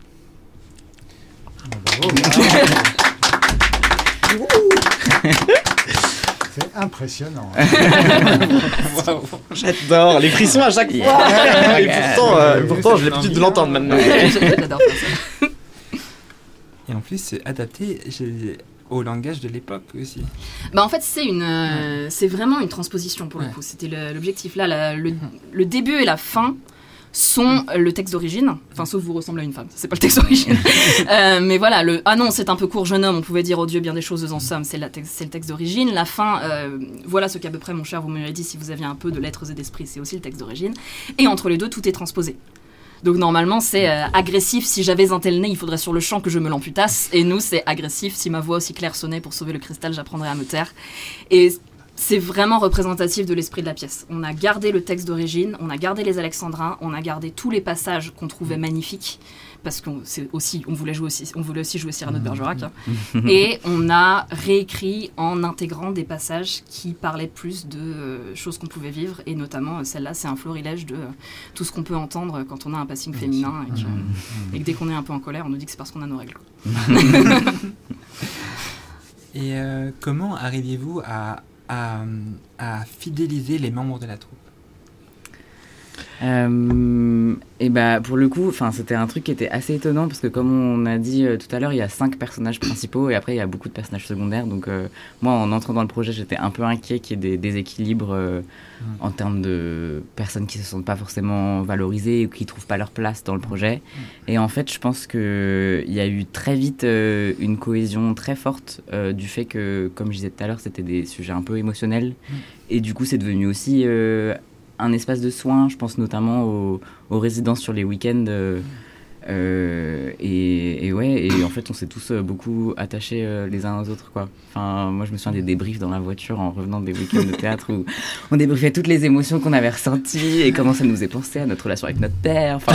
C'est impressionnant. Wow. J'adore les frissons à chaque fois. Yeah. Et pourtant, euh, pourtant j'ai l'habitude de l'entendre maintenant. J'adore ça. Et en plus, c'est adapté au langage de l'époque aussi. Bah en fait, c'est une, euh, c'est vraiment une transposition pour le ouais. coup. C'était le, l'objectif là, la, le, le début et la fin sont le texte d'origine, enfin sauf vous ressemblez à une femme, c'est pas le texte d'origine. euh, mais voilà, le ah non c'est un peu court jeune homme, on pouvait dire oh Dieu bien des choses en somme, c'est, la te- c'est le texte d'origine. La fin, euh, voilà ce qu'à peu près mon cher vous m'avez dit si vous aviez un peu de lettres et d'esprit, c'est aussi le texte d'origine. Et entre les deux tout est transposé. Donc normalement c'est euh, agressif, si j'avais un tel nez il faudrait sur le champ que je me l'amputasse, et nous c'est agressif, si ma voix aussi claire sonnait pour sauver le cristal j'apprendrais à me taire. Et c'est vraiment représentatif de l'esprit de la pièce. On a gardé le texte d'origine, on a gardé les alexandrins, on a gardé tous les passages qu'on trouvait magnifiques, parce qu'on c'est aussi, on voulait jouer aussi, on voulait aussi jouer Cyrano de Bergerac, hein. Et on a réécrit en intégrant des passages qui parlaient plus de euh, choses qu'on pouvait vivre, et notamment euh, celle-là, c'est un florilège de euh, tout ce qu'on peut entendre quand on a un passing féminin, et que, et que dès qu'on est un peu en colère, on nous dit que c'est parce qu'on a nos règles. Et euh, comment arriviez-vous à À, à fidéliser les membres de la troupe? Euh, et bah pour le coup, enfin c'était un truc qui était assez étonnant parce que comme on a dit euh, tout à l'heure, il y a cinq personnages principaux et après il y a beaucoup de personnages secondaires. Donc euh, moi en entrant dans le projet, j'étais un peu inquiet qu'il y ait des déséquilibres euh, mmh. en termes de personnes qui se sentent pas forcément valorisées ou qui trouvent pas leur place dans le projet. Mmh. Et en fait, je pense que il y a eu très vite euh, une cohésion très forte euh, du fait que, comme je disais tout à l'heure, c'était des sujets un peu émotionnels mmh. et du coup c'est devenu aussi euh, un espace de soins, je pense notamment aux, aux résidences sur les week-ends. Euh, euh, et, et ouais, et en fait, on s'est tous euh, beaucoup attachés euh, les uns aux autres, quoi. Enfin, moi, je me souviens des débriefs dans la voiture en revenant des week-ends de théâtre où on débriefait toutes les émotions qu'on avait ressenties et comment ça nous faisait penser à notre relation avec notre père. Enfin,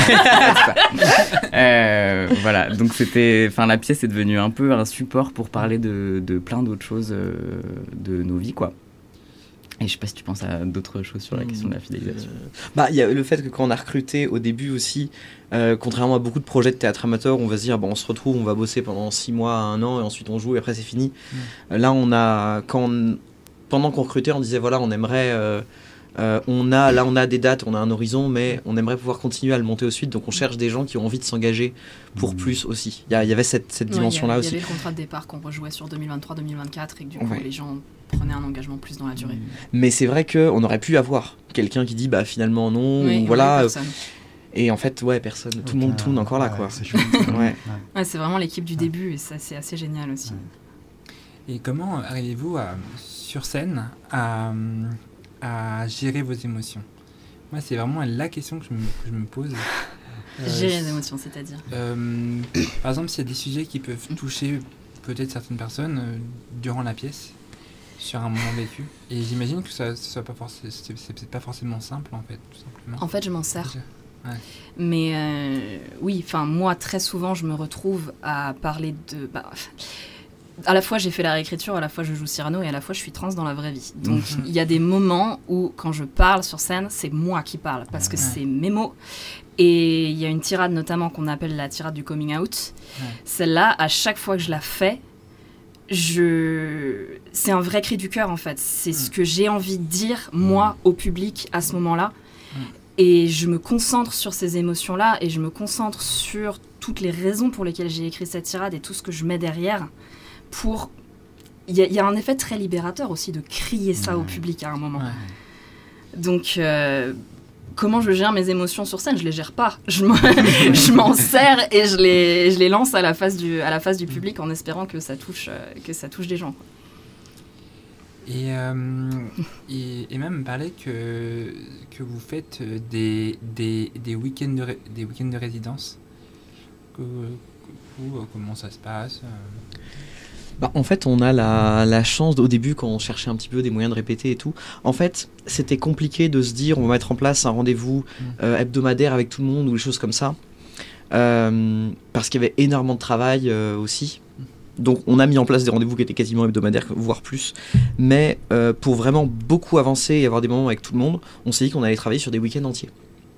euh, voilà. Donc, c'était, enfin, la pièce est devenue un peu un support pour parler de, de plein d'autres choses euh, de nos vies, quoi. Et je sais pas si tu penses à d'autres choses sur la question de la fidélisation. Euh, bah, il y a le fait que quand on a recruté au début aussi, euh, contrairement à beaucoup de projets de théâtre amateur, on va se dire bon, on se retrouve, on va bosser pendant six mois, un an, et ensuite on joue et après c'est fini. Mmh. Là, on a, quand on, pendant qu'on recrutait, on disait voilà, on aimerait, euh, euh, on a, là on a des dates, on a un horizon, mais on aimerait pouvoir continuer à le monter au suite. Donc on cherche des gens qui ont envie de s'engager pour mmh. plus aussi. Il y, y avait cette, cette ouais, dimension-là aussi. Il y avait le contrat de départ qu'on rejouait sur deux mille vingt-trois deux mille vingt-quatre et que du coup ouais. les gens prenaient un engagement plus dans la durée. Mais c'est vrai qu'on aurait pu avoir quelqu'un qui dit bah finalement non, oui, ou voilà. Oui, et en fait, ouais, personne, tout le monde tourne encore là, quoi. C'est chouette. ouais. Ouais, c'est vraiment l'équipe du ouais. début et ça, c'est assez génial aussi. Ouais. Et comment arrivez-vous à, sur scène à, à gérer vos émotions? Moi, c'est vraiment la question que je me, que je me pose. Euh, gérer les émotions, c'est-à-dire euh, par exemple, s'il y a des sujets qui peuvent toucher peut-être certaines personnes euh, durant la pièce, sur un moment vécu. Et j'imagine que ça, ça soit pas forcément, c'est, c'est pas forcément simple, en fait, tout simplement. En fait, je m'en sers. Ouais. Mais euh, oui, enfin, moi, très souvent, je me retrouve à parler de... Bah, à la fois, j'ai fait la réécriture, à la fois, je joue Cyrano, et à la fois, je suis trans dans la vraie vie. Donc, il y a des moments où, quand je parle sur scène, c'est moi qui parle, parce que ouais. c'est mes mots. Et il y a une tirade, notamment, qu'on appelle la tirade du coming out. Ouais. Celle-là, à chaque fois que je la fais, Je... c'est un vrai cri du cœur en fait, c'est mmh. ce que j'ai envie de dire moi au public à ce moment-là mmh. et je me concentre sur ces émotions-là et je me concentre sur toutes les raisons pour lesquelles j'ai écrit cette tirade et tout ce que je mets derrière pour... Il y, y a un effet très libérateur aussi de crier ça mmh. au public à un moment. Ouais. Donc... Euh... Comment je gère mes émotions sur scène? Je les gère pas. Je m'en, je m'en sers et je les, je les lance à la face du, à la face du public en espérant que ça touche, que ça touche des gens. Et, euh, et, et même parler que, que vous faites des, des, des, week-ends de, ré, des week-ends de résidence. Que, que, comment ça se passe? Bah, en fait, on a la, la chance, au début, quand on cherchait un petit peu des moyens de répéter et tout, en fait, c'était compliqué de se dire, on va mettre en place un rendez-vous euh, hebdomadaire avec tout le monde ou des choses comme ça, euh, parce qu'il y avait énormément de travail euh, aussi. Donc, on a mis en place des rendez-vous qui étaient quasiment hebdomadaires, voire plus. Mais euh, pour vraiment beaucoup avancer et avoir des moments avec tout le monde, on s'est dit qu'on allait travailler sur des week-ends entiers.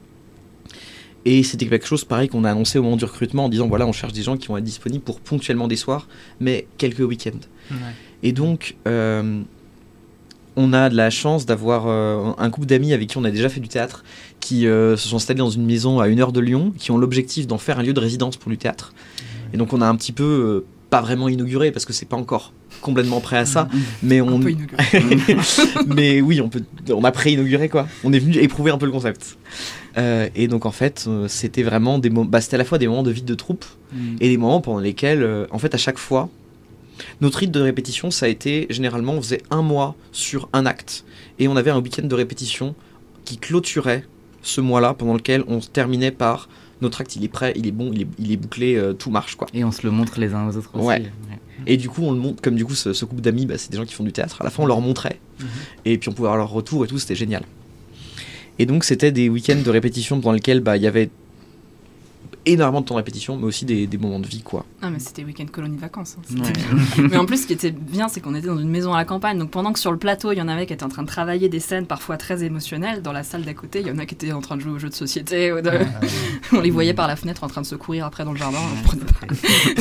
Et c'était quelque chose pareil qu'on a annoncé au moment du recrutement en disant voilà, on cherche des gens qui vont être disponibles pour ponctuellement des soirs, mais quelques week-ends. Ouais. Et donc, euh, on a de la chance d'avoir euh, un couple d'amis avec qui on a déjà fait du théâtre, qui euh, se sont installés dans une maison à une heure de Lyon, qui ont l'objectif d'en faire un lieu de résidence pour du théâtre. Ouais. Et donc, on a un petit peu, euh, pas vraiment inauguré parce que c'est pas encore complètement prêt à ça, mais on, On peut inaugurer. mais oui, on peut, on a pré-inauguré quoi. On est venu éprouver un peu le concept. Euh, et donc en fait, euh, c'était vraiment des moments, bah, c'était à la fois des moments de vide de troupe Mm. et des moments pendant lesquels, euh, en fait, à chaque fois, notre rythme de répétition, ça a été généralement, on faisait un mois sur un acte et on avait un week-end de répétition qui clôturait ce mois-là, pendant lequel on se terminait par notre acte, il est prêt, il est bon, il est, il est bouclé, euh, tout marche quoi. Et on se le montre les uns aux autres aussi. Ouais. Et du coup, on le montre, comme du coup, ce, ce couple d'amis, bah, c'est des gens qui font du théâtre. À la fin, on leur montrait. Mhm. Et puis, on pouvait avoir leur retour et tout, c'était génial. Et donc, c'était des week-ends de répétition dans lesquels bah, il y avait énormément de temps de répétition, mais aussi des, des moments de vie, quoi. Ah, mais c'était week-end colonie vacances. hein. Ouais. C'était- mais en plus, ce qui était bien, c'est qu'on était dans une maison à la campagne. Donc pendant que sur le plateau, il y en avait qui étaient en train de travailler des scènes parfois très émotionnelles, dans la salle d'à côté, il y en a qui étaient en train de jouer aux jeux de société. Ou de... on les voyait par la fenêtre en train de se courir après dans le jardin. on prenait pas.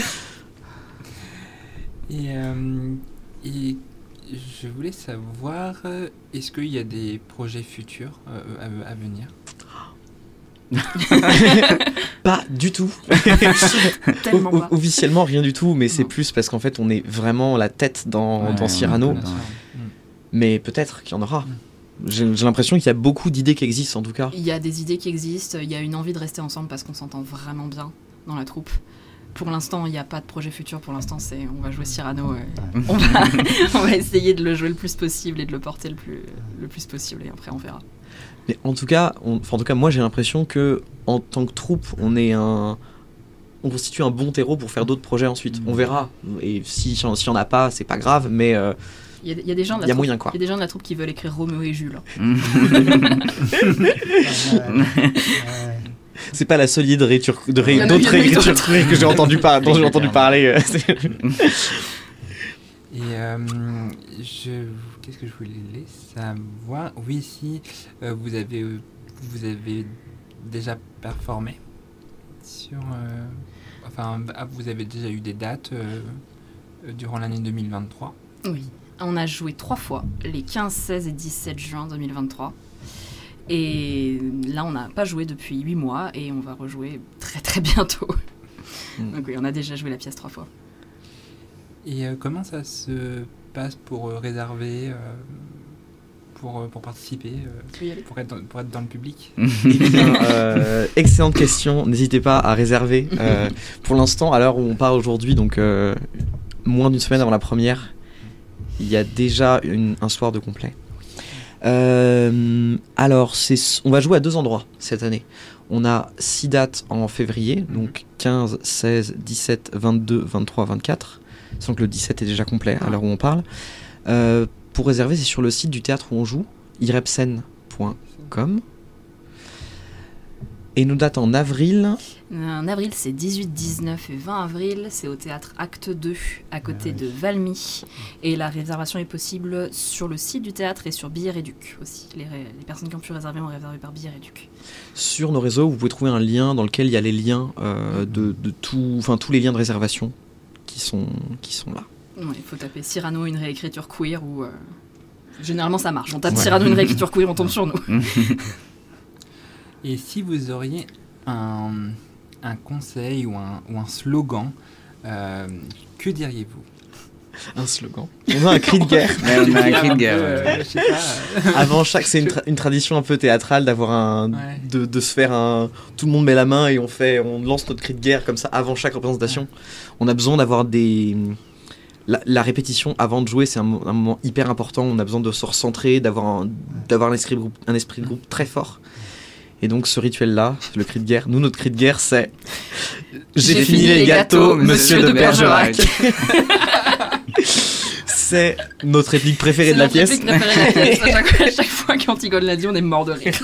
Et, euh, et je voulais savoir, euh, est-ce qu'il y a des projets futurs euh, à, à venir? Pas du tout. Tellement O- pas. officiellement, rien du tout, mais c'est Non. plus parce qu'en fait, on est vraiment la tête dans, Ouais, dans on Cyrano. est Bien sûr. Mais peut-être qu'il y en aura. J'ai j'ai l'impression qu'il y a beaucoup d'idées qui existent, en tout cas. Il y a des idées qui existent, il y a une envie de rester ensemble parce qu'on s'entend vraiment bien dans la troupe. Pour l'instant, il n'y a pas de projet futur. Pour l'instant, c'est on va jouer Cyrano. euh, on, va, on va essayer de le jouer le plus possible et de le porter le plus, le plus possible. Et après, on verra. Mais en tout cas, on- enfin, en tout cas, moi, j'ai l'impression que en tant que troupe, on est un, on constitue un bon terreau pour faire d'autres projets ensuite. On verra. Et si s'il n'y en a pas, c'est pas grave. Mais euh, Il y a, il y a des gens de la il y a troupe- moyen, quoi. il y a des gens de la troupe qui veulent écrire Roméo et Jules. c'est pas la seule idée de réécriture, de ré- Il y en a- d'autres il y en a eu réécritures d'autres. que j'ai entendu par, dont j'ai entendu parler. euh, c'est- Et euh, je, qu'est-ce que je voulais savoir? Oui, si euh, vous avez, euh, vous avez déjà performé sur, euh, enfin, ah, vous avez déjà eu des dates euh, euh, durant l'année deux mille vingt-trois. Oui. On a joué trois fois, les quinze, seize et dix-sept juin deux mille vingt-trois. Et là, on n'a pas joué depuis huit mois et on va rejouer très très bientôt. Mm. Donc oui, on a déjà joué la pièce trois fois. Et euh, comment ça se passe pour euh, réserver, euh, pour, euh, pour participer, euh, Tu veux y aller ? pour, être dans, pour être dans le public? Eh bien, euh, excellente question. N'hésitez pas à réserver. Euh, pour l'instant, à l'heure où on part aujourd'hui, donc euh, moins d'une semaine avant la première, il y a déjà une- un soir de complet. Euh, alors, c'est, on va jouer à deux endroits cette année. On a six dates en février, donc quinze, seize, dix-sept, vingt-deux, vingt-trois, vingt-quatre. Sans que le dix-sept est déjà complet à l'heure où on parle. Euh, pour réserver, c'est sur le site du théâtre où on joue, irepsen point com. Et nos dates en avril, En avril, c'est dix-huit, dix-neuf et vingt avril. C'est au théâtre Acte deux, à côté de Valmy. Et la réservation est possible sur le site du théâtre et sur Billet Réduc aussi. Les, ré- les personnes qui ont pu réserver ont réservé par Billet Réduc. sur nos réseaux, vous pouvez trouver un lien dans lequel il y a les liens euh, de, de tout, enfin tous les liens de réservation qui sont, qui sont là. Ouais, il faut taper Cyrano, une réécriture queer ou... euh, Généralement, ça marche. On tape Ouais. Cyrano, une réécriture queer, on tombe sur nous. Et si vous auriez un, un conseil ou un, ou un slogan, euh, que diriez-vous? Un slogan. On a un cri de guerre. Ouais, on a un cri de guerre. Euh, ouais. je sais pas, euh, Avant chaque, c'est une, tra- une tradition un peu théâtrale d'avoir un, Ouais. de, de se faire un, tout le monde met la main et on fait, on lance notre cri de guerre comme ça avant chaque représentation. On a besoin d'avoir des, la, la répétition avant de jouer, c'est un, mo- un moment hyper important. On a besoin de se recentrer, d'avoir un, d'avoir un esprit de groupe, un esprit de groupe très fort. Et donc ce rituel-là, le cri de guerre, nous notre cri de guerre c'est j'ai fini les gâteaux, monsieur de Bergerac. C'est notre réplique préférée de la pièce. C'est notre réplique préférée de la pièce. À chaque, à chaque fois qu'Antigone l'a dit, on est mort de rire.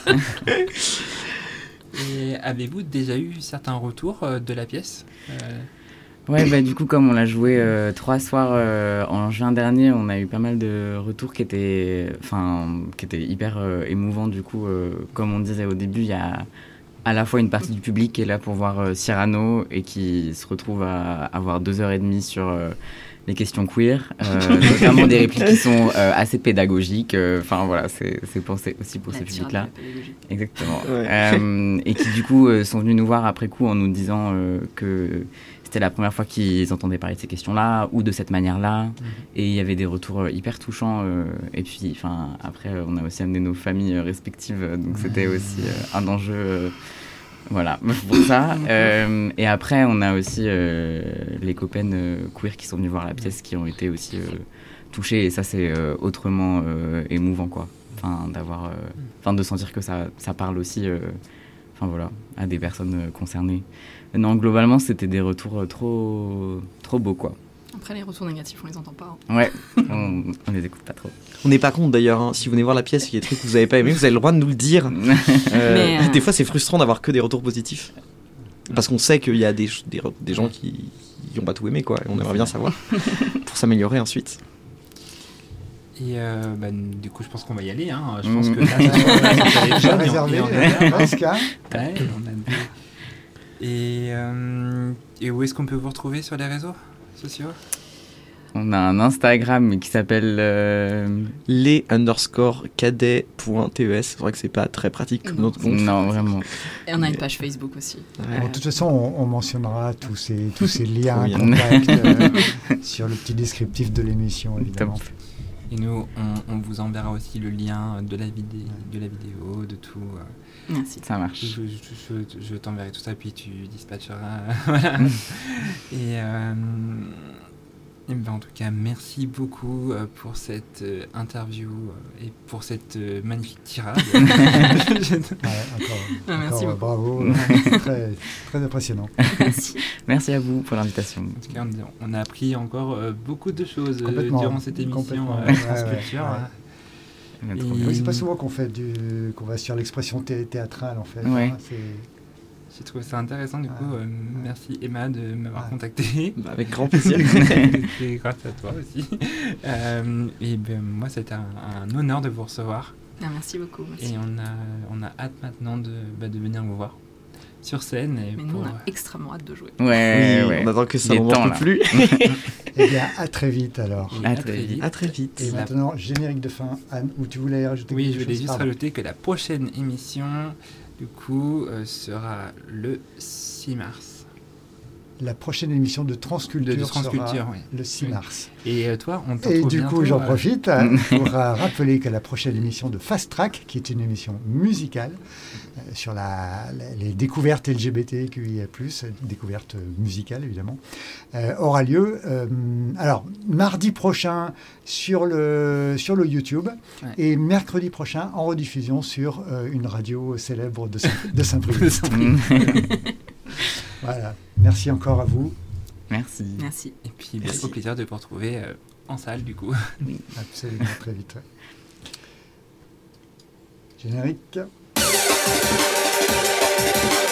Et avez-vous déjà eu certains retours euh, de la pièce? Euh, Ouais, bah du coup, comme on l'a joué euh, trois soirs euh, en juin dernier, on a eu pas mal de retours qui étaient, enfin, qui étaient hyper euh, émouvants. Du coup, euh, comme on disait au début, il y a à la fois une partie du public qui est là pour voir euh, Cyrano et qui se retrouve à avoir deux heures et demie sur euh, les questions queer, euh, notamment des répliques qui sont euh, assez pédagogiques. Enfin voilà, c'est c'est pensé aussi pour La ce tyrannie public-là. de la pédagogie. Exactement. Ouais. Euh, et qui du coup euh, sont venus nous voir après coup en nous disant euh, que c'était la première fois qu'ils entendaient parler de ces questions-là ou de cette manière-là. Mhm. Et il y avait des retours hyper touchants. euh, et puis, enfin, après, on a aussi amené nos familles respectives, donc c'était aussi euh, un enjeu. euh, Voilà, pour ça. Euh, et après, on a aussi euh, les copaines euh, queer qui sont venues voir la pièce, qui ont été aussi euh, touchées. Et ça, c'est euh, autrement euh, émouvant, quoi. Enfin, d'avoir, euh, enfin, de sentir que ça, ça parle aussi, euh, enfin voilà, à des personnes euh, concernées. Non, globalement, c'était des retours euh, trop, trop beaux, quoi. Après, les retours négatifs, on les entend pas. hein. Ouais, on, on les écoute pas trop. On n'est pas contre d'ailleurs, hein. Si vous venez voir la pièce, il y a des trucs que vous n'avez pas aimé, vous avez le droit de nous le dire. Euh, Mais, euh, Des fois, c'est frustrant d'avoir que des retours positifs. Parce qu'on sait qu'il y a des, des, des gens qui n'ont pas tout aimé, quoi. Et on aimerait bien savoir pour s'améliorer ensuite. Et euh, bah, du coup, je pense qu'on va y aller. Hein. Je Mhm. pense que là, ça va Déjà réservé, euh, presque, hein. Ouais, on a deux. Et, euh, et où est-ce qu'on peut vous retrouver sur les réseaux sociaux? On a un Instagram qui s'appelle... euh, Les underscore cadet.tes. C'est vrai que c'est pas très pratique comme Non. notre compte. Non, vraiment. Et on a une page Facebook aussi. Ouais. Bon, de toute façon, on, on mentionnera tous ces, tous ces liens, Oui. contacts euh, sur le petit descriptif de l'émission, évidemment. Top. Et nous, on, on vous enverra aussi le lien de la, vidé- de la vidéo, de tout. euh. Merci. Ça marche. Je, je, je- je t'enverrai tout ça, puis tu dispatcheras. Voilà. Et, euh, et ben, en tout cas, merci beaucoup euh, pour cette euh, interview euh, et pour cette euh, magnifique tirade. Ouais, encore, Ah, merci encore, beaucoup. bravo, très, très impressionnant. Merci. Merci à vous pour l'invitation. En tout cas, on, on a appris encore euh, beaucoup de choses euh, Complètement, durant cette émission complètement, euh, ouais, France ouais, Culture. ouais. hein. Mais trop Et- bien. Oui, c'est pas souvent qu'on fait du, qu'on va sur l'expression thé- théâtrale en fait. Ouais. hein, c'est- J'ai trouvé ça intéressant, du coup. Ah. euh, merci Emma de m'avoir Ah. contacté. Bah, avec grand plaisir. C'est grâce à toi aussi. Euh, et ben, moi, c'était un, un honneur de vous recevoir. Ah, merci beaucoup. Merci. Et on a, on a hâte maintenant de, bah, de venir vous voir sur scène. Et Mais nous, pour, on a extrêmement hâte de jouer. Ouais, Oui, ouais. on attend que ça Il est n'en temps, peut là. plus. Eh bien, à très vite alors. et À à très très vite. vite. À très vite. Et La- maintenant, générique de fin. Anne, ou tu voulais rajouter Oui, quelque je voulais chose juste Pardon. rajouter que la prochaine émission, du coup, euh, sera le six mars. La prochaine émission de Transculture, De- de Transculture, sera oui. le six Oui. mars. Et euh, toi, on te Et retrouve du bientôt, coup, j'en euh, profite euh, pour euh, rappeler que la prochaine émission de Fast Track, qui est une émission musicale euh, sur la, la- les découvertes L G B T Q I A plus, euh, découvertes musicales évidemment, euh, aura lieu euh, alors mardi prochain sur le, sur le YouTube Ouais. et mercredi prochain en rediffusion sur euh, une radio célèbre de, Saint- de Saint-Priest. Voilà. Merci encore à vous. Merci. Merci. Et puis, bah, Merci. au plaisir de vous retrouver euh, en salle, du coup. Absolument, très vite. ouais. Générique.